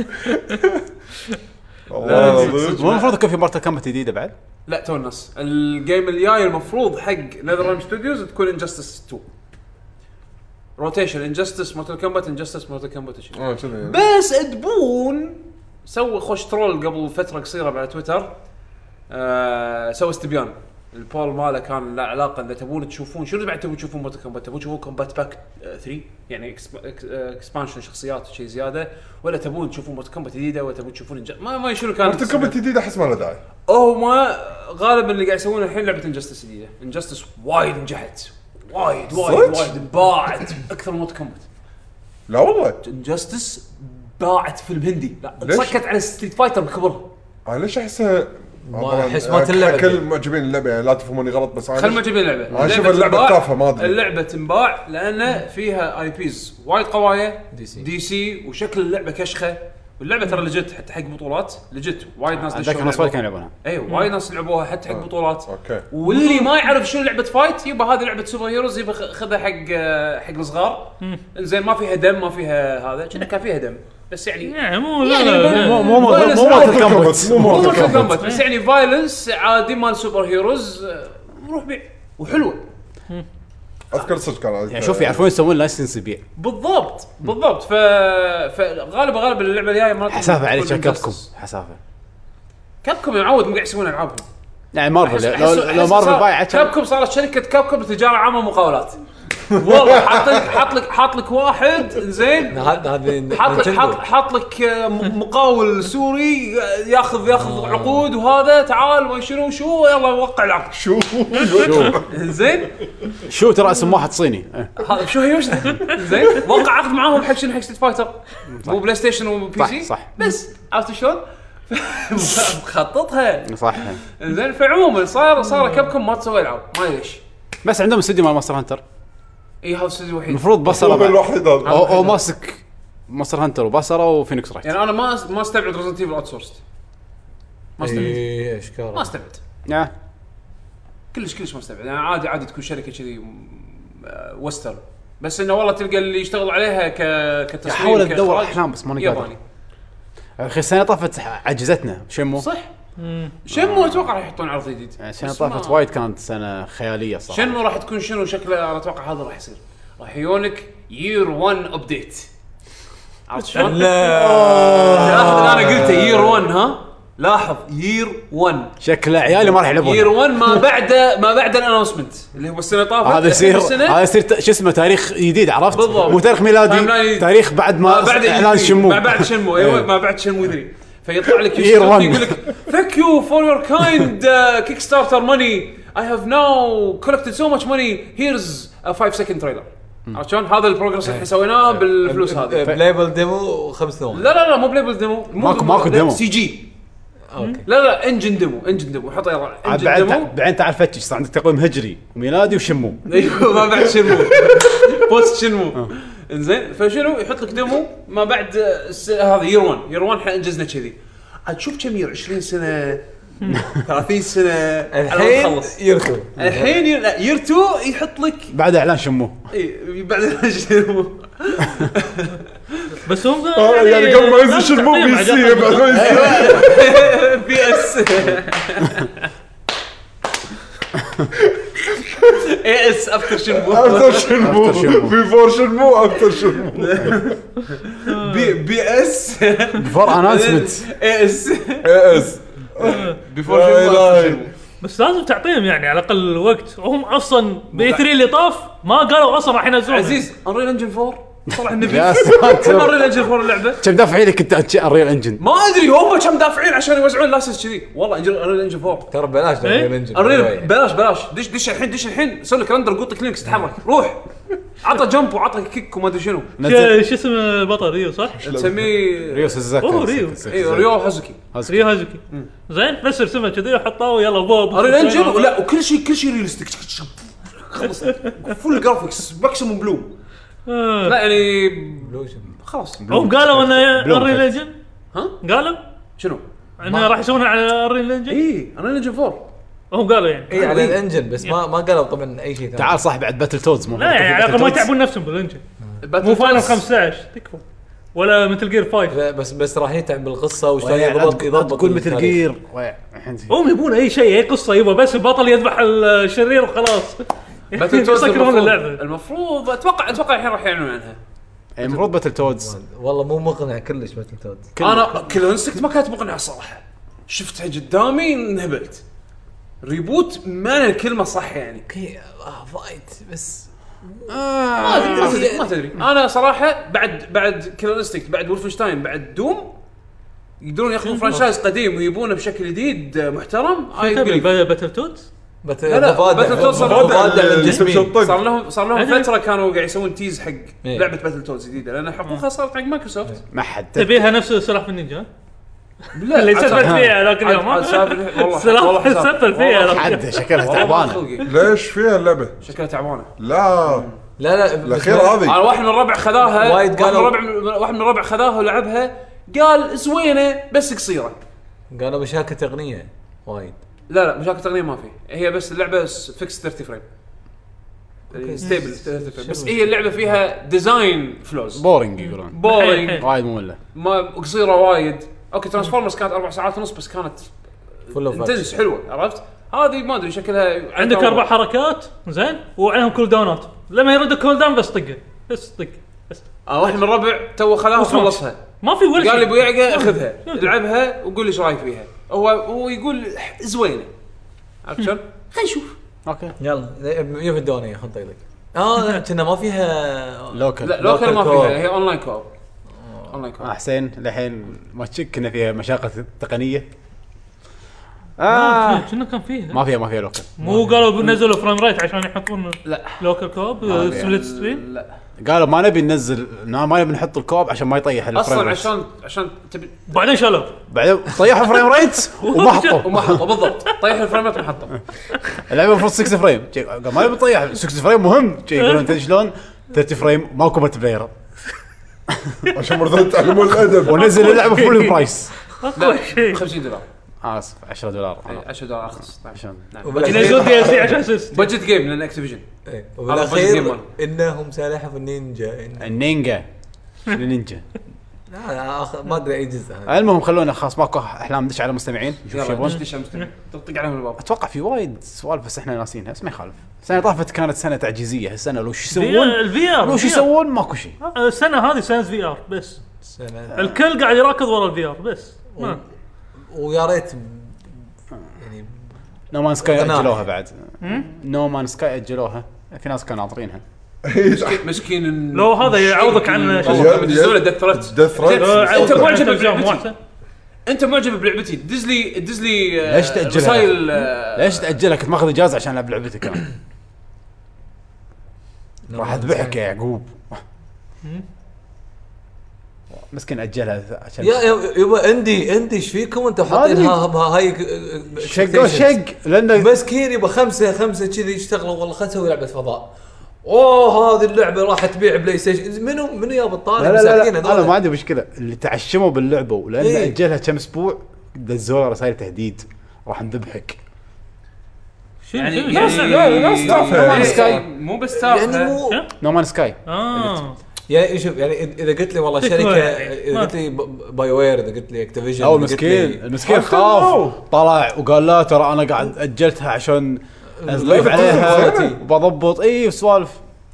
مو المفروض يكون في مورتال كومبات جديده بعد؟ لا تو الناس الجيم الجاي المفروض حق نذرلاند ستوديوز تكون انجستس 2 روتيشن انجستس مورتال كومبات انجستس مورتال كومبات بس ادبون سوى خوش ترول قبل فتره قصيره على تويتر سوى استبيان البول ماله كان له علاقه اذا تبون تشوفون شنو بعد تبون تشوفون مورتال كومبات تبون تشوفون كومبات باك 3 يعني اكسبانشن شخصيات وشيء زياده ولا تبون تشوفون مورتال كومبات جديده ولا تبون تشوفون ما شنو كان مورتال كومبات جديده احس ما له داعي. ما غالبا اللي قاعد يسوونه الحين لعبه انجستس جديده انجستس وايد نجحت وايد باعت اكثر من مورتال كومبات. لا والله انجستس باعت فيلم هندي، لا سكت على ستريت فايتر بكبرها. ليش احسها احس ما اللعبه كل معجبين اللعبه يعني لا تفهموني غلط بس خل معجبين اللعبه. انا اشوف اللعبه تافهه ما ادري. اللعبه تنباع لان فيها اي بيز وايد قوايه دي سي وشكل اللعبه كشخه. واللعبه ترى لجت حتى حق بطولات لجت وايد ناس عندك ناس وايد كانوا يلعبونها. ايوه وايد ناس لعبوها حتى حق بطولات. اوكي. واللي ما يعرف شنو لعبه فايت يبا هذه لعبه سوبر هيروز يبا خذها حق الصغار. زين ما فيها دم ما فيها هذا كنا كان فيها دم بس يعني مو كومبات بس يعني فايلنس عادي مال سوبر هيروز. روح بيع وحلوه. اذكر صدق كان يعني شوف يعرفون يسوون لايسنس يبيع بالضبط فغالبا اللعبه الجايه ما حسافه عليك كابكم حسافه كابكم يعود قاعد يسوون العابهم يعني مارفل لو مارفل بايعه كابكم صارت شركه كابكم للتجاره عامه ومقاولات. والله حاط لك واحد زين هذا حاط لك مقاول سوري ياخذ عقود وهذا تعال ما شنو شو يلا وقع العقد شو زين شو ترى اسم واحد صيني هذا شو هي زين وقع عقد معاهم حق شنو حق ستريت فايتر مو بلاي ستيشن وبي سي صح بس عرفت شلون مخططها صح زين. فعموما صار كابكم ما تسوي العاب ما ليش بس عندهم استديو مال ماستر هانتر. هذا استوديو وحيد المفروض بصره الوحيد هذا او ماسك ماستر هانتر وبصره وفينيكس رايت. يعني انا ما استبعد ريزنت ايفل اوت سورس ما استبعد كلش ما استبعد. يعني عادي تكون شركه كذي وستر بس انه والله تلقى اللي يشتغل عليها كتصميم حاول تدور احلام بس ماني قادر. اخي السنه طافت عجزتنا شمو صح. شنمو اتوقع راح يحطون عرض جديد. السنه طافت وايد كانت سنه خياليه صراحه. شنمو راح تكون شنو شكله انا اتوقع هذا راح يصير راح يونك يير 1 ابديت. عرفت شلون؟ لاحظ اللي انا قلته يير 1 ها لاحظ يير 1 شكله عيالي ما راح يلعبون يير 1 ما بعد الانونسمنت اللي هو السنه طافت. هذا يصير شو اسمه تاريخ جديد عرفت مو تاريخ ميلادي تاريخ بعد ما اعلان شنمو ما بعد شنمو ايوه ما بعد شنمو يدري فيطلع لك يقول لك thank you for your kind Kickstarter money I have now collected so much money here's a 5-second trailer. عرفت شلون هذا البروجرس اللي سويناه بالفلوس هذه بلايبل ديمو 5 ثواني. لا مو بلايبل ديمو ماكو ديمو سي جي. لا انجن ديمو حط يلا انجن ديمو بعدين تعال فتش صار عندك تقويم هجري وميلادي وشمو. ايوه ما بعد شنمو بوست شنمو انزين فشنو يحط لك ديمو ما بعد هذا يير 1 احنا انجزنا كذي عاد شوف كم يير 20 سنه 30 سنه الحين يرتو الحين يير 2 يحط لك بعد اعلان شمو اي بعد اعلان شمو بس هم يعني قبل ما ينزل شمو بي سي بعد ما ينزل بي اس اي اس افتر شنمو في فور شنمو افتر شنمو بي اس بفور اناونسمنت اي اس بيفور شنمو. بس لازم تعطيهم يعني على الاقل وقت وهم اصلا بي 3 اللي طاف ما قالوا اصلا راح ينزلون. عزيز انريل انجن 4 صراحه النبي يا كم انريل انجن 4 اللعبه كم دافعين لك انت انريل انجن ما ادري هم كم دافعين عشان يوزعون لاسنس كذي والله انريل انجن 4 ترى بلاش انريل انجن انريل بلاش دش الحين سوي لك رندر قط كلينكس تتحرك روح عطى جمب وعطى كيك وما ادري شنو شو اسم البطل ريو صح تسميه ريو سوزاكي ريو هازوكي زين بس رسمه كذي وحطوه ويلا بوب انريل انجن ولا وكل شيء ريالستيك خلص فول جرافيكس ماكسيموم بلو لا يعني خلاص هم قالوا انه انريل انجن ها قالوا شنو انه راح يسوون على انريل انجن اي انريل انجن 4 هم قالوا يعني اي على الانجن بس ما قالوا طبعا اي شيء ثاني. تعال صاحب بعد باتل تودز لا يعني على الاقل ما يتعبون نفسهم بالانجن مو فاينل 15 تكفى ولا مثل جير 5 بس راح يتعب بالقصه وشلون يضبط تقول مثل جير هم يبون اي شيء اي قصه يبغى بس البطل يذبح الشرير وخلاص باتل تودز المفروض اتوقع الحين راح يعلنون عنها المفروض باتل تودز والله مو مقنع كلش باتل تودز انا كل انستكت ما كانت مقنعه صراحه شفتها قدامي انهبلت ريبوت ما الكلمه صح يعني فايت بس ما تدري انا صراحه بعد كيلر انستكت بعد وولفنشتاين بعد دوم يقدرون ياخذون فرانشايز قديم ويبونه بشكل جديد محترم باتل تودز باتل توز صار لهم فتره كانوا قاعد يسوون تيز حق لعبه باتل توز جديده لان حقوقها صارت حق مايكروسوفت. ما حد تبيها نفس سلاحف النينجا لا اللي سفل فيها ذاك اليوم والله سفل فيها حد شكلها تعبانه. ليش فيها اللعبه شكلها تعبانه؟ لا الاخير هذه انا واحد من الربع خذاها واحد من الربع خذاها ولعبها قال زوينه بس قصيره. قالوا مشاكل تقنيه وايد. لا مشاكل تقنيه ما في هي بس اللعبه فيكس 30 فريم ستيبل 30 فريم بس هي اللعبه فيها ديزاين فلوز بورينج يقولون بورينج وايد ممله ما قصيره وايد. اوكي ترانسفورمرز كانت 4 ساعات ونص بس كانت انتنس حلوه عرفت. هذه ما ادري شكلها عندك 4 حركات زين وعليهم كول داونات لما يرد كول داون بس طقه بس طق بس. واحد من الربع تو خلاها وخلصها ما في ولا شيء. قال لي ابو يعقوب اخذها العبها وقول لي ايش رايك فيها. هو يقول زوينه عرفت شلون. خلينا نشوف. اوكي يلا يفدوني خل طيلك. كنا ما فيها لوكل. لا لوكل ما فيها هي اونلاين كوب. اونلاين كوب حسين الحين ما تشك ان فيها مشاكل تقنيه. كنا كان فيها ما فيها لوكل. مو قالوا بنزلوا فريم ريت عشان يحطون لا لوكل كوب سبليت سكرين. لا قالوا ما نبي ننزل ما نبي نحط الكوب عشان ما يطيح الفريم اصلا عشان تبي بعدين شالوا بعدين طيحوا فريم ريت ومحطوا بالضبط طيح الفريم ريت ومحطوا اللعبه المفروض 6 فريم قال ما نبي نطيح 6 فريم مهم يقولون انت شلون 30 فريم ماكو ملتي بلاير عشان مرضى تعلموا الادب ونزل اللعبه فول برايس. اقوى شيء $50 اسف $10 $10 ارخص عشان ينزلون دي ال سي عشان سيستم بادجت جيم لان اكتيفيجن. وبالاخير انهم سلاحف النينجا النينجا لا ما ادري اي جزء هذا. المهم خلونا خلاص ماكو احلام ندش على المستمعين نشوف يبون تطق عليهم الباب. اتوقع في وايد سوالف بس احنا ناسينها بس ما يخالف. السنه طافت كانت سنه تعجيزيه هالسنه لو شو يسوون الفي ار لو شو يسوون ماكو شيء. السنه هذه سنه في ار بس الكل قاعد يراكض ورا الفي ار بس ويا ريت يعني نو مان سكاي اجلوها بعد. نو مان سكاي اجلوها في ناس كانوا ناطرينها. مسكين لو هذا يعوضك عن يدزون ديث ثريت. انت معجب بلعبتي دزلي ليش تاجلها؟ ليش تاجلها؟ كنت ماخذ اجازه عشان العب لعبتك كمان. راح اذبحك يا يعقوب. مسكين اجلها عشان يبا عندي ايش فيكم انتم حاطينها هاي شق لان مسكين يبا خمسة كذي يشتغلوا والله خلنا نسوي لعبه فضاء. هذه اللعبه راح تبيع بلاي ستيشن منو يا بطال مساكين هذول. انا ما عندي مشكله اللي تعشموا باللعبه ولان اجلها كم اسبوع دزوا رسائل تهديد راح نذبحك. يعني ناس تافهه مو بس تافهه يعني نو مان سكاي. يعني شوف يعني اذا قلت لي والله شركه اذا قلت لي باي وير اذا قلت لي اكتيفيجن او المسكين خاف طلع وقال لا ترى انا قاعد اجلتها عشان اضيف عليها وبضبط سوالف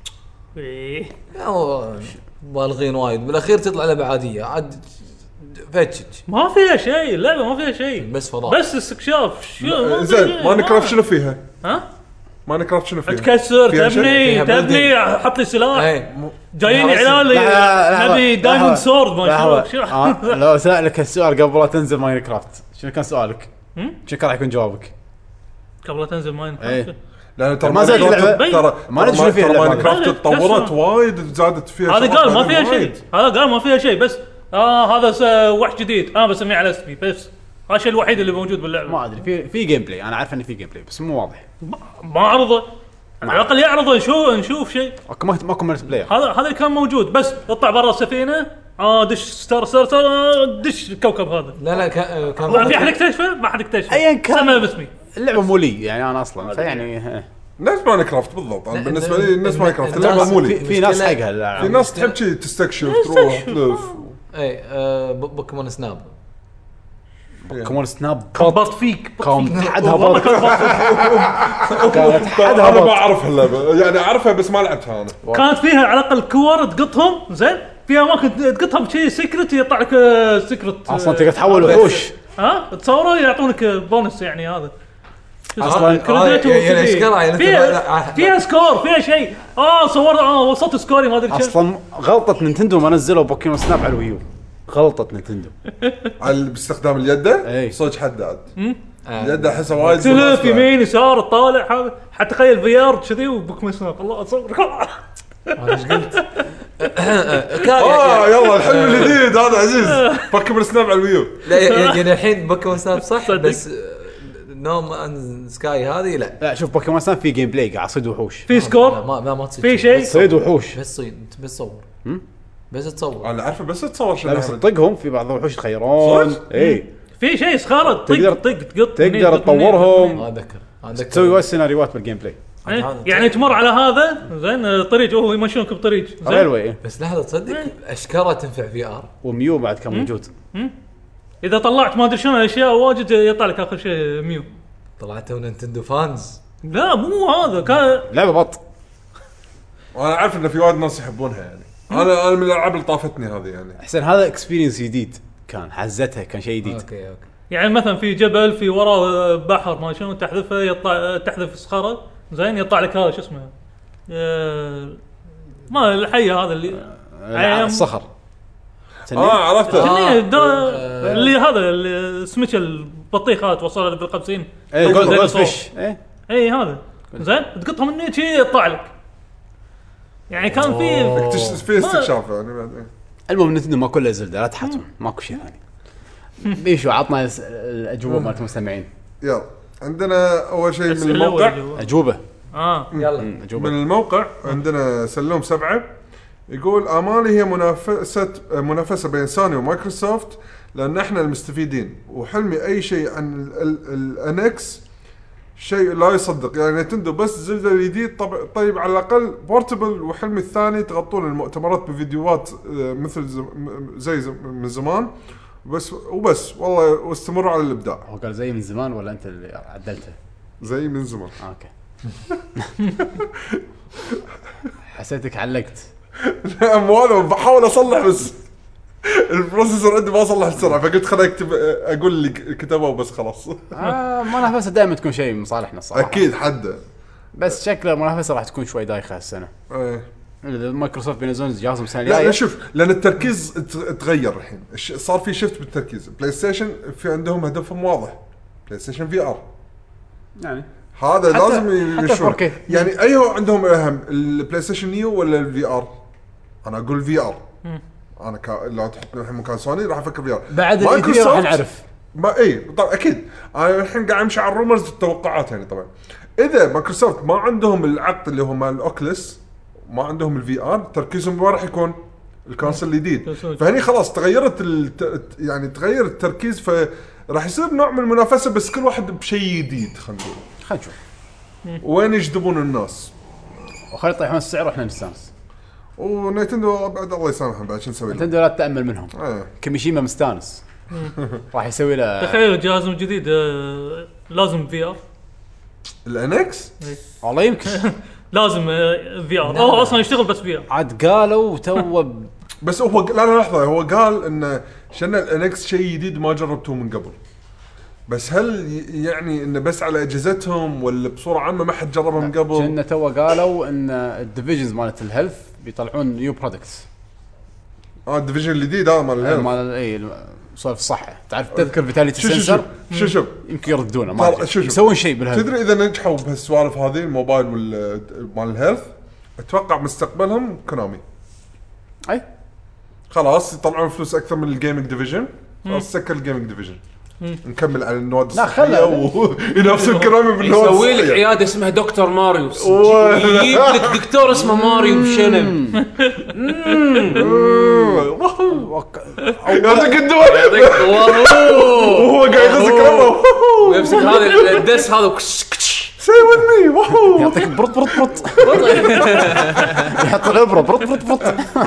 بالغين وايد بالاخير تطلع لعبه عاديه عاد فتش ما فيها شيء اللعبه ما فيها شيء بس فضاء بس استكشاف زين ما نكرف شنو فيها ما نكرفت شنو فيها تكسر تبني حط لي سلاح جايين اعلان نبي دايموند سورد ما شو لو سألك السؤال قبل لا تنزل ماينكرافت شنو كان سؤالك شنو كان راح يكون جوابك قبل لا تنزل ماينكرافت لا ترى ما زالت اللعبه ترى ما ندري شنو فيها ماينكرافت تطورت وايد زادت فيها هذا قال ما فيها شيء هذا قال ما فيها شيء بس هذا وحش جديد انا بسميه على اسمي بس هذا الشيء الوحيد اللي موجود باللعبه ما ادري في جيم بلاي انا عارف ان في جيم بلاي بس مو واضح ما عرضه على الاقل يعرضه نشوف شيء ماكو ملتي بلاير هذا اللي كان موجود بس اطلع برا السفينه دش ستار دش الكوكب هذا لا كان في احد اكتشفه ما حد اكتشفه ايا كان سمى باسمي اللعبه مو لي يعني انا اصلا فيعني ناس ماينكرافت بالضبط انا بالنسبه لي الناس ماينكرافت اللعبه مو لي في ناس حقها اللعبه في ناس تحب شيء تستكشف تروح تلف بوكيمون سناب بوكيمون سناب كبرت فيك كان حدها بط كانت حدها انا ما اعرف اللعبه يعني اعرفها بس ما لعبتها انا كانت فيها على الاقل كور تقطهم زين فيها اماكن تقطها بشيء سيكريت يطلع لك سيكريت اصلا تقدر تحول وحوش تصوره يعطونك بونس يعني هذا اصلا فيها سكور فيها شيء صور وصلت سكوري ما ادري شو اصلا غلطه نينتندو ما نزلوا بوكيمون سناب على الويو غلطه نينتندو على باستخدام اليد صوت حداد يده احسها وايد تلف يمين يسار تطالع هذا حتى تخيل في ار كذي وبوكيمون سناب الله اصور انا ايش قلت؟ يلا الحلم الجديد هذا عزيز بوكيمون سناب على الويو. لا يعني الحين بوكيمون سناب صح بس نوم ان سكاي هذه لا شوف بوكيمون سناب في جيم بلاي قاعد صيد وحوش في سكور ما تصير في شيء صيد وحوش بس صيد انت بس تصور بس تصور انا عارفه بس تصور لا بس تطقهم في بعض الوحوش يتخيرون اي في شيء صخره تقدر تطورهم اذكر تسوي سيناريوهات بالجيم بلاي يعني تمر على هذا زين طريق هو يمشونك بطريق زين بس لحظه تصدق اشكره تنفع في ار وميو بعد كان موجود اذا طلعت ما ادري شنو اشياء واجد يطلع لك اخر شيء ميو طلعتوا نينتندو فانز لا مو هذا كان لعبه بط انا عارف ان في وايد ناس يحبونها يعني انا من الالعاب اللي طافتني هذه يعني احسن هذا اكسبيرينس جديد كان حزتها كان شيء جديد اوكي يعني مثلا في جبل في وراه بحر ما شنو تحذفه يطلع تحذف صخره زين يطلع لك هذا شو اسمه ما الحيه هذا اللي الصخر عرفته اللي هذا السمكه البطيخ هذا توصل بال50 جولد فيش اي هذا زين تقطها من شيء يطلع لك يعني كان في استكشاف يعني بعدين. المهم نتندو ما كله زلده لا تحاتون ماكو شيء ثاني بيشو عطنا الاجوبه مالت المستمعين. يلا عندنا اول شيء من الموقع اجوبه يلا أجوبة. من الموقع عندنا سلوم 7 يقول امالي هي منافسه بين سوني ومايكروسوفت لان احنا المستفيدين وحلمي اي شيء عن الانكس شيء لا يصدق يعني نتندو بس زلده الجديد طيب على الاقل بورتبل وحلمي الثاني تغطون المؤتمرات بفيديوهات مثل زي من زمان وبس والله واستمروا على الابداع. هو قال زي من زمان ولا انت اللي عدلته؟ زي من زمان. اوكي. حسيتك علقت. لا مو انا بحاول اصلح بس البروسيسور عندي ما اصلح بسرعه فقلت خليني اكتب اقول اللي كتبه وبس خلاص. منافسه دائما تكون شيء من صالحنا الصراحه. اكيد حد بس شكله المنافسه راح تكون شوي دايخه السنه. مايكروسوفت بينزلون جهازهم السنه الجايه. لا شوف لان التركيز تغير الحين صار في شفت بالتركيز. بلاي ستيشن في عندهم هدفهم واضح بلاي ستيشن في ار يعني هذا لازم يشوف يعني ايهو عندهم اهم البلاي ستيشن نيو ولا الفي ار. انا اقول في ار انا لو تحطني الحين مكان سوني راح افكر في ار بعد الفيديو راح نعرف ما طبعا اكيد انا الحين قاعد امشي على الرومرز والتوقعات يعني طبعا اذا مايكروسوفت ما عندهم العقد اللي هو مال الاوكلس ما عندهم الفي ار تركيزهم ما راح يكون الكونسول الجديد فهني خلاص تغيرت يعني تغير التركيز فراح يصير نوع من المنافسه بس كل واحد بشيء جديد خلينا نشوف وين يجذبون الناس وخلي يطيحون السعر واحنا نستانس ونينتندو بعد الله يسامحهم بعد شو نسوي نينتندو لا تتامل منهم كيميشيما مستانس راح يسوي له تخيل جهاز جديد لازم في ار الانكس والله يمكن لازم في ار هو اصلا يشتغل بس في ار عاد قالوا تو بس هو لا لحظه هو قال ان شن الانكس شيء جديد ما جربتوه من قبل بس هل يعني انه بس على اجهزتهم ولا بصوره عامه ما حد جربها من قبل شن تو قالوا ان الديفيجنز مالت الهيلث بيطلعون نيو برودكتس الديفيجن الجديد هذا مال الهيلث مال اي سوالف الصحه تعرف تذكر فيتاليتي سنسر شوف يمكن يردونه ما يسوون شيء بالهيلث تدري اذا نجحوا بهالسوالف هذه الموبايل مال الهيلث اتوقع مستقبلهم كونامي اي خلاص يطلعون فلوس اكثر من الجيمنج ديفيجن خلاص سكر الجيمنج ديفيجن نكمل على النواد الصحيه وينافسون كونامي بالنواد يسوي لك عياده اسمها دكتور ماريو يجيب لك دكتور اسمه ماريو بشنب يعطيك الدواء وهو قاعد يذكره ويمسك هذا الدس هذا سي وذ مي يعطيك برط يحط الابره برط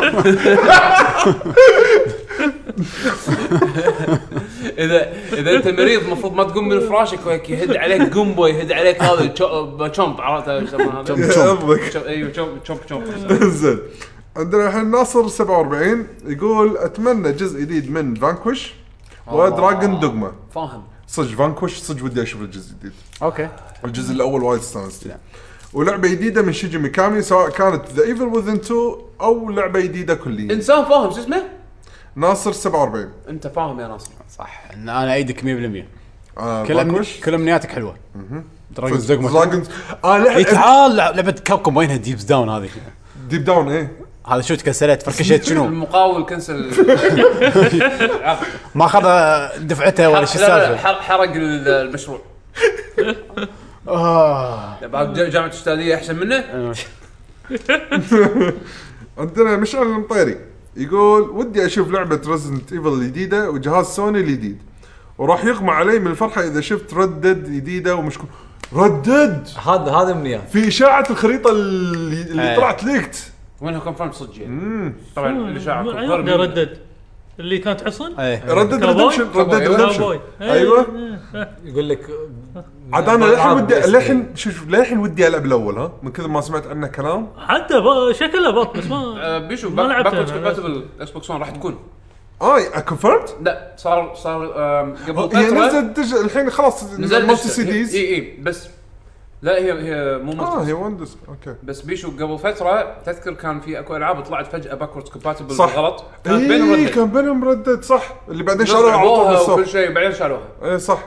اذا انت مريض المفروض ما تقوم من فراشك وهيك يهد عليك قنبه يهد عليك هذا تشومب عرفت يسمونه هذا ايوه تشومب زين عندنا الحين ناصر 47 يقول اتمنى جزء جديد من فانكوش ودراجون دوغما فاهم صدق فانكوش صدق ودي اشوف الجزء الجديد اوكي الجزء الاول وايد استانست ولعبه جديده من شيجي ميكامي سواء كانت ذا ايفل وذن 2 او لعبه جديده كليا انسان فاهم شو اسمه ناصر 47 انت فاهم يا ناصر صح ان انا ايدك 100% كل امنياتك حلوه. دراجونز دوغما دراجونز تعال لعبه كابكوم وينها ديبز داون هذه ديب داون ايه هذا شو تكسلت فركشت شنو المقاول كنسل ما اخذ دفعته ولا شيء السالفه حرق المشروع جامعه استاذيه احسن منه. عندنا مشعل المطيري يقول ودي اشوف لعبه ريزدنت ايفل الجديده وجهاز سوني الجديد وراح يغمى علي من الفرحه اذا شفت ردد جديده ومشكور ردد هذا منيح في اشاعه الخريطه اللي طلعت ليكت وينها كونفيرم صدق يعني طبعا الاشاعه ردد اللي كانت حصن ردد ريدمشن ايوه يقول لك عاد انا للحين شوف للحين ودي العب الاول ها من كثر ما سمعت عنه كلام حتى شكله بط بس ما بيشوف باكورد كومباتبل اكس بوكس 1 راح تكون كونفيرمد لا صار قبل فتره نزل الحين خلاص مالتي سي ديز اي بس لا هي مو هي وندس اوكي بس بيشو قبل فتره تذكر كان في اكو العاب طلعت فجاه باكورد كومباتبل غلط كان بينهم ردد صح اللي بعدين شالوها على طول وكل شيء بعدين شالوها اي صح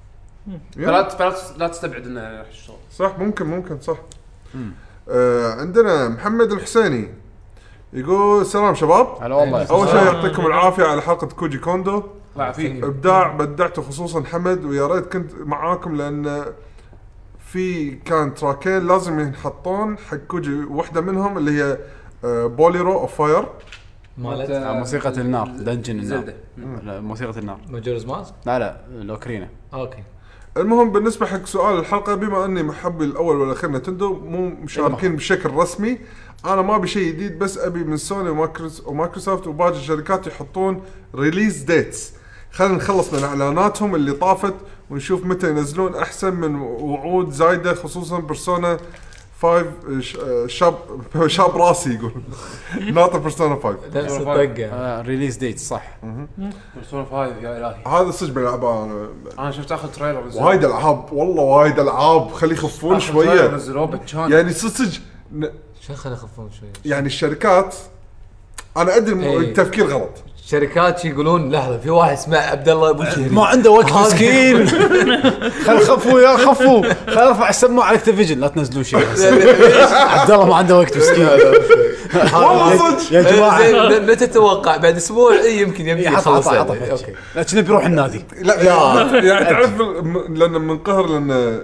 لا تستبعد انه راح يشتغل صح ممكن صح عندنا محمد الحسيني يقول سلام شباب هلا والله اول شيء يعطيكم العافيه على حلقه كوجي كوندو ابداع بدعته خصوصا حمد ويا ريت كنت معاكم لان في كان تراكين لازم ينحطون حق كوجي واحده منهم اللي هي بوليرو اوف فاير مالت موسيقى النار دنجن النار موسيقى النار ماجورز ماسك لا لوكرينا اوكي. المهم بالنسبه حق سؤال الحلقه بما اني محبي الاول والاخير نتندو مو مشاركين بشكل رسمي انا ما ابي شيء جديد بس ابي من سوني ومايكروسوفت وباقي الشركات يحطون ريليز ديتس خلينا نخلص من اعلاناتهم اللي طافت ونشوف متى ينزلون احسن من وعود زايده خصوصا بيرسونا 5 شاب راسي يقول ناطر بيرسونا 5 نفس الطقه ريليز ديت صح بيرسونا 5 يا الهي هذا صدق بلعبه انا شفت اخر تريلر وايد العاب والله وايد العاب خلي يخفون شويه يعني صدق شو خلي يخفون شويه يعني الشركات انا ادري التفكير غلط شركات يقولون لحظه في واحد اسمه عبد الله ابو شهري ما عنده وقت مسكين خل خفوا يا خفوا خل ارفع السماعه على التلفزيون لا تنزلوا شيء عبد الله ما عنده وقت مسكين والله صدق يا جماعه متى تتوقع بعد اسبوع يمكن يبي يخلص اوكي لكن بيروح النادي لا يعني تعرف لان منقهر لان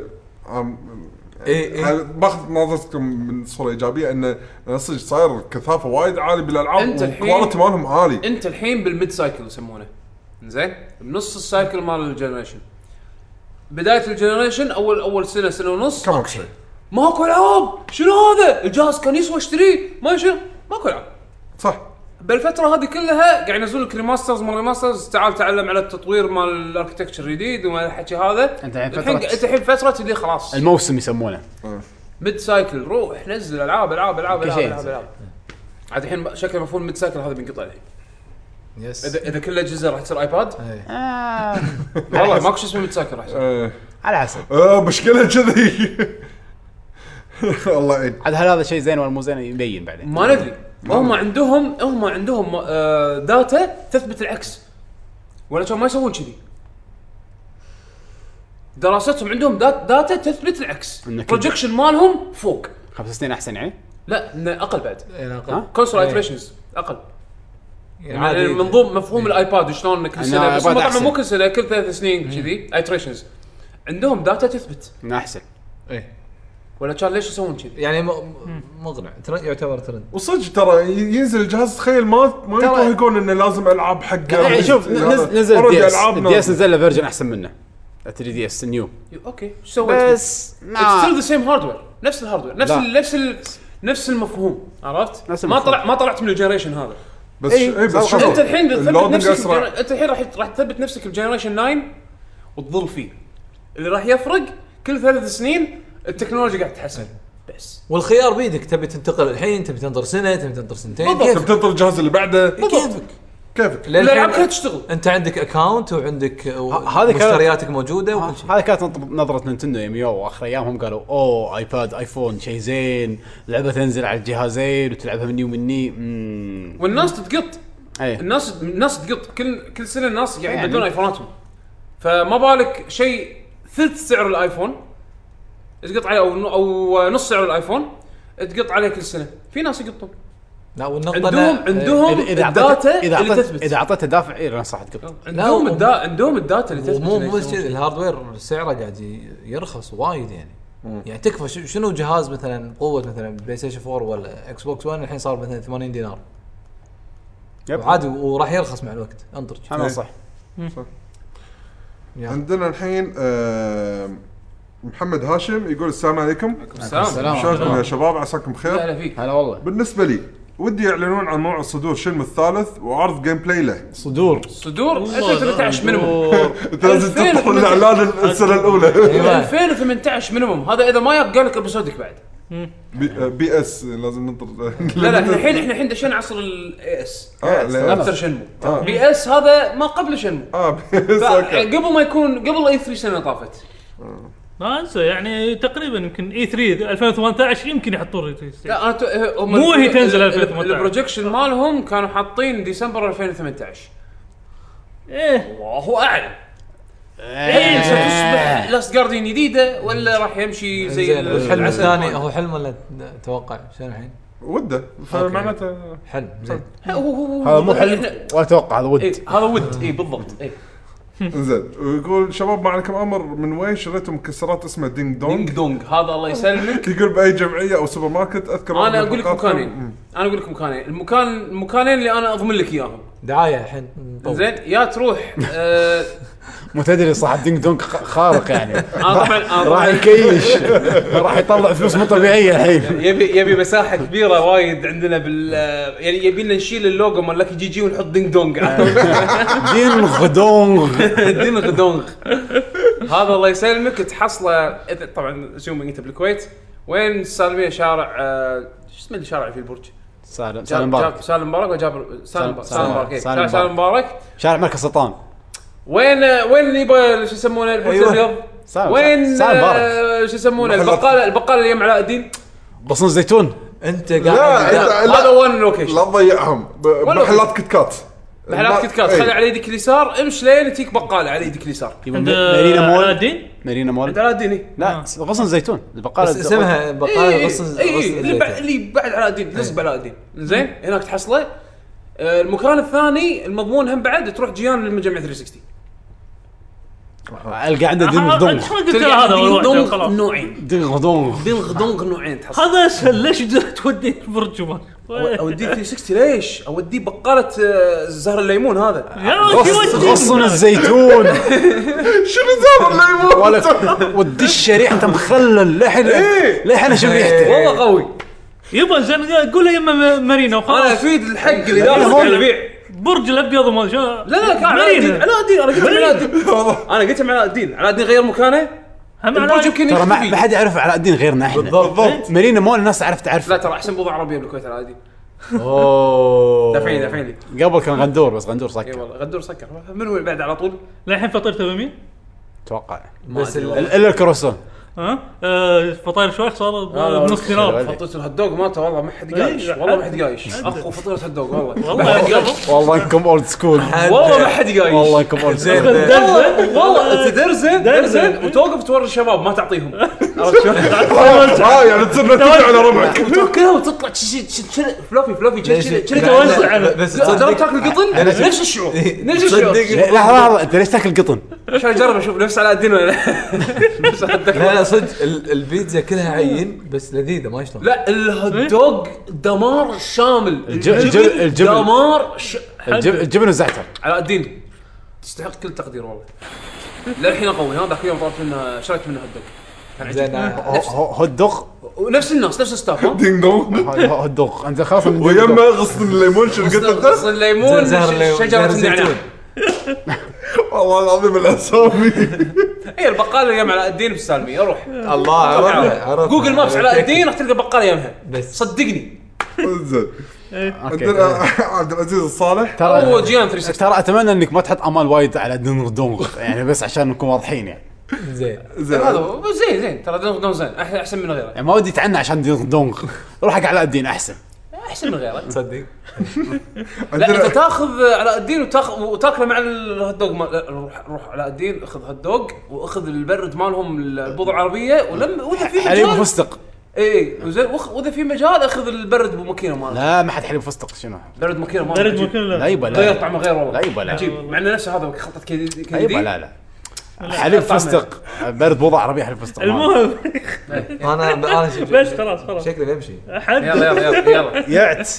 باخذ نظرتكم من صوره ايجابيه ان صدق صاير كثافه وايد عاليه بالالعاب والكواليتي مالهم عالي. انت الحين بالميد سايكل يسمونه زين بنص السايكل مال الجنريشن بدايه الجنريشن اول سنه ونص كم شيء ماكو العاب شنو هذا الجهاز كان يسوى اشتريه ما شنو ماكو العاب صح بالفتره هذه كلها قاعد ينزلون لك ريماسترز مال ريماسترز تعال تعلم على التطوير مال الاركتكتشر الجديد وما الحكي هذا انت الحين فتره اللي خلاص الموسم يسمونه ميد سايكل روح نزل العاب عاد الحين شكل مفهوم ميد سايكل هذا بينقطع الحين يس اذا كل الاجهزه راح تصير ايباد والله ماكو شيء اسمه ميد سايكل راح يصير على حسب مشكله كذي الله يعين عاد هل هذا شيء زين ولا مو زين يبين بعدين ما ندري هم عندهم داتا تثبت العكس ولا شو ما يسوون كذي دراستهم عندهم داتا تثبت العكس بروجكشن مالهم فوق 5 سنين احسن يعني لا اقل بعد اقل كونسول ايتريشنز اقل يعني منظوم مفهوم الايباد شلون كل سنه بس طبعا مو كل سنه كل 3 سنين كذي ايتريشنز عندهم داتا تثبت انه احسن ولا كان ليش يسوون كذي يعني مقنع يعتبر ترند وصدق ترى ينزل الجهاز تخيل ما يتوهقون انه لازم العاب حق يعني شوف نزل الدي اس نزل له فيرجن احسن منه 3 دي اس نيو اوكي ايش سويت بس ستيل ذا سيم هاردوير نفس الهاردوير نفس المفهوم عرفت ما طلعت من الجنريشن هذا بس بس انت الحين تثبت نفسك انت الحين راح تثبت نفسك بجنريشن 9 وتظل فيه اللي راح يفرق كل 3 سنين التكنولوجيا قاعد تتحسن بس والخيار بيدك تبي تنتقل الحين تبي تنطر سنه تبي تنطر سنتين تبي تنطر الجهاز اللي بعده كيفك الالعاب كلها تشتغل انت عندك اكاونت وعندك مشترياتك موجوده وكل شيء هذه كانت نظره نينتندو يوم واخر ايامهم قالوا ايباد ايفون شيء زين لعبه تنزل على الجهازين وتلعبها من يوم مني والناس تتقط الناس تقط كل سنه الناس قاعد يبدلون ايفوناتهم فما بالك شيء ثلث سعر الايفون تقط عليه او نص سعر الايفون تقط عليه كل سنه. في ناس يقطون. لا والنقطه عندهم الداتا اللي تثبت. اذا اعطيته دافع راح صح تقط. عندهم الداتا اللي تثبت. مو بس كذا، الهاردوير سعره قاعد يرخص وايد يعني. يعني تكفى شنو جهاز مثلا قوه مثلا بلاي ستيشن 4 ولا اكس بوكس 1 الحين صار مثلا 80 دينار عادي، وراح يرخص مع الوقت. انطر انا صح. عندنا الحين محمد هاشم يقول السلام عليكم. السلام. شلونكم يا شباب؟ عساكم بخير. هلا فيك. هلا والله. بالنسبه لي ودي يعلنون عن موعد صدور شنم الثالث وعرض جيم بلاي له. صدور 2018 مينيموم. لازم تطلع الاعلان السنه الاولى. 2018 مينيموم. هذا اذا ما ياك قال لك ابيسودك بعد. بي اس لازم ننطر. لا احنا الحين دشينا عصر الاي اس. اكثر شنمو. آه. بي اس هذا ما قبل شنمو. بي اس قبل ما يكون قبل اي 3 سنه طافت. ما انسى يعني تقريبا يمكن اي 3 2018 يمكن يحطون لا مو هي تنزل 2018. البروجكشن مالهم كانوا حاطين ديسمبر 2018. ايه الله اعلم. ايه ستصبح لاست جارديان جديده ولا راح يمشي زي الحلم الثاني؟ هو حلم ولا توقع شنو الحين؟ وده فمعناته حلم زين. هذا مو حلم ولا توقع، هذا ود. هذا ود. اي بالضبط. اي زين. ويقول شباب ما عليكم امر، من وين شريتم مكسرات اسمها دينج دونج؟ هذا الله يسلمك. يقول باي جمعيه او سوبر ماركت. اذكر انا اقول لك مكانين. المكانين اللي انا اضمن لك اياهم. دعايه الحين زين. يا تروح مو تدري صح دينج دونج خارق يعني. طبعا راح يكيش، راح يطلع فلوس مو طبيعيه الحين. يبي مساحه كبيره وايد عندنا يعني يبي لنا نشيل اللوجو مال لك جي ونحط دينج دونج. دين غدونغ. هذا الله يسلمك تحصله. طبعا زوم انت بالكويت. وين سالميه شارع شو اسمه الشارع في البرج؟ سالم مبارك وجابر سالم مبارك شارع مركز سلطان. وين يبغى شو يسمونه البرج الابيض؟ وين شو يسمونه البقاله اللي يم علاء الدين بصن الزيتون. انت قاعد هذا وين لوكيشن. لا تضيعهم. محلات كيت كات. خلي على يدك اليسار امشي لين تيك بقاله على يدك اليسار. مارينا مول علاء الدين. لا غصن الزيتون البقاله اسمها بقاله غصن اللي بعد علاء الدين نصب علاء الدين. زين هناك تحصله. المكان الثاني المضمون هم بعد تروح جيان للمجمع 360. القى عنده دين غدونغ. هذا نوعين. دين غدونغ نوعين تحصل. هذا اسهل. ليش تودي برج ما اودي 360 ليش اودي بقاله زهر الليمون هذا غصن الزيتون. شنو زهر الليمون ولا ودي الشريحه مخلل لحين اشوف ريحته والله قوي. يبا زين قول له يما مارينا وخلاص. انا افيد الحق اللي داخل على البيع. برج الابيض وما شاء. لا علاء الدين انا قلت علاء الدين غير مكانه. البرج يمكن ترى ما حد يعرف علاء الدين غيرنا احنا. بالضبط. مارينا مول الناس تعرف. لا ترى احسن بوضع عربيه بالكويت علاء الدين. دافعين لي. قبل كان غندور بس غندور سكر. اي والله غندور سكر. من وين بعد على طول الحين فطرته بمين اتوقع بس الا الكروسون. فطاير شوي صار بنص دينار. فطيت الهدوغ مالته والله ما حد قايش. والله ما حد قايش. اخو فطيره هدوغ والله انكم اولد سكول. والله ما حد قايش. والله انكم اولد سكول. والله تدرزن وتوقف توري الشباب ما تعطيهم. عرفت شلون؟ يعني تصير نتيجه على ربعك وتوكلها وتطلع فلوفي كذا توزع. بس ترى تاكل قطن نفس الشعور. لحظه انت ليش تاكل قطن؟ عشان اجرب اشوف نفس علاء الدين ولا لا صدق البيتزا كلها عين بس لذيذه ما يشلون. لا الهوت دمار شامل. الجبن دمار الجبن والزعتر. علاء الدين تستحق كل تقدير والله. للحين قوي. هذا اليوم طلبت منه شريت منه هوت دوغ ونفس الناس نفس الستاف. دينج دونج هوت دوغ انت خلاص من ويما غصن الليمون. شو قلت انت؟ غصن الليمون شجره النعناع. والله العظيم الاسامي. اي البقاله يم علاء الدين بالسالميه. اروح الله عرف جوجل مابس علاء الدين راح تلقى بقاله يمها بس صدقني. زين. عبد العزيز الصالح هو جيان 360. ترى اتمنى انك ما تحط امال وايد على دين دونغ يعني بس عشان نكون واضحين يعني. زين هذا زين ترى دون زين احسن من غيره يعني ما ودي تعنى عشان دين دونغ. روح حق علاء الدين احسن احسن من غيره تصدق لا انت تاخذ علاء الدين وتاكله مع الهوت دوغ روح علاء الدين اخذ هوت دوغ واخذ البرد مالهم البوظه العربيه واذا في حليب فستق اي زين واذا في مجال اخذ البرد بماكينه ماله لا ما حد حليب فستق شنو برد ماكينه ماله برد ممكن لا يبا غير طعمه غير والله لا يبا لا عجيب مع انه نفسه هذا خلطه كذي يبا لا حليب فستق برد بوضع عربية حليب فستق المهم انا بس خلاص شكلي بمشي حد يلا يعت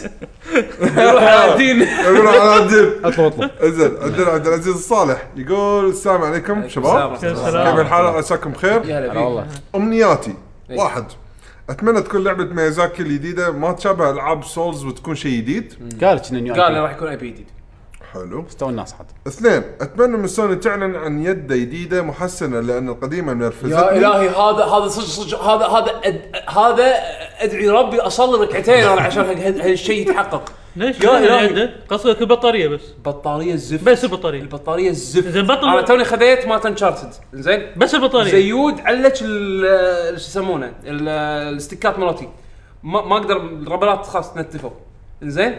روح على الدين يقول على الدين اطلب انزين عندنا عبد العزيز الصالح يقول السلام عليكم شباب كيف الحال عساكم بخير يا هلا والله امنياتي واحد اتمنى تكون لعبه ميازاكي الجديده ما تشابه العاب سولز وتكون شيء جديد قال كنا نيو قال راح يكون اي بي جديد حلو استوى الناس حد اثنين اتمنى من سوني تعلن عن يد جديده محسنه لان القديمه نرفزتني يا الهي هذا صدق هذا ادعي ربي اصلي ركعتين انا عشان هالشيء يتحقق ليش يا إلهي. قصدك البطاريه بس بطاريه الزفت بس البطاريه الزفت زين بطل انا توني خذيت ما تنشارتد زين بس البطاريه زيود علك شو يسمونه الاستيكات مالتي ما اقدر الربلات خلاص تنتفوا زين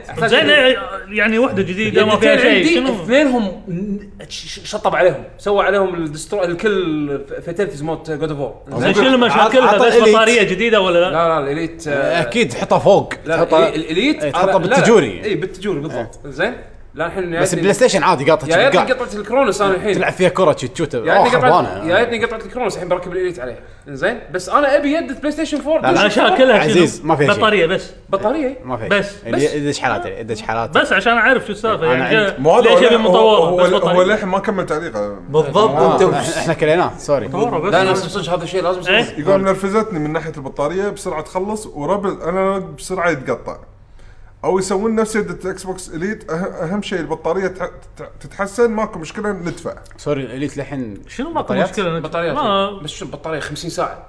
يعني وحده جديده ما فيها شيء شنو اثنينهم شطب عليهم سوى عليهم الكل فيتاليتيز موت جود اوف زين شنو مشاكلها بس بطاريه جديده ولا لا الاليت اكيد حطها فوق تحطها الاليت تحطها بالتجوري اي بالتجوري بالضبط زين لا الحين بس بلاي ستيشن عادي قاطه يا ريتني قطعه الكرونوس انا الحين تلعب فيها كره تشوت يا ريتني قطعه الكرونوس الحين بركب الاليت عليها زين بس انا ابي يد بلاي ستيشن 4 انا شاكلها عزيز ما فيها بطاريه بس بطاريه ما فيها بس يدش حالات بس عشان اعرف شو السالفه يعني ليش يبي مطوره بس هو للحين ما كمل تعليقه بالضبط انت احنا كليناه سوري لا انا صدق هذا الشيء لازم يقول نرفزتني من ناحيه البطاريه بسرعه تخلص وربل انا بسرعه يتقطع او يسوون نفس يدة اكس بوكس اليت اهم شيء البطاريه تتحسن ماكو مشكله ندفع سوري اليت لحين شنو ماكو مشكله بطاريات بس شو البطاريه 50 ساعه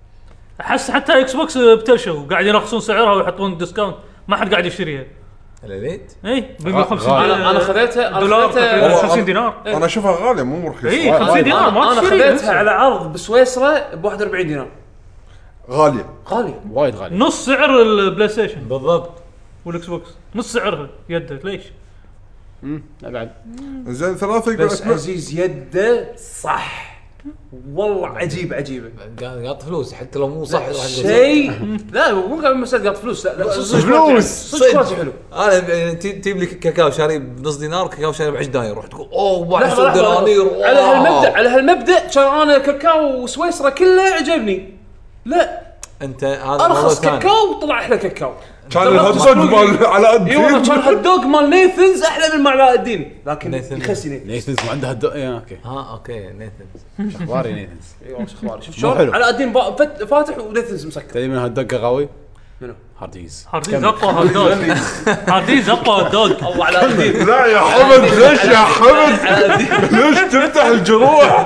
احس حتى اكس بوكس بتلشوا قاعد يرخصون سعرها ويحطون ديسكاونت ما حد قاعد يشتريها الاليت اي ب 50 انا خذيتها دولار 50 دينار انا اشوفها غاليه مو رخيصه اي 50 دينار ما انا خذيتها على عرض بسويسرا ب 41 دينار غاليه وايد غاليه نص سعر البلاي ستيشن بالضبط والاكس بوكس نص سعرها يده ليش ابعد زين ثلاثه يقول بس عزيز يده صح والله عجيبه قاط فلوس حتى لو مو صح شيء لا مو قاعد مسألة قاط فلوس لا فلوس صدق حلو انا يعني تجيب لي كاكاو شاري بنص دينار كاكاو شاري ب 10 دنانير روح تقول اوه لحظة دنانير على هالمبدا كان انا كاكاو سويسرا كله عجبني لا انت هذا ارخص كاكاو طلع احلى كاكاو كان الهوت دوغ مال علاء الدين كان الهوت دوغ مال نيثنز احلى من علاء الدين لكن يخسي نيثنز ما عنده اوكي نيثنز اخباري نيثنز ايوه اخباري شوف شلون علاء الدين فاتح ونيثنز مسكر تدري من هالدقه قوي منو هارديز اقوى هارديز اقوى دوغ الله علاء الدين لا يا حمد ليش يا حمد ليش تفتح الجروح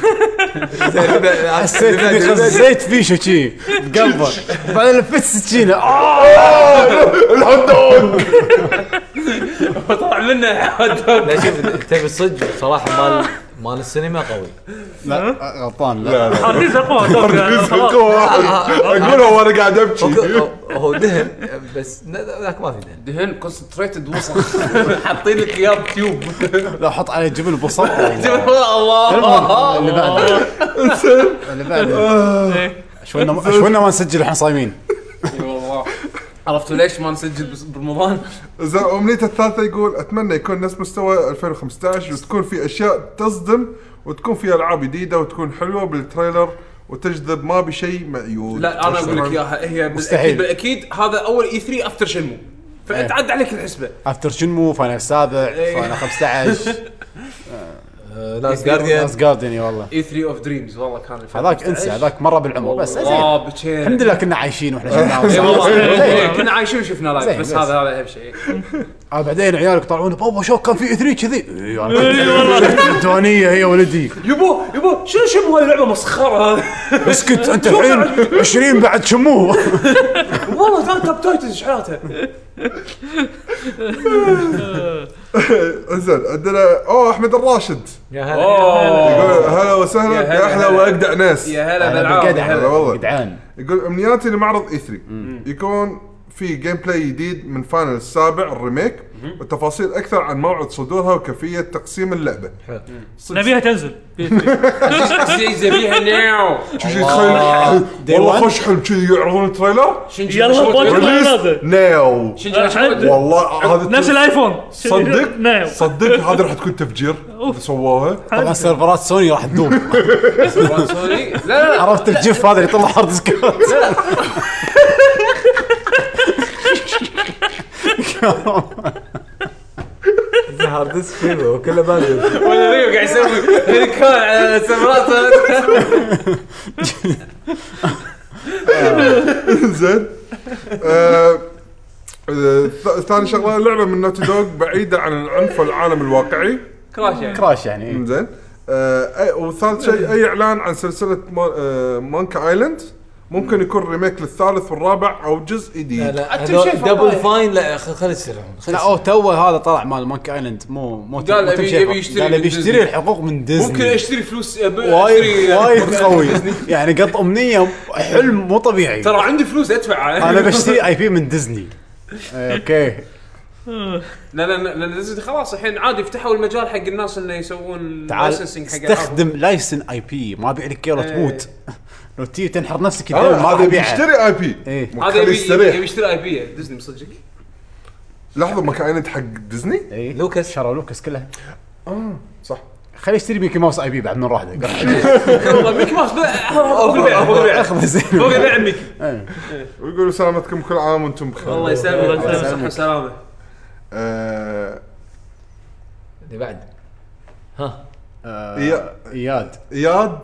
حسيت اني خزيت فيشه شي بقلبه بعدين لفت سكينه الهوت دوغ طلع منه هوت دوغ لا شوف تبي الصدق صراحه مال السينما قوي لا غلطان لا هارديز اقوى دوغ اقول هو انا قاعد ابكي هو دهن بس ذاك ما في دهن كونسنتريتد وصل حاطين لك اياه بتيوب لا حط عليه جبن بصل الله اللي بعده شوينا ما نسجل احنا صايمين والله عرفتوا ليش ما نسجل برمضان زين امنيته الثالثه يقول اتمنى يكون نفس مستوى 2015 وتكون في اشياء تصدم وتكون في العاب جديده وتكون حلوه بالتريلر وتجذب ما بشيء معيوب لا انا اقول لك اياها هي بالاكيد هذا اول اي 3 افتر شنمو فانت عد عليك الحسبه افتر شنمو فاينل 7 فاينل 15 لاست جارديان والله اي 3 اوف دريمز والله كان هذاك انسى هذاك مره بالعمر بس زين الحمد لله كنا عايشين واحنا شفناه كنا عايشين وشفنا لايف بس هذا اهم شيء بعدين عيالك طلعون بابا شوف كان في 3 كذي والله هي ولدي يبو شنو شمو هاي اللعبه مسخره هذا اسكت انت الحين 20 بعد شموه والله كان توب تايتنز ايش حالته زين عندنا احمد الراشد يا هلا يقول هلا وسهلا يا احلى واجدع ناس يا هلا بالعافيه والله جدعان يقول امنياتي لمعرض اي 3 يكون في جيم بلاي جديد من فاينل السابع الريميك وتفاصيل اكثر عن موعد صدورها وكيفيه تقسيم اللعبه. نبيها تنزل زبيها ناو والله خوش حلم كذي يعرضون التريلر يلا ناو والله هذا نفس الايفون صدق هذا راح تكون تفجير سووها. طبعا سيرفرات سوني راح تدوم. سوني لا عرفت الجف هذا اللي يطلع هارد ديسكات. هارد ديسك فيه وكله باقي ولا ريو قاعد يسوي هيكال على السيرفرات. زين ثاني شغله لعبه من نوتي دوغ بعيده عن العنف والعالم الواقعي. كراش يعني زين. وثالث شيء اي اعلان عن سلسله مونكا ايلاند ممكن يكون ريميك للثالث والرابع او جزء جديد. لا دبل فاين لا خلي يصيرهم. لا تو هذا طلع مال مونكي ايلاند مو قال يبي يشتري الحقوق من ديزني. ممكن اشتري فلوس وايد قوي يعني قط امنيه حلم مو طبيعي. ترى عندي فلوس ادفع انا بشتري اي بي من ديزني. اوكي لا ديزني خلاص الحين عادي فتحوا المجال حق الناس انه يسوون لايسنسنج حق استخدم لايسن اي بي ما ابيع لك كيلو تموت. لو تي تنحر نفسك ما ابيع اشتري اي بي. هذا يبي يشتري اي بي ديزني مصدق. لحظه ما كانت حق ديزني لوكاس شروا لوكاس كلها صح. خلي يشتري ميكي ماوس اي بي بعد من راحته. والله ميكي ماوس فوق البيع ميكي. ويقولوا سلامتكم كل عام وانتم بخير. الله يسلمك صحه وسلامه. اللي بعد اياد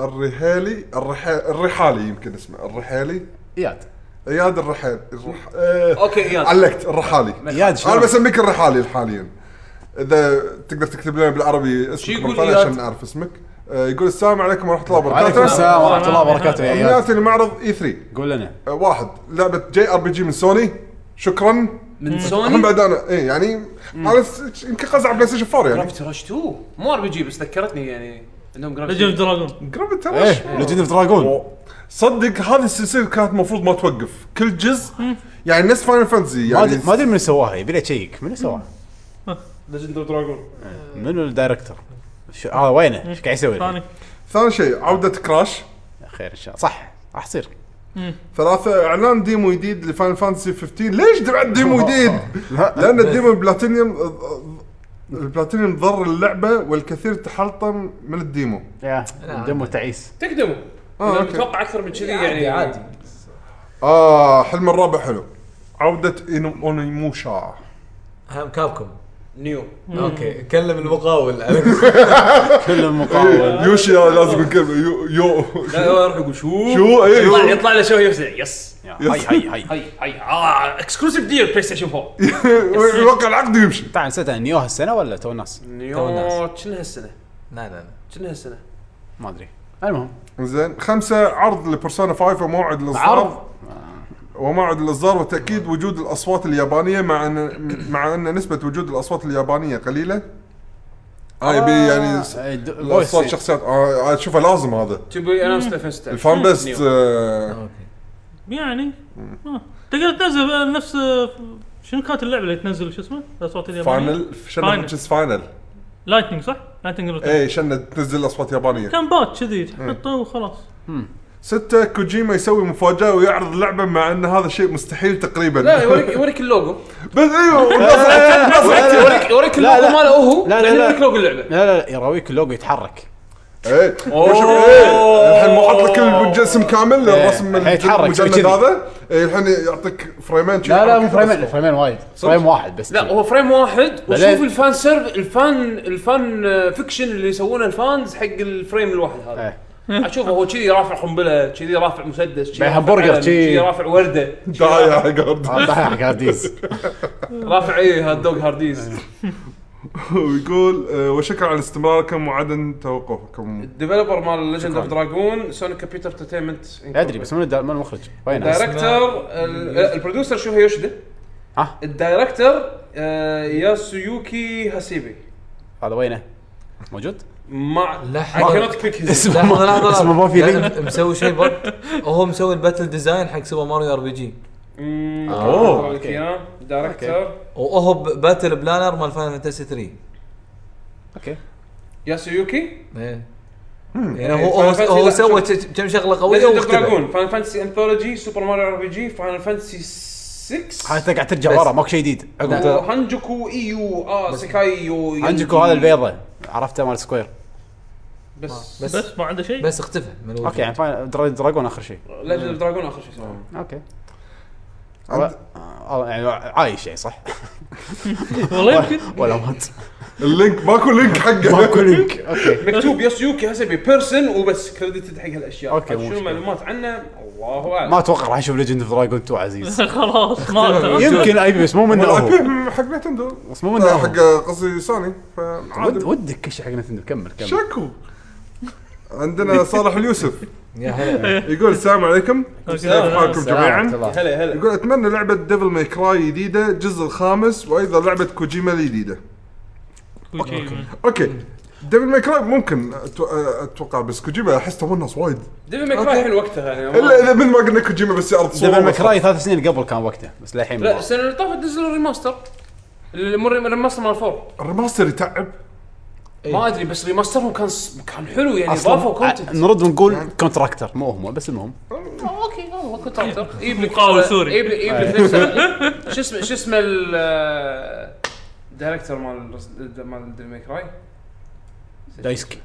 الرحالي يمكن اسمه الرحالي. اياد الرحالي اوكي اياد علقت الرحالي. اياد انا بسميك الرحالي حاليا. اذا تقدر تكتب لنا بالعربي اسمك عشان نعرف اسمك. يقول السلام عليكم ورحمه الله وبركاته. وعليكم السلام ورحمه الله وبركاته يا اياد. امنياتي لمعرض E3 قول لنا. واحد لعبه JRPG من سوني. شكرا من سوني. هم بعد انا يعني انا يمكن قزع بلاي ستيشن 4 يعني. جرافيتي رش 2 مو ار بي جي بس ذكرتني يعني عندهم ليجند دراجون. جرافيتي رش ليجند اوف دراجون. صدق هذه السلسله كانت المفروض ما توقف كل جزء يعني نفس فاينل فانتسي يعني. ما ادري من سواها يبي له تشيك من سواها ليجند اوف دراجون. منو الدايركتور هذا وينه ايش قاعد يسوي؟ ثاني شيء عوده كراش. خير ان شاء الله صح راح يصير. 3 اعلان ديمو جديد لفاينل فانتسي 15. ليش بعد ديمو جديد؟ لان الديمو البلاتينيوم ضر اللعبه والكثير تحلطم من الديمو. الديمو تعيس تقدموا انا متوقع اكثر من كذي يعني عادي. حلم الرابع حلو. عوده اونيموشا هم كابكم نيو. اوكي كلم المقاول. كل المقاول يوشي لازم نكلم يو لا يروح يقول شو يطلع له شو يس هاي اكسكلوسيف ديل بلاي ستيشن 4. يوقع العقد ويمشي. تعال نسيتها نيو هالسنه ولا تو الناس؟ نيو كنا هالسنه. لا كنا هالسنه ما ادري. المهم زين 5 عرض لبرسونا 5 وموعد الاصدار وتأكيد وجود الأصوات اليابانية مع أن نسبة وجود الأصوات اليابانية قليلة. يبي يعني الأصوات شخصيات أشوفها لازم هذا. تبي أنا مستفزت. الفان بيست يعني تقدر تنزل نفس شنو كانت اللعبة اللي تنزل شو اسمه الأصوات اليابانية؟ فاينل لايتنينج صح؟ لايتنينج إيه شن تنزل أصوات يابانية. كان بات كذي تحطه وخلاص. 6 كوجيما يسوي مفاجأة ويعرض اللعبة مع أن هذا شيء مستحيل تقريبا. لا يوريك اللوجو بس أيوه يوريك اللوجو ماله هو. لا يوريك لوجو اللعبة. لا يراويك اللوجو يتحرك. ايه الحين مو حط لك الجسم كامل الرسم المجلد هذا. الحين يعطيك فريمين. لا مو فريمين وايد فريم واحد بس. لا هو فريم واحد وشوف الفان سيرف الفان فيكشن اللي يسوونه الفانز حق الفريم الواحد هذا. اشوفه هو كذي رافع قنبله كذي رافع مسدس كذي همبرجر كذي رافع ورده ضايع هارديز رافع ايه هالدوغ هارديز. ويقول وشكرا على استمراركم وعدم توقفكم. الديفلوبر مال ليجند اوف دراجون سوني كمبيوتر انترتينمنت ادري بس من المخرج وين الدايركتور البروديوسر شو هي يوشيدا. الدايركتور ياسويوكي هاسيبي. هذا وينه موجود مع اسمه ما في لينك. مسوي شيء هو مسوي الباتل ديزاين حق سوبر ماريو ار بي جي اوه دايركتور وهو باتل بلانر مال فاينل فانتسي 3. اوكي ياسويوكي ايه يعني هو سوى كم شغله قويه واختبر فاينل فانتسي انثولوجي سوبر ماريو ار بي جي فاينل فانتسي 6 هاي قاعد ترجع ورا ماكو شيء جديد هانجوكو ايو سكايو هانجوكو هذا البيضه عرفته مال سكوير بس ما عنده شيء بس اختفى من اوكي يعني دراجون اخر شيء ليجند دراجون اخر شيء اوكي يعني عايش يعني صح والله يمكن ولا مات اللينك ماكو لينك حقه ماكو لينك اوكي مكتوب ياسويوكي حسب بيرسون وبس كريديتد حق هالاشياء أوكي، شنو معلومات عنه الله اعلم ما اتوقع راح نشوف ليجند اوف دراجون 2 عزيز خلاص ما يمكن اي بي بس مو منه هو حق نتندو بس مو منه حق قصدي سوني فعادي ودك كل شيء حق نتندو كمل شكو. عندنا صالح اليوسف يا هلا يقول السلام عليكم كيف حالكم جميعا. هلا يقول اتمنى لعبه ديفل ماي كراي جديده الجزء الخامس وايضا لعبه كوجيما الجديده. اوكي ديفل ماي كراي ممكن اتوقع بس كوجيما احس تونس وايد ديفل ماي كراي حلو وقتها يعني الا اذا من ما قلنا كوجيما بس يعرض صوره ديفل ماي كراي 3 سنين قبل كان وقته بس للحين لا السنه اللي طافت نزلوا الريماستر الريماستر مال 4 الريماستر يتعب ما ادري بس ريماسترهم كان حلو يعني اضافوا كونتنت نرد ونقول كونتراكتر مو هم بس المهم اوكي هو كونتراكتر مقاول سوري يجيب شو اسمه الدايركتور مال ديفل ماي كراي دايسكي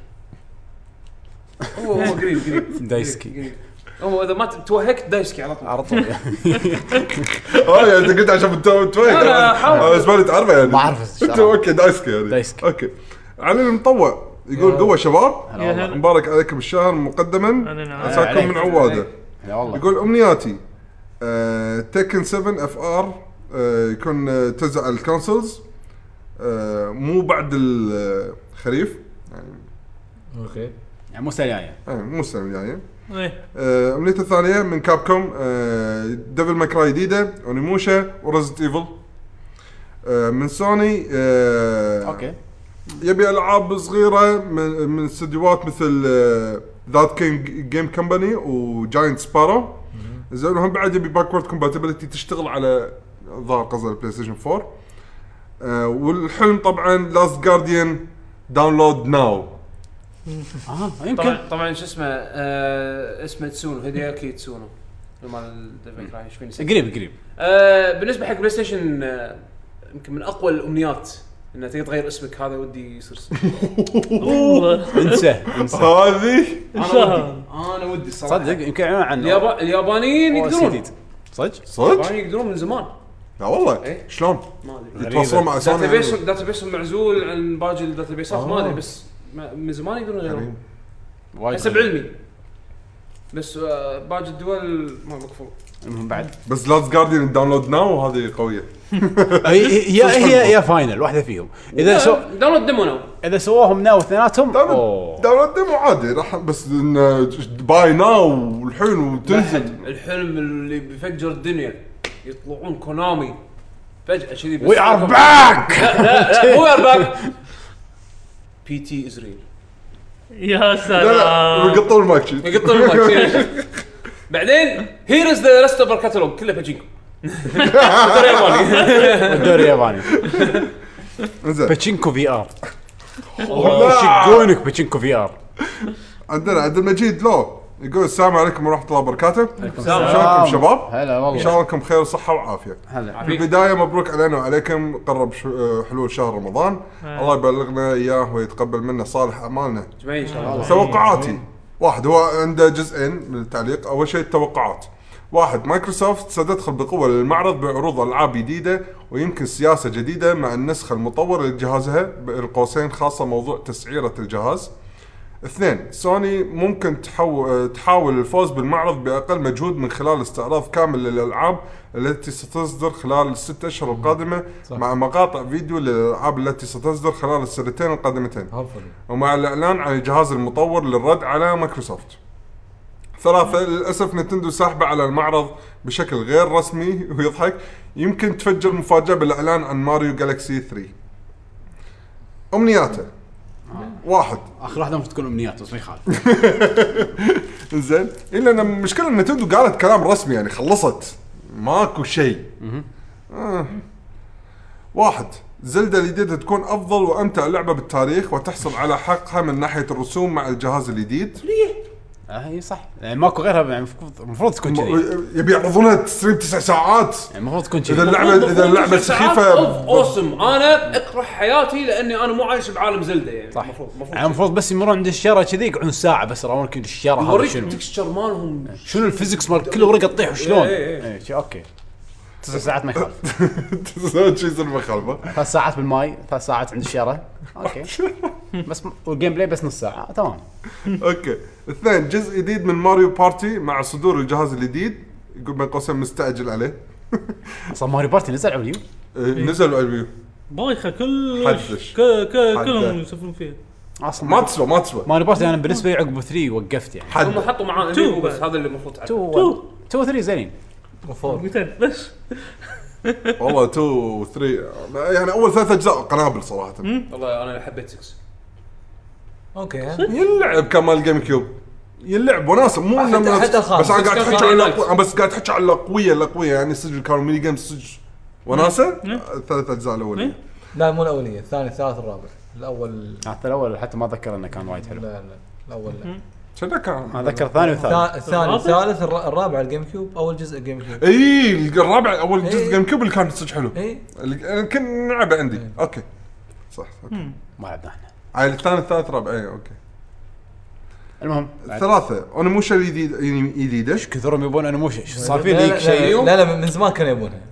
هو قريب دايسكي هو اذا ما توهكت دايسكي على طول يعني انت قلت عشان توهك انا حاول اسمعني تعرفه يعني ما اعرف انت اوكي دايسكي يعني دايسكي. اوكي علي المطوع يقول قوه شباب مبارك عليكم الشهر مقدما عساكم من عواده. يقول امنياتي تيكن 7 اف ار يكون توزع على الكونسولز مو بعد الخريف يعني اوكي يعني مو سريع مو السنه الجايه. امنيتي الثانيه من كابكوم ديفل ماي كراي جديده اونيموشا وريزنت ايفل. من سوني اوكي يبي العاب صغيره من استديوهات مثل ذات كينج جيم كمباني وجاينت سبارو. زين هم بعد يبي باكورد كومباتيبلتي تشتغل على ظهر قصد البلاي ستيشن 4. والحلم طبعا لاست جارديان داونلود ناو. يمكن طبعا شو اسمه اسمه تسونو هيدياكي تسونو مال ديفل كراي ايش فيني قريب بالنسبه حق بلاي ستيشن يمكن من اقوى الامنيات انه تقدر تغير اسمك هذا ودي يصير انسى هذه انا ودي الصراحه صدق يمكن عن اليابانيين يقدرون صدق اليابانيين يقدرون من زمان لا والله إيه؟ شلون ما ادري يتواصلون مع سوني داتابيس معزول عن باقي الداتابيسات ما ادري بس من زمان يقدرون يغيرون حسب علمي بس باقي الدول ما مكفول المهم بعد بس لاست جارديان داونلود ناو هذه قويه. هي فاينل واحده فيهم اذا داونلود ديمو ناو اذا سووهم ناو اثنيناتهم داونلود ديمو عادي راح بس باي ناو والحين وتنزل الحلم اللي بيفجر الدنيا يطلعون كونامي فجاه كذي وي ار باك لا مو ار باك بي تي ازريل يا سلام لا ويقطون المايك بعدين هيرز ذا ريست اوف كاتالوج كله باتشينكو الدوري الياباني باتشينكو في ار شقونك باتشينكو في ار. عندنا عبد المجيد لو يقول السلام عليكم ورحمه الله وبركاته. شلونكم شباب؟ هلا والله ان شاء الله لكم خير وصحه وعافيه. في البدايه مبروك علينا وعليكم قرب حلول شهر رمضان الله يبلغنا اياه ويتقبل منا صالح اعمالنا جميل ان شاء الله. توقعاتي واحد هو عنده جزئين من التعليق. اول شيء التوقعات واحد مايكروسوفت ستدخل بقوه للمعرض بعروض العاب جديده ويمكن سياسه جديده مع النسخه المطوره لجهازها بالقوسين خاصه موضوع تسعيره الجهاز. 2 سوني ممكن تحاول الفوز بالمعرض بأقل مجهود من خلال استعراض كامل للألعاب التي ستصدر خلال 6 أشهر القادمة مع مقاطع فيديو للألعاب التي ستصدر خلال السنتين القادمتين ومع الإعلان عن الجهاز المطور للرد على مايكروسوفت. 3 للأسف نينتندو ساحبة على المعرض بشكل غير رسمي ويضحك يمكن تفجر مفاجأة بالإعلان عن ماريو جالكسي 3. أمنياته واحد اخر واحده ممكن تكون امنيات بس ما يخالف زين الا ان المشكله ان نتندو قالت كلام رسمي يعني خلصت ماكو شيء. واحد زلدة الجديدة تكون افضل وامتع لعبة بالتاريخ وتحصل على حقها من ناحية الرسوم مع الجهاز الجديد. هي صح يعني ماكو غيرها يعني المفروض تكون كذي. يبي يعرضونها تستريم 9 ساعات يعني المفروض تكون كذي. اذا اللعبة سخيفة اوسم انا اكره حياتي لاني انا مو عايش بعالم زلدة يعني. صح. يعني المفروض بس يمرون عند الشارع كذي يقعدون ساعة بس يراونك الشارع هذا يوريك شنو التكستشر مالهم شنو الفيزكس مال كل ورقة تطيح وشلون. إيه. اوكي 9 ساعات ما يخالف. تسوي شيء زين مخالفة. 3 ساعات بالماي 3 ساعات عند الشارع. اوكي بس والجيم بلاي بس نص ساعة تمام. اوكي. اثنين جزء جديد من ماريو بارتي مع صدور الجهاز الجديد يقول بين قوسين مستعجل عليه. اصلا ماريو بارتي نزل على اليوم. نزل على الفيو بايخه كلهم يسفرون فيها اصلا ما تسوى ماريو بارتي انا بالنسبه لي عقب 3 وقفت يعني. هم حطوا معاه اميبو بس هذا اللي المفروض 2 3 زين بس والله 2 و 3 يعني اول 3 اجزاء قنابل صراحه. والله انا حبيت 6. اوكي يلعب كمال جيم كيوب يلعب وناسه مو بس انا قاعد احكي على بس قاعد احكي على القويه يعني صدق كانوا ميني جيمز صدق وناسه. 3 اجزاء الاوليه لا مو الاوليه الثاني الثالث الرابع الاول حتى الاول حتى ما اتذكر انه كان وايد حلو. لا الاول لا شنو كان اتذكر الثاني والثالث الثاني الثالث الرابع الجيم كيوب اول جزء جيم كيوب اي الرابع اول جزء جيم كيوب اللي كان صدق حلو اي كان نلعبه عندي اوكي صح ما لعبنا احنا على الثاني الثالث رابع اي اوكي. المهم 3 انيموشن جديده ايش كثرهم يبون انيموشن صار في ليك شيء. لا من زمان كانوا يبونها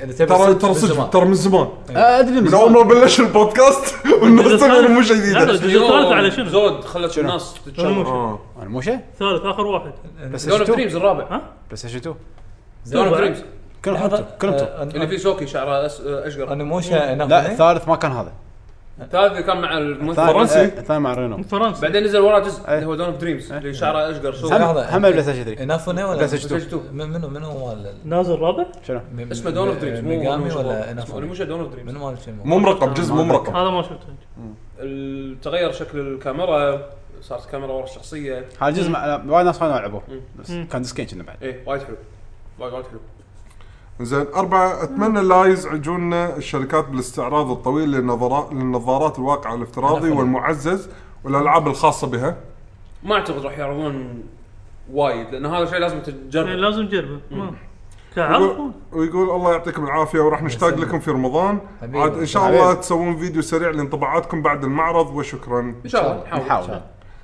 ترى من زمان ادري من اول ما بلش البودكاست والناس انيموشن جديده. الثالث على شنو زود خلت الناس تتشوق. انيموشن ثالث اخر واحد بس دون اوف دريمز الرابع بس ايش 2 دون اوف دريمز كلهم اللي فيه سوكي شعره اشقر. انيموشن لا الثالث ما كان هذا. الثالث كان مع الفرنسي الثاني مع رينو فرنسي بعدين نزل وراه جزء اللي هو دون اوف دريمز اللي شعره اشقر سوكي هم بلاي ستيشن 3 انافوني ولا منو ولا نازل رابع شنو اسمه دون اوف دريمز ميغامي ولا انافوني مش دون اوف دريمز منو مو مرقم جزء مو مرقم. هذا ما شفته. تغير شكل الكاميرا صارت كاميرا ورا الشخصيه. هذا الجزء وايد ناس ما لعبوه بس كان ديسكين كنا بعد. ايه وايد حلو وايد حلو. زين 4 اتمنى لا يزعجونا الشركات بالاستعراض الطويل للنظارات الواقع الافتراضي والمعزز والالعاب الخاصه بها. ما اعتقد راح يعرضون وايد لان هذا شيء لازم تجربه. لازم تجربه كعرض. ويقول الله يعطيكم العافيه وراح نشتاق لكم في رمضان عاد ان شاء الله تسوون فيديو سريع لانطباعاتكم بعد المعرض وشكرا. ان شاء الله نحاول.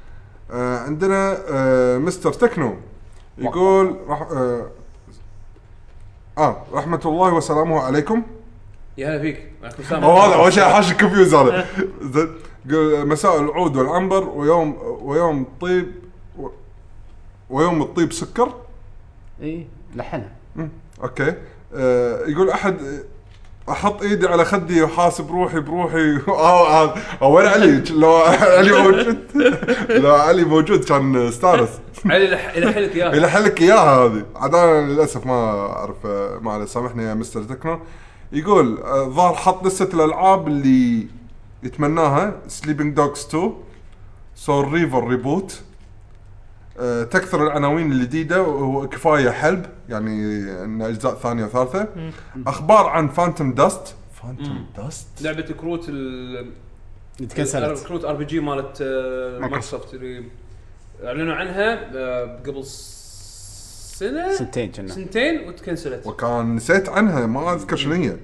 عندنا مستر تكنو يقول رحمة الله وسلامه عليكم. يا هلا فيك. عليكم السلام. هذا أول شيء حاش كونفيوز هذا. مساء العود والعنبر ويوم الطيب سكر. إيه لحنها. أوكي. يقول أحد أحط إيدي على خدي وحاسب روحي بروحي. وين علي؟ لو علي موجود كان ستارس. علي يلحلك إياها هذه. عاد أنا للأسف ما أعرف ما عليه سامحني يا مستر تكنو. يقول ظهر حط لستة الألعاب اللي يتمناها Sleeping Dogs 2 Soul River Reboot. تكثر العناوين الجديدة وكفاية حلب يعني إن أجزاء ثانية وثالثة. أخبار عن فانتوم داست لعبة كروت تكنسلت كروت RPG مالت مايكروسوفت اللي اعلنوا عنها قبل سنتين وتكنسلت وكان نسيت عنها ما اذكر شنو هي.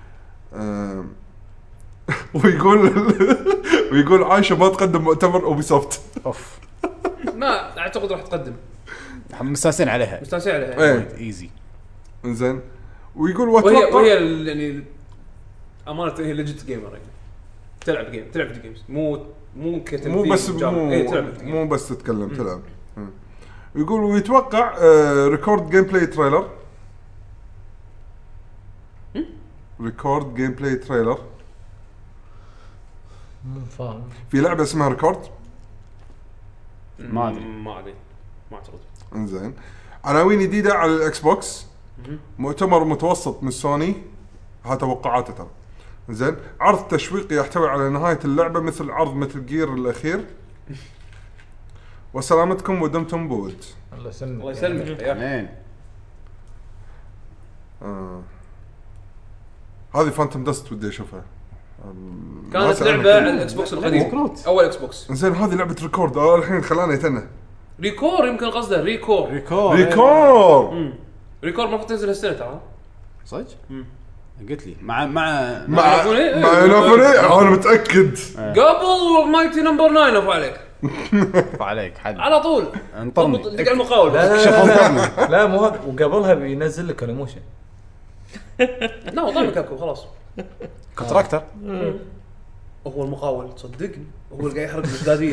ويقول عايشه ما تقدم مؤتمر اوبيسوفت. اوف ما اعتقد راح تقدم. مستانسين عليها ايزي انزين. ويقول وهي يعني امانه هي ليجيت جيمر يعني تلعب فيديو جيمز مو بس تتكلم تلعب. يقول ويتوقع ريكورد جيم بلاي تريلر فاهم في لعبه اسمها ريكورد ما ادري ما اعتقد. انزين عناوين جديده على الاكس بوكس. مؤتمر متوسط من سوني ها توقعاته ترى. زين عرض تشويقي يحتوي على نهاية اللعبة مثل عرض متل جير الأخير. وسلامتكم ودمتم بود. الله يسلمك. هذه فانتوم دست ودي اشوفها. كانت لعبه على الاكس بوكس القديم اول اكس بوكس. زين هذه لعبه ريكورد الحين خلاني يتنه ريكور يمكن قصده ريكور ما بتنزل هالسنه ترى صدق. قلت لي مع نافوني انا متاكد قبل مايتي نمبر 9 افو عليك عليك حد على طول انطرني تلقى المقاول لا مو هذا وقبلها بينزل لك انيموشن لا والله كابكم خلاص كونتراكتر هو المقاول تصدقني هو اللي قاعد يحرق الجداديه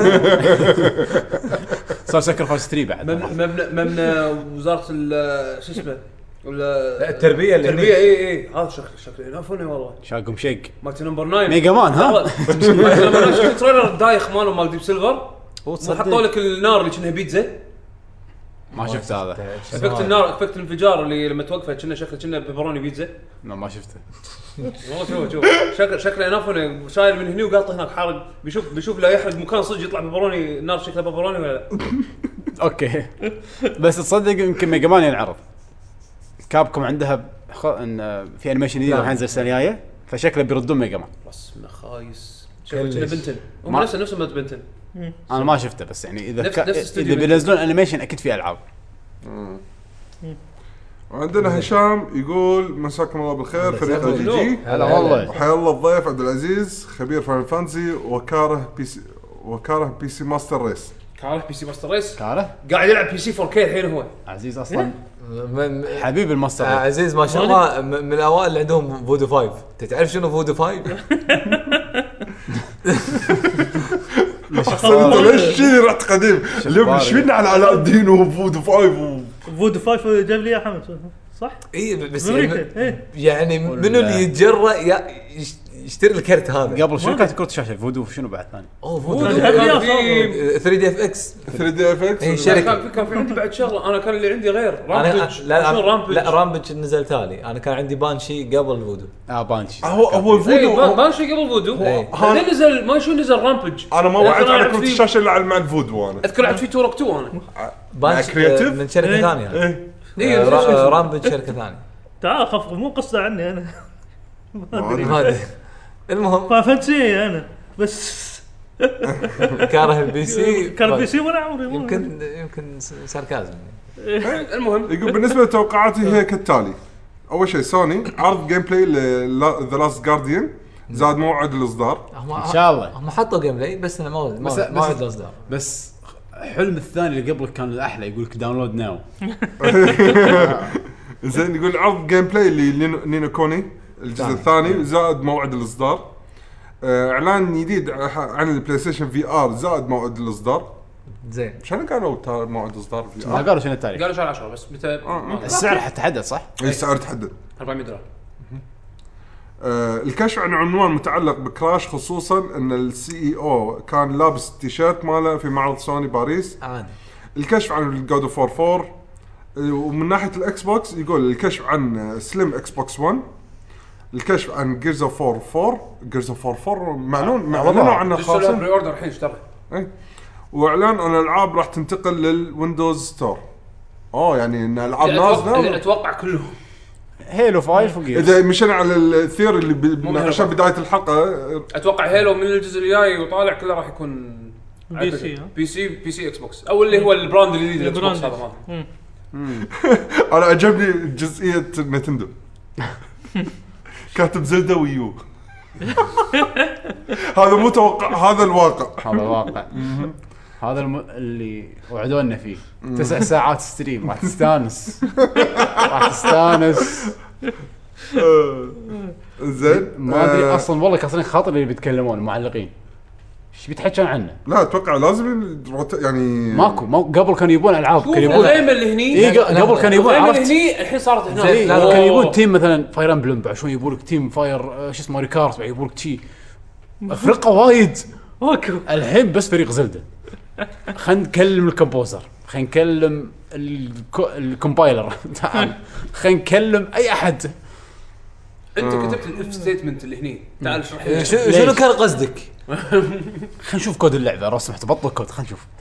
صار سكرفايس 3 بعد مبنى وزاره شو اسمه ولا التربيه اي هذا شكله ينافوني والله شاقم شيق مالتي نمبر 9 ميجا مان ها لما شفت تريلر دايخ ماله مال ديب سيلفر وحطوا لك النار اللي كأنها بيتزا ما شفت هذا افكت النار افكت الانفجار اللي لما توقفه كأنه شكله كأنه بيبروني بيتزا ما شفته والله شوف شكله ينافوني شايل من هني وقاطه هناك حارق بيشوف لا يحرق مكان صدق يطلع بيبروني النار شكله بيبروني ولا لا اوكي بس تصدق يمكن ميجا مان ينعرض كابكم عندها ان في انيميشن جديد راح ينزل السنه الجايه فشكله بيردون ميجا مان بس خايس شكله بنتن هم نفس ما بنتن انا ما شفته بس يعني اذا بينزلون انيميشن اكيد في العاب. وعندنا هشام يقول مساكم الله بالخير فريق جي هلا والله وحيا الله الضيف عبد العزيز خبير فاينل فانتزي وكاره بي سي ماستر ريس قاعد يلعب بي سي 4K الحين هو عزيز اصلا حبيب الماستر عزيز ما شاء الله من الاوائل اللي عندهم فودو 5 تعرف شنو فودو 5 احسن ليش رحت قديم اليوم شفنا على علاء الدين وفودو 5 فودو 5 جاب لي يا حمد صح اي بس يعني منو اللي يتجرأ يشتري الكرت هذا قبل شنو كانت كرت شاشه فودو شنو بعد ثاني فودو 3 دي اف اكس هي شركه كان في عندي بعد شغله انا كان اللي عندي غير رامبج لا رامبج نزل تالي انا كان عندي بانشي قبل فودو بانشي هو فودو بانشي قبل فودو بعدين نزل ما شو نزل رامبج انا ما وعدت على كرت الشاشه اللي على مع الفودو انا اذكر لعبت في تورك 2 انا بانشي من شركه ثانيه رامبج شركه ثانيه تعال خف مو قصه عني انا ما ادري المهم فانتسي انا بس كاره البي سي وانا عمري يمكن ساركازم المهم يقول بالنسبه لتوقعاتي هي كالتالي اول شيء سوني عرض جيم بلاي ذا لاست جارديان زاد موعد الاصدار ان شاء الله هم حطوا جيم بلاي بس انا موعد الاصدار بس حلم الثاني اللي قبله كان الاحلى يقول لك داونلود ناو زين يقول عرض جيم بلاي اللي نينو كوني الجزء الثاني زاد موعد الاصدار اعلان جديد عن البلاي ستيشن في ار زاد موعد الاصدار زين شنو قالوا موعد الاصدار في ار قالوا شنو التاريخ قالوا شهر 10 بس متى السعر حتحدد صح السعر تحدد $400 الكشف عن عنوان متعلق بكراش خصوصا ان السي اي او كان لابس تيشيرت ماله في معرض سوني باريس عادي الكشف عن جود اوف 4 ومن ناحيه الاكس بوكس يقول الكشف عن سليم اكس بوكس 1 الكشف عن جيرز اوف 4 معلون عنه خاصه بري اوردر الحين اشترى واعلان ان الالعاب راح تنتقل للويندوز ستور يعني ان الالعاب نازله اتوقع كلهم هيلو 5 وجيرز اذا مشينا على الثير اللي عشان بدايه الحلقه اتوقع هيلو من الجزء الجاي وطالع كله راح يكون بي سي اكس بوكس او اللي هو البراند الجديد الاكس بوكس هذا انا عجبني جزئيه نينتندو كاتب زلدة ويو هذا مو توقع هذا الواقع هذا اللي وعدونا فيه 9 ساعات ستريم راح تستانس زين ما ادري اصلا والله كسرين خاطر اللي بيتكلمون المعلقين ايش بيتحكون عنه لا اتوقع لازم يعني ماكو قبل كانوا يبون العاب كانوا يبون الغيمه اللي هني قبل كانوا يبون عرفت هني الحين صارت هنا كانوا يبون تيم مثلا فاير امبلم بعد شوي يبون لك تيم فاير شو اسمه ريكارز بعد يبون لك شيء فرقه وايد اوكي الحين بس فريق زلدة خلينا نكلم الكمبوزر خلينا نكلم الكومبايلر تعال خلينا نكلم اي احد انت كتبت الاف ستيتمنت اللي هني تعال اشرح لي شنو كان قصدك خلينا نشوف كود اللعبه لو سمحت بطل كود خلينا نشوف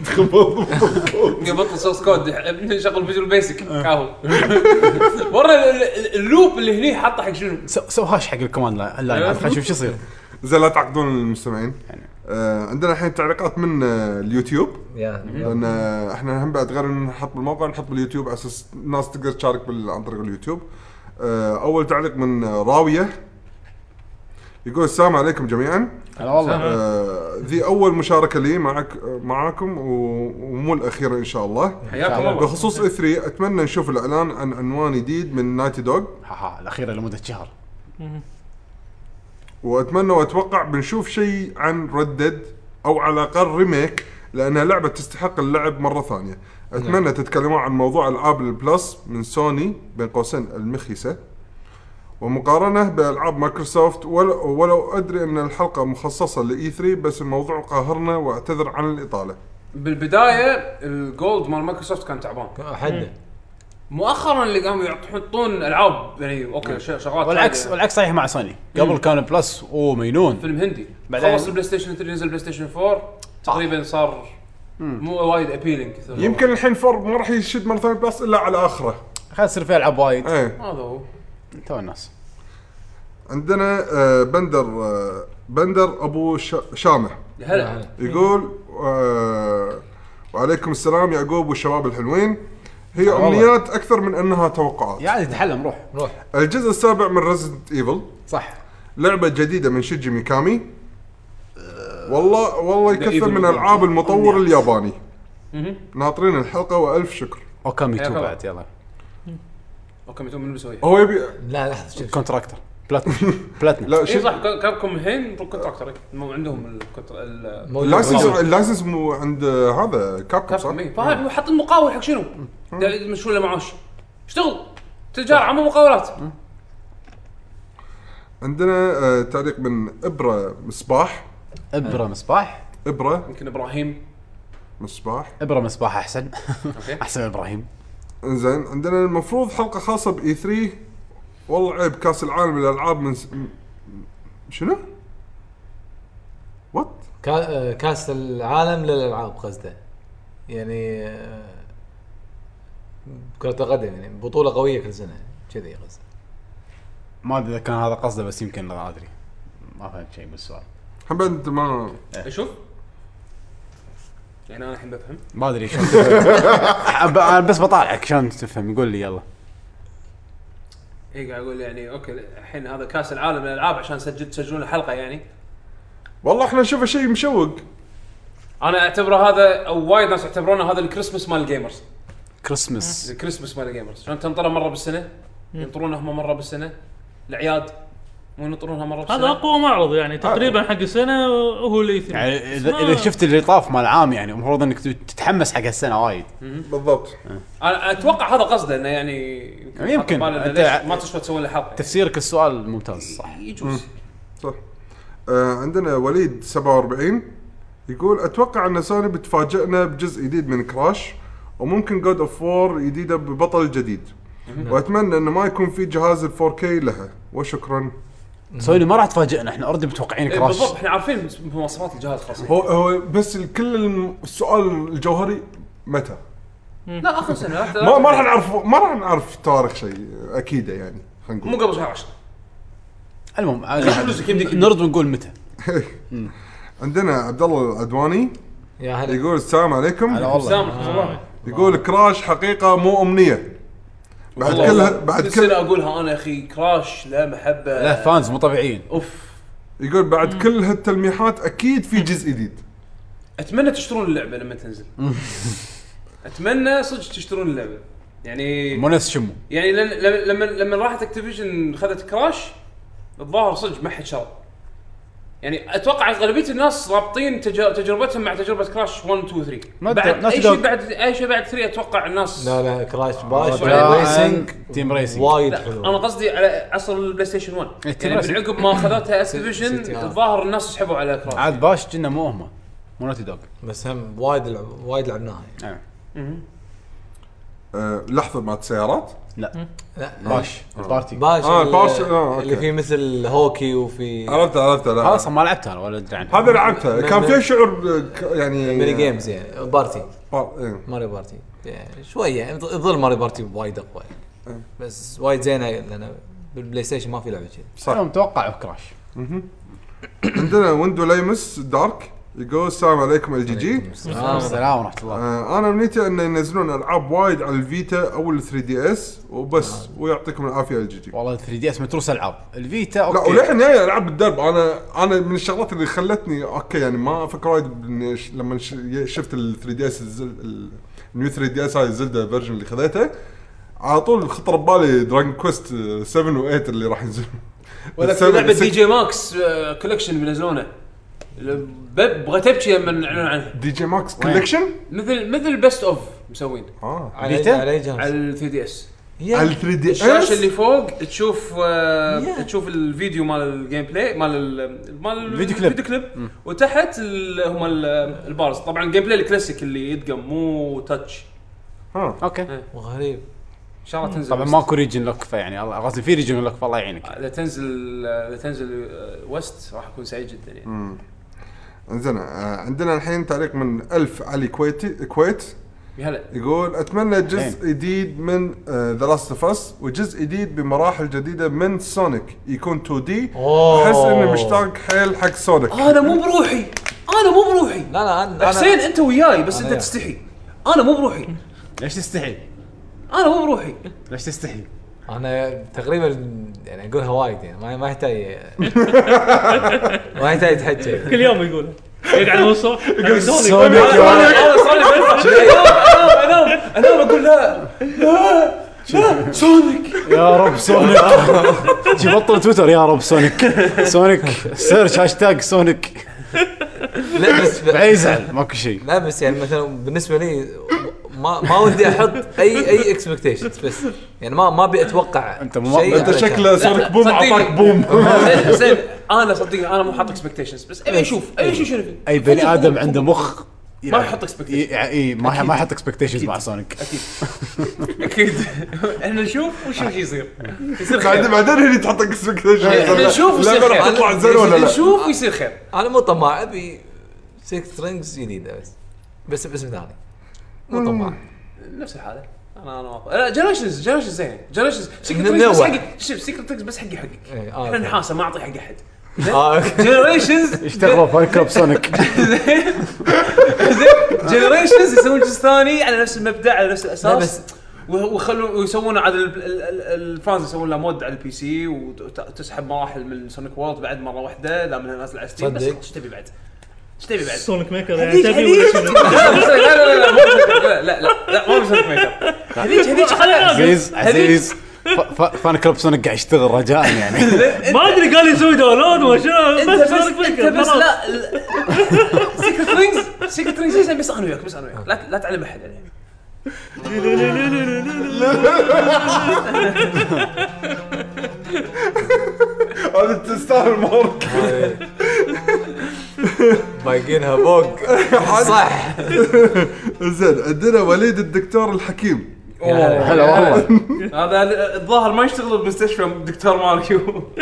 قبل سورس كود نشغل فيجوال بيسك كاهو ورا اللوب اللي هني حاطه حق شنو سو هاش حق الكوماند لا خلينا نشوف شو يصير زين لا تعقدون المستمعين عندنا الحين تعليقات من اليوتيوب لان احنا هم بعد غير نحط بالموقع نحط باليوتيوب على اساس الناس تقدر تشارك عن طريق اليوتيوب. اول تعليق من راويه يقول السلام عليكم جميعا. هلا والله. ذي اول مشاركه لي معاكم ومو الاخيره ان شاء الله. حياكم الله. بخصوص E3 اتمنى نشوف الاعلان عن عنوان جديد من نايتي دوغ الاخيره لمده شهر واتمنى واتوقع بنشوف شيء عن ردد او على الاقل ريميك لانها لعبه تستحق اللعب مره ثانيه. اتمنى تتكلمون عن موضوع العاب البلس من سوني بين قوسين المخيسه ومقارنه بالعاب مايكروسوفت ولو ادري ان الحلقه مخصصه ل E3 بس الموضوع قاهرنا واعتذر عن الاطاله. بالبدايه الجولد مال مايكروسوفت كان تعبان حده مؤخرا اللي قاموا يحطون العاب يعني اوكي شغلات والعكس صحيح مع سوني قبل كان بلس مينون فيلم هندي خلص البلاي ستيشن 3 نزل بلاي ستيشن 4 تقريبا صار مو وايد ابيلينج يمكن الحين 4 ما راح يشد مره ثانيه بلس الا على اخره خلينا يصير فيها العاب وايد هذا هو تو الناس. عندنا بندر ابو شامه هلا يقول وعليكم السلام يعقوب والشباب الحلوين. هي امنيات اكثر من انها توقعات. يعني تتحلم روح. الجزء السابع من ريزيدنت ايفل صح لعبه جديده من شيجي ميكامي. والله يكثر من العاب المطور الياباني. ناطرين الحلقه والف شكر. اوكامي 2 بعد يلا اوكامي 2 من بيسوي هو يبي لا كونتراكتور بلاتنم لا شيء صح كابكم الحين كونتراكتور مو عندهم اللايسنس مو عند هذا كابكم صح فاهم حط المقاول حق شنو مشوا له معاش اشتغل تجار عمو مقاولات. عندنا تعليق من ابره مصباح يمكن ابراهيم مصباح احسن احسن من ابراهيم. انزين عندنا المفروض حلقه خاصه ب E3 والله عيب كاس العالم للالعاب من شنو وات كاس العالم للالعاب قصده يعني كرة القدم يعني بطولة قوية كل سنة كذي قصده. ما ادري اذا كان هذا قصده بس يمكن لا ادري ما فهمت شيء بالسؤال. حبيت انت ما شوف يعني انا الحين بفهم ما ادري شلون تفهم انا بس بطالعك شلون تفهم يقول لي يلا. ايه قاعد اقول يعني اوكي الحين هذا كاس العالم للالعاب عشان تسجلون الحلقه يعني والله احنا نشوفه شيء مشوق. انا اعتبره هذا او وايد ناس يعتبرونه هذا الكريسماس مال الجيمرز. الكريسماس مال الجيمرز شلون تنطره مره بالسنه ينطرونها مره بالسنه الاعياد مو ينطرونها مره بالسنه. هذا اقوى معرض يعني تقريبا حق السنه وهو اللي يعني اذا شفت اللي طاف مال عام يعني المفروض انك تتحمس حق هالسنه وايد. بالضبط. انا اتوقع هذا قصده انه يعني يمكن ما تسوى تسوي له حلقه. تفسيرك السؤال ممتاز صح يجوز صح. عندنا وليد 47 يقول اتوقع ان سوني بتفاجئنا بجزء جديد من كراش وممكن جود اوف وور جديده ببطل جديد واتمنى انه ما يكون في جهاز ال4K لها وشكرا. سوني ما راح تفاجئنا احنا اوريدي متوقعين كراش بالضبط احنا عارفين مواصفات الجهاز خاصه. هو بس كل السؤال الجوهري متى لا اخر سنه ما راح نعرف تاريخ شيء اكيد يعني خلينا نقول مو قبل شهر 10. المهم نرد ونقول متى. عندنا عبد الله العدواني يا هلا يقول السلام عليكم. هلا والله. يقول كراش حقيقه مو امنيه بعد كل سنه اقولها انا اخي كراش لا محبه لا فانز مو طبيعيين اوف. يقول بعد كل هالتلميحات اكيد في جزء جديد. اتمنى تشترون اللعبه لما تنزل. اتمنى صدق تشترون اللعبه يعني مو نفس شمو يعني لما راحت اكتيفيجن خذت كراش الظاهر صدق ما حد شرى يعني اتوقع غالبيه الناس رابطين تجربتهم مع تجربه كراش 1 2 3 بعد اي شيء بعد 3 اتوقع الناس لا كراش باش ريسنج تيم ريسنج وايد حلو. انا قصدي على عصر البلاي ستيشن 1 يعني من عقب ما اخذتها اكتيفيجن الظاهر الناس سحبوا على كراش عاد باش كنا مو هم مو نوتي دوغ بس هم وايد لعبناها يعني. لحظه مع السيارات. لا لا باش البارتي باش باش اللي فيه مثل هوكي وفي عرفت لا خلاص ما لعبتها انا ولا ادري عنها. هذا لعبتها كان فيها شعور يعني ميني جيمز يعني بارتي إيه. ماريو بارتي يعني شويه يعني يظل ماريو بارتي وايد اقوى يعني. بس وايد زينه لان بالبلاي ستيشن ما في لعبه كذي صح. انا متوقع كراش. عندنا ويندو ليمس دارك يقول السلام عليكم ال جي جي. السلام ورحمه الله. انا منيتي ان ينزلون العاب وايد على الفيتا او ال 3 دي اس وبس ويعطيكم العافيه ال جي جي. والله 3 دي اس متروس العاب الفيتا اوكي. لا وللحين جاي العاب الدرب. انا من الشغلات اللي خلتني اوكي يعني ما افكر وايد لما شفت ال 3 دي اس النيو 3 دي اس هاي زلدا فيرجن اللي خذيته على طول خطر ببالي دراجون كويست 7 و8 اللي راح ينزلون. ولا في لعبه دي جي ماكس كولكشن بينزلونه بغيت ابكي لما اعلنوا عنها. دي جي ماكس كولكشن مثل بيست اوف مسوين على 3 دي اس. على 3 دي اس الشاشه اللي فوق تشوف الفيديو مال الجيم بلاي مال الفيديو كليب وتحت هم البارز. طبعا الجيم بلاي الكلاسيك اللي يدقم مو تاتش. اوكي وغريب ان شاء الله تنزل. طبعا ماكو ريجن لوك فيعني الله قصدي في ريجن لوك فالله يعينك. اذا تنزل وست راح اكون سعيد جدا يعني. انزين عندنا الحين تعليق من ألف علي كويت هلا يقول اتمنى جزء جديد من ذا لاست اوف اس وجزء جديد بمراحل جديده من سونيك يكون 2 دي. احس اني مشتاق حيل حق سونيك. انا مو بروحي لا انا حسين انت وياي بس انت تستحي. انا مو بروحي. ليش تستحي؟ انا مو بروحي. ليش تستحي؟ انا تقريبا يعني اقولها وايد يعني ما يحتاج ما يحتاج تحكي كل يوم يقول يقعد وصف سونيك. انا بقول لا سونيك يا رب سونيك. بطل تويتر يا رب سونيك سيرش هاشتاج سونيك. لا بس بعيزعل ماكو شيء. لا بس يعني مثلا بالنسبه لي ما ودي احط اي اكسبكتيشنز بس يعني ما ابي اتوقع انت شكله سونيك بوم اعطاك بوم. زين انا صدقني انا مو حاط اكسبكتيشنز بس ابي اشوف شنو فيه. اي بني ادم عنده مخ ما يحط اكسبكتيشنز. اي ما يحط اكسبكتيشنز مع سونيك. اكيد احنا نشوف وش يصير خير. بعدين هني تحط اكسبكتيشنز. احنا نشوف يصير خير. تطلع زين ولا لا نشوف ويصير خير. انا مو طماع ابي 6 سترينجز جديده بس باسم ثاني مو طماع. نفس الحاله انا لا جنريشنز زين جنريشنز سيكرت تريكس بس حقي احنا نحاسه ما اعطي حق احد. جنريشنز اشتغلوا فاين كلوب سونيك. جنريشنز يسوون جزء ثاني على نفس المبدأ على نفس الاساس ويخلون ويسوون على الفانز يسوون له مود على البي سي وتسحب مراحل من سونيك وورلد بعد مره واحده دام انها نازله على ستيم. بس ايش تبي بعد سونيك ميكر يعني تبي ولا شنو؟ لا مو سونيك ميكر. عزيز فان كلوب سونيك قاعد يشتغل رجاء يعني. ما ادري قال يسوي داونلود وشنو بس سونيك ميكر بس لا سيكرت رينجز بس انا وياك لا تعلم احد عليه. هذا تستاهل مارك. بايقينها فوق صح. زين عندنا وليد الدكتور الحكيم. هلا والله. هذا الظاهر ما يشتغل بالمستشفى الدكتور مالكيو.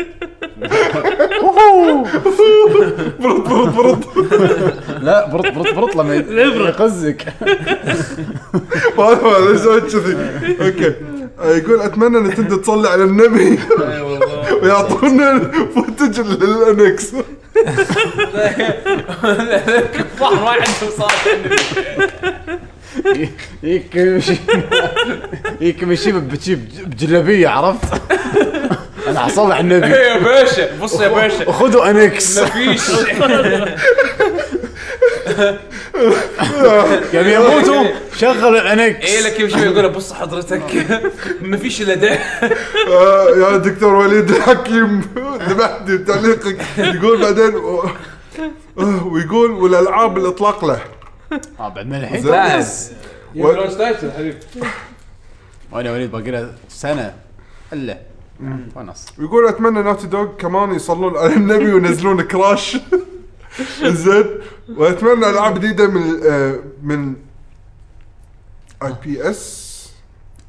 برد لا برط لما يقزك. ما ليش كذي. اوكي يقول اتمنى ان تبدا تصلي على النبي ويعطونا فوتج للانكس. صح ما عنده صالح يمشي بجلابيه عرفت. انا حصل على النبي يا باشا. بص يا باشا خذوا انكس ما فيش يعني يموتوا شغل الانكس. ايه لك شوي يقول بص حضرتك ما فيش الا ده. يا دكتور وليد الحكيم ذبحتني بتعليقك. يقول بعدين ويقول والالعاب الاطلاق له بعد ما الحين بس يا ستايتل حبيبي وانا وليد باقي له سنه الا ونص. ويقول اتمنى نوتي دوغ كمان يصلون على النبي وينزلون كراش. زين واتمنى العاب جديده من اي بي اس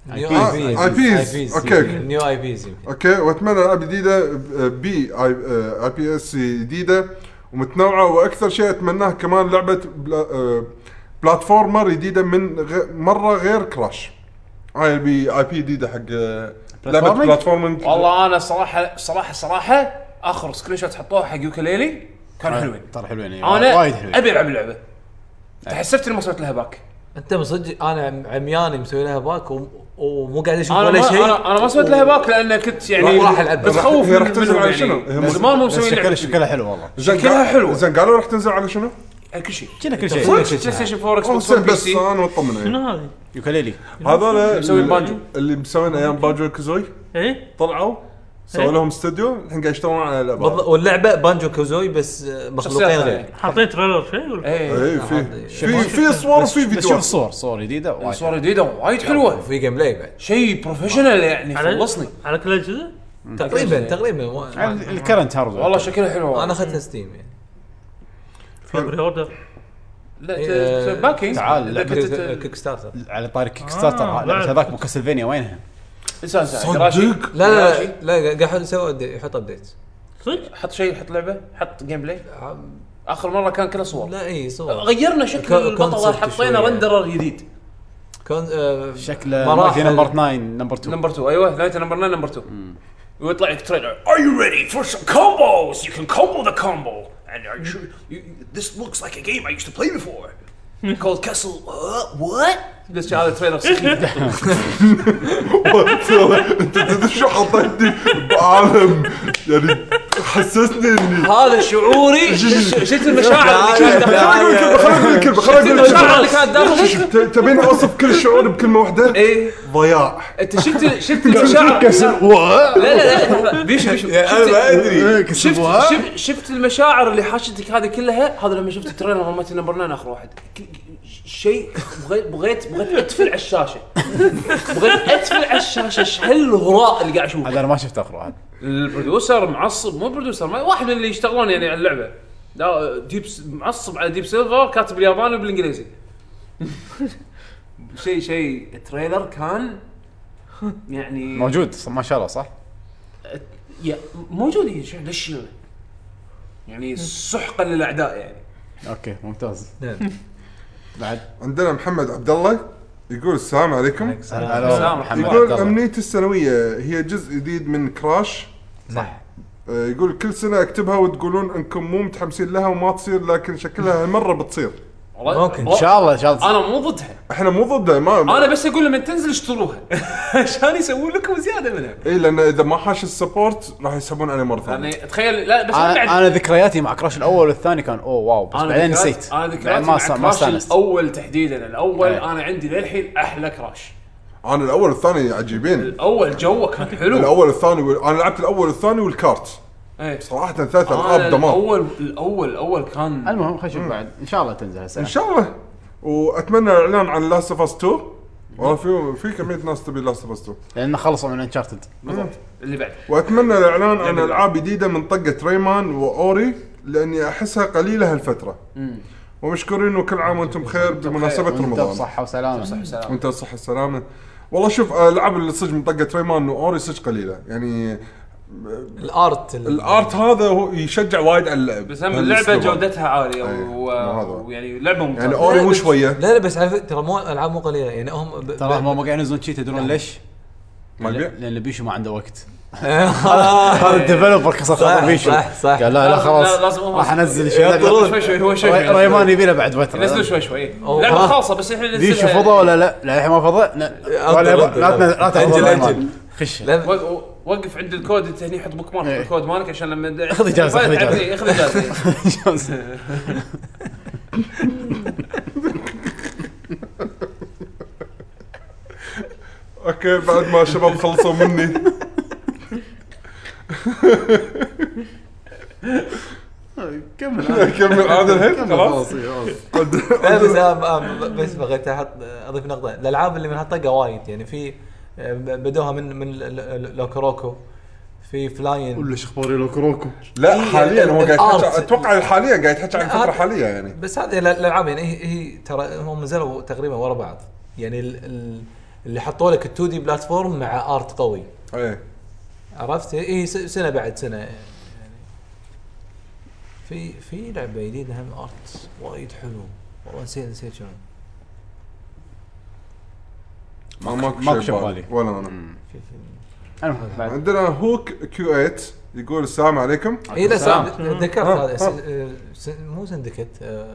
اي بيز اوكي نيو اي بيز اوكي. واتمنى العاب جديده بي اي بي اس جديده ومتنوعه. واكثر شيء اتمناه كمان لعبه بلاتفورمر جديده من مره غير كراش. اي بي جديده حق لعبه بلاتفورمر. والله انا صراحه اخر سكرين شوت حطوه حق يوكليلي كان حلوين ترى حلوين. انا ابي العب اللعبه تحسفت اني ما سويت لها باك. انت مصدق انا عمياني مسوي لها باك ومو قاعد اشوف ولا شيء. انا ما سويت لها باك لان كنت يعني راح العب بتخوف راح تنزل على شنو؟ زمان مو مسوي لعبه شكلها حلو والله. شكلها حلو. زين قالوا راح تنزل على شنو؟ كل شيء كل شيء بلاي ستيشن 4 اكس بوكس بس انا مطمن. شنو هذه؟ يوكليلي هذول مسوين بانجو اللي مسوين ايام بانجو كوزوي ايه طلعوا سووا لهم استوديو الحين قاعد يشتغلون على لعبه واللعبه بانجو كوزوي بس مخلوقين غير. حاطين تريلر شيء ولا اي في صور وفي فيديو. شوف صور جديده صور جديده وايد حلوه في جيم بلاي بعد شيء بروفيشنال يعني خلصني على كل الجزء تقريبا الكرنت هارد والله شكلها حلو. انا اخذتها ستيم يعني في بري اوردر. لا باكينج تعال لعبه كيك ستارتر على طاري كيك ستارتر. هذاك مو كاسلفينيا وينها؟ صدق لا قاعد يحط ابديت صدق حط شيء حط لعبه حط جيم بلاي. اخر مره كان كله صور. لا اي صور غيرنا شكل البطله حطينا رندرر جديد كان شكله مراحل نمبر 9 نمبر 2 ايوه ثلاثه نمبر 9 نمبر 2 ويطلع لك تريلر. Are you ready for some combos? You can combo the combo and are you sure this looks like a game I used to play before called Castle what بس هذا تريلر سخيف. انت شو حطيتني بعالم يعني حسسني اني هذا شعوري. شفت المشاعر اللي كانت خليني اقول المشاعر اللي كانت داخلك. تبين اوصف كل الشعور بكلمه واحده؟ ايه ضياع. انت شفت المشاعر. لا بيشو انا ما ادري شفت المشاعر اللي حاشتك هذه كلها. هذا لما شفت التريلر مالت نمبر 9 اخر واحد شيء بغيت ادفل على الشاشه. بغيت ادفل على الشاشه. ايش هالهراء اللي قاعد اشوفه. هذا انا ما شفت اخر واحد. البروديوسر معصب مو بروديوسر واحد من اللي يشتغلون يعني على اللعبه. لا ديب معصب على ديب سيلفر كاتب بالياباني وبالانجليزي. شيء التريلر كان يعني موجود ما شاء الله صح. موجود ليش يعني سحقا للاعداء يعني. اوكي ممتاز. بعد عندنا محمد عبد الله يقول السلام عليكم. السلام محمد. يقول امنيتي السنويه هي جزء جديد من كراش. صح. يقول كل سنه اكتبها وتقولون انكم مو متحمسين لها وما تصير لكن شكلها هالمره بتصير. ممكن ان شاء الله انا مو ضدها. احنا مو ضدها انا بس اقول لما تنزل اشتروها عشان يسوون لكم زياده منها. اي لان اذا ما حاش السبورت راح يسحبون عليه مره ثانيه. يعني تخيل لا بس انا ذكرياتي مع كراش الاول والثاني كان واو بس بعدين نسيت. انا ذكرياتي مع كراش الاول تحديدا. الاول انا عندي للحين احلى كراش. انا الاول والثاني عجيبين. الاول جوه كان حلو. الاول والثاني انا لعبت الاول والثاني والكارت. ايه صراحه ثلاث العاب دمار. الاول كان المهم خلينا نشوف بعد ان شاء الله تنزل هالسنه ان شاء الله. واتمنى الاعلان عن لاست اوف اس 2. والله في كميه ناس تبي لاست اوف اس 2 لان خلصوا من انشارتد بالضبط اللي بعد. واتمنى الاعلان عن العاب جديده من طقه ريمان واوري لاني احسها قليله هالفتره. ومشكورين وكل عام وانتم بخير بمناسبه رمضان. صحه وسلامه. وانت صحه والسلامه. والله شوف الالعاب اللي صدق من طقه ريمان واوري صدق قليله يعني. الارت هذا هو يشجع وايد على اللعب. بس اللعبه جودتها عاليه ويعني لعبه ممتازه. يعني اوري مو شويه. لا بس على فكره ترى مو العاب مو قليله يعني هم ترى هم قاعدين ينزلون شيء تدرون ليش؟ لان بيشو ما عنده وقت. هذا الديفلوبر كسر بيشو. صح قال لا خلاص راح انزل شوي. هو شوي ريمان يبي له بعد فتره. نزلوا شوي لعبه خاصه بس احنا ننزلها. بيشو فضى ولا لا الحين ما فضى. لا تنزل خش وقف عند الكود انت هني حط بوك مارك الكود مالك عشان لما اخذ اجازه اخذ اجازه. اوكي بعد ما الشباب خلصوا مني كمل هذا الحين خلاص. بس بغيت اضيف نقطه. الالعاب اللي من هالطقه وايد يعني في بدوها من لوكروكو في فلاين ولا شخباري لوكروكو. لا حاليا هو قاعد اتوقع الحاليه قاعد يحكي عن الفتره الحاليه يعني. بس هذه الالعاب يعني هي ترى هم نزلوا تقريبا ورا بعض يعني اللي حطوا لك ال2 دي بلاتفورم مع ارت قوي. ايه عرفت ايه سنه بعد سنه يعني. في لعبه جديده هم ارت وايد حلو والله نسيت شنو. ماكو شيء بالي ولا انا. عندنا هوك كيو 8 يقول السلام عليكم. اي لا ذكرت هذا مو سندكت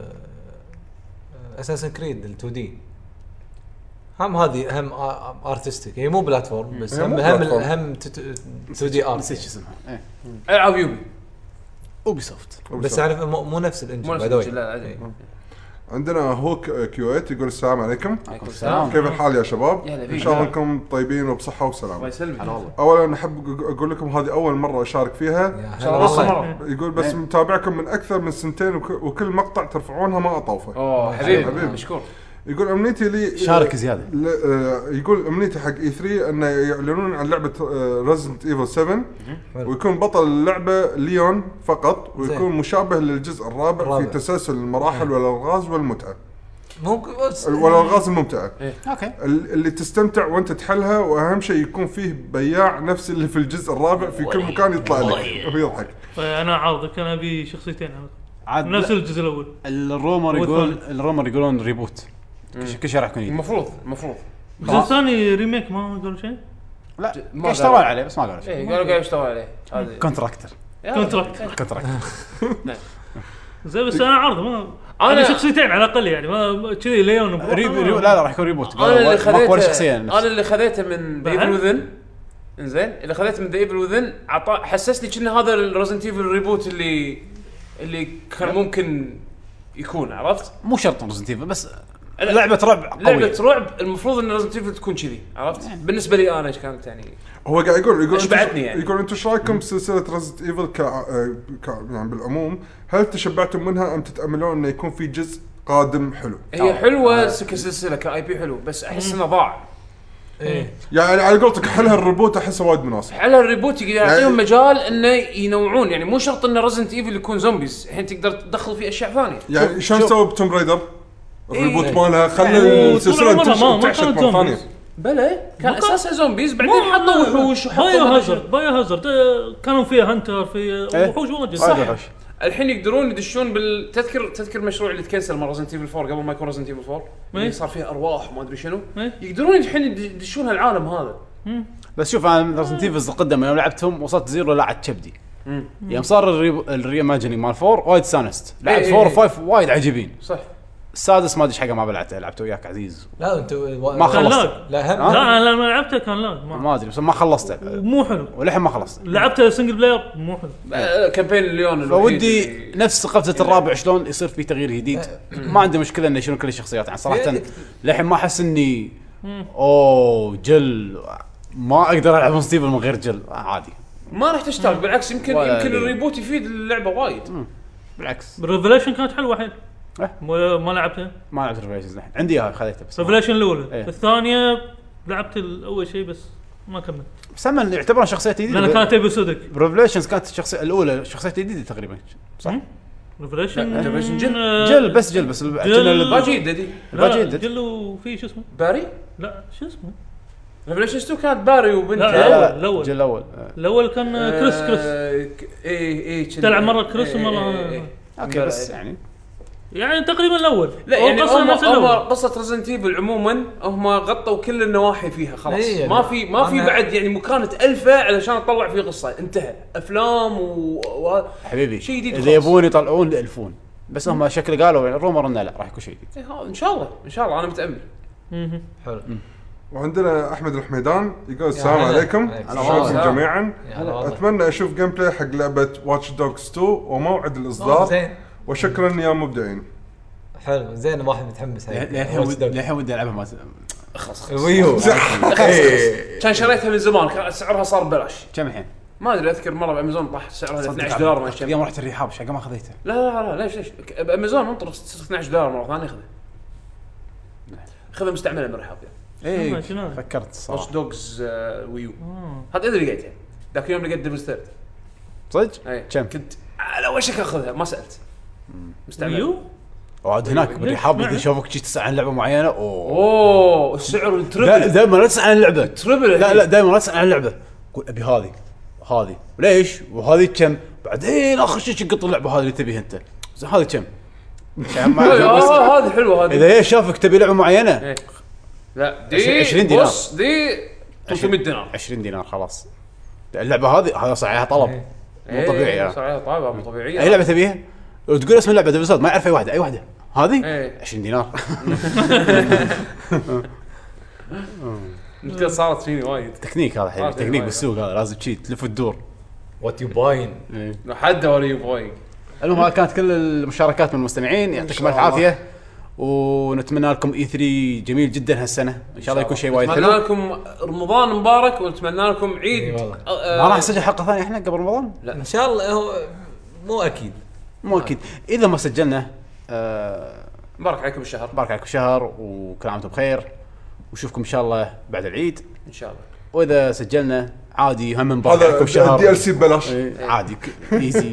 اساسن كريد ال2 دي هم هذه هم ارتستيك هي مو بلاتفورم بس هم 2 دي ارت. نسيت اسمها ايه العاب اوبي سوفت بس عارف مو نفس الانجن لا. عندنا هوك كيو 8 يقول السلام عليكم. عليكم السلام. كيف الحال يا شباب؟ ان شاء الله انكم طيبين وبصحه وسلامه. الله يسلمك. اولا احب اقول لكم هذه اول مره اشارك فيها ان شاء الله مره. يقول بس متابعكم من اكثر من سنتين وكل مقطع ترفعونها ما اطوفه. حبيبي مشكور. يقول امنيتي لي شارك زياده. يقول امنيتي حق اي 3 انه يعلنون عن لعبه ريزنت ايفل 7 ويكون بطل اللعبه ليون فقط ويكون مشابه للجزء الرابع في تسلسل المراحل والالغاز والمتعه. ممكن بس والالغاز الممتعه اوكي اللي تستمتع وانت تحلها واهم شيء يكون فيه بياع نفس اللي في الجزء الرابع في كل مكان يطلع لك ويضحك. انا عارضك انا ابي شخصيتين نفس الجزء الاول. الرومر يقولون ريبوت كل شيء راح يكون المفروض الجزء الثاني ريميك ما قالوا شيء. لا اشتغل عليه بس ما قالوا شيء. قالوا يشتغل عليه هذا كونتراكتر زين بس انا عارض ما انا شخصيتين على الاقل يعني ما كذي ليون لا راح يكون ريبوت. انا اللي خذيته من ذا ايفل وذن. انزين اللي خذيته من ذا ايفل وذن حسسني كأنه هذا الريزنت ايفل ريبوت اللي كان ممكن يكون عرفت. مو شرط ريزنت ايفل بس لعبه رعب قويه. لعبه رعب المفروض ان ريزنت ايفل تكون كذي عرفت بالنسبه لي انا ايش كانت يعني. هو قاعد يقول يعني. يقول انتم ايش رايكم بسلسله ريزنت ايفل يعني بالعموم هل تشبعتم منها ام تتاملون انه يكون في جزء قادم حلو؟ هي حلوه كسلسله كاي بي حلو بس احس انه ضاع. يعني على قولتك حلها الريبوت احسه وايد مناسب. حلها الريبوت يعطيهم مجال انه ينوعون يعني مو شرط ان ريزنت ايفل يكون زومبيز الحين تقدر تدخل فيه اشياء ثانيه. يعني شلون سووا بتوم رايدر الريبوت مالها خلى السلسله تعيش مره ثانيه. بلى كان اساسا زومبيز بعدين حطوا وحوش بايو هازارد كانوا فيها هانتر في وحوش واجد صح. الحين يقدرون يدشون تذكر مشروع اللي تكنسل مره ريزنت ايفل 4 قبل ما يكون ريزنت ايفل 4 اللي صار فيه ارواح وما ادري شنو. يقدرون الحين يدشون العالم هذا. بس شوف انا ريزنت ايفل القدم يوم لعبتهم وصلت زيرو لا عاد كبدي. يوم صار الريماجيننج مال 4 وايد سانست لعبت 4 و5 وايد عجيبين صح. السادس ما ادري حاجه ما بلعته لعبته وياك عزيز. لا انت ما خلصت. لا لما لعبته كان ما ادري بس ما خلصته مو حلو ولحين ما خلصت. لعبته سنجل بلاير مو حلو. كامبين اليوم فودي نفس قفزه الرابع شلون يصير في تغيير جديد. ما عندي مشكله انه يشيلون كل الشخصيات يعني صراحه لحين ما احس اني جل ما اقدر العب ستيفن من غير جل عادي ما راح تشتغل. بالعكس يمكن الريبوت يفيد اللعبه وايد. بالعكس ريفيليشن كانت حلوه حيل. ما لعبتها. ما لعبت ريفيليشنز الحين عندي اياها خذيتها بس ريفيليشن الاولى الثانيه لعبت الاول شيء بس ما كملت. سمن يعتبرها شخصيه جديده لان كانت ابيسودك. ريفيليشنز كانت الشخصيه الاولى شخصيه جديده تقريبا صح. ريفيليشن جل بس باجي جل وفي شو اسمه باري لا شو اسمه ريفيليشن 2 كانت باري وبنته. الاول جل الاول كان كريس اي تلعب مره كريس ومره اوكي بس يعني تقريبا الاول. لا يعني قصه ريزنت ايفل عموما هم غطوا كل النواحي فيها خلاص. ما في بعد يعني مكانه الفه علشان اطلع فيه قصه انتهى افلام حبيبي شيء جديد اذا يبون يطلعون الفون بس هم شكل قالوا الرومر انه لا راح يكون شيء جديد. ان شاء الله انا متامل. حلو. وعندنا احمد الحميدان يقول السلام عليكم جميعا. اتمنى اشوف جيم بلاي حق لعبه واتش دوغز 2 وموعد الاصدار وشكرا يا مبدعين. حلو زين واحد متحمس الحين ودي العبها ما خلاص ويو كان شريتها من زمان كان سعرها صار ببلاش. كم الحين ما ادري اذكر مره بامازون طاح سعرها $12 ما اشتري. اليوم رحت الرحاب شقه ما خذيتها. لا ليش بامازون انطر $12 مره ثانيه خذها مستعمله من الرحاب ايه فكرت صراحه واتش دوغز ويو هذا اللي لقيته ذاك اليوم لقيت ديفل ستيرد صدق كم كنت على وشك اخذها ما سالت مستعمل وعاد هناك بالرحاب اذا شافوك شي تسال عن لعبه معينه اوه السعر التربل دائما لا تسال عن اللعبه تربل لا دائما لا تسال عن اللعبه قول ابي هذه ليش وهذه كم بعدين اخر شيء تقط اللعبه هذه اللي تبيها انت هذه كم هذه حلوه هذه اذا هي شافك تبي لعبه معينه لا دي 20 دينار بص دي 300 دينار 20 دينار خلاص اللعبه هذه صار عليها طلب مو طبيعي صار عليها طلب مو طبيعيه اي لعبه تبيها وتقول اسم اللعبه دبسات ما يعرف اي واحده هذه 20 دينار مشكلة صارت فيني وايد تكنيك هذا حبيبي تكنيك بالسوق هذا لازم شيء تلف وتدور وات يو باين حد ولا يو باين. المهم هذه كانت كل المشاركات من المستمعين يعطيكم الف عافيه ونتمنى لكم E3 جميل جدا هالسنه ان شاء الله يكون شيء وايد حلو. نتمنى لكم رمضان مبارك ونتمنى لكم عيد. ما راح نسجل حلقه ثانيه احنا قبل رمضان؟ لا ان شاء الله هو مو اكيد اذا ما سجلنا بارك عليكم الشهر بارك عليكم الشهر وكل عام وانتم بخير وشوفكم ان شاء الله بعد العيد ان شاء الله. واذا سجلنا عادي هم نبارك عليكم الشهر DLC ببلاش عادي ايزي.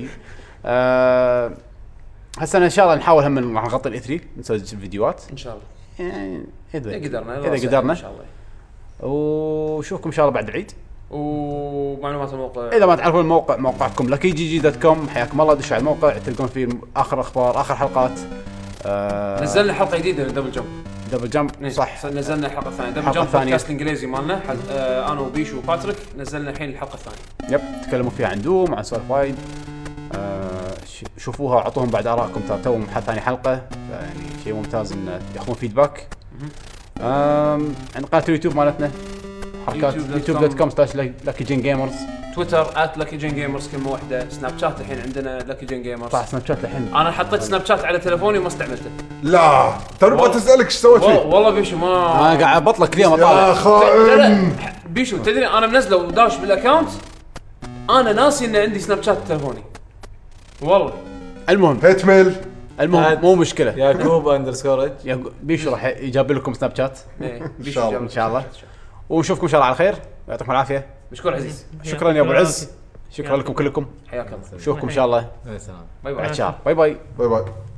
هسه ان شاء الله نحاول هم راح نغطي E3 نسوي فيديوهات ان شاء الله يعني اذا قدرنا ان شاء الله. وشوفكم ان شاء الله بعد العيد. ومعلومات الموقع اذا ما تعرفون الموقع موقعكم luckygg.com حياكم الله دشوا على الموقع تلقون فيه اخر اخبار اخر حلقات. نزلنا حلقه جديده دبل جمب صح نزلنا الحلقه الثانيه دبل جمب بودكاست الانجليزي مالنا انا وبيشو وباتريك نزلنا الحين الحلقه الثانيه تكلموا فيها عن دوم وعن سوالف وايد. شوفوها وعطوهم بعد آرائكم توهم ثاني حلقه يعني شيء ممتاز ان ياخذون فيدباك. عند قناه اليوتيوب مالتنا حركات youtube.com/luckygengamers تويتر @luckygengamers كلمه واحده. سناب شات الحين عندنا luckygengamers صح سناب شات الحين انا حطيت سناب شات على تلفوني وما استعملته. لا ترى تسالك ايش سويت فيه والله بيشو ما انا قاعد بطلق اليوم اطالع لا بيشو تدري انا منزله وداش بالاكونت انا ناسي ان عندي سناب شات تلفوني والله. المهم هيت ميل مو مشكله يعقوب _ بيشو راح يجاب لكم سناب شات ان شاء الله ونشوفكم ان شاء الله على خير يعطيكم العافيه. مشكور عزيز شكرا يا ابو العز شكرا لكم كلكم حياكم نشوفكم ان شاء الله باي باي باي باي باي باي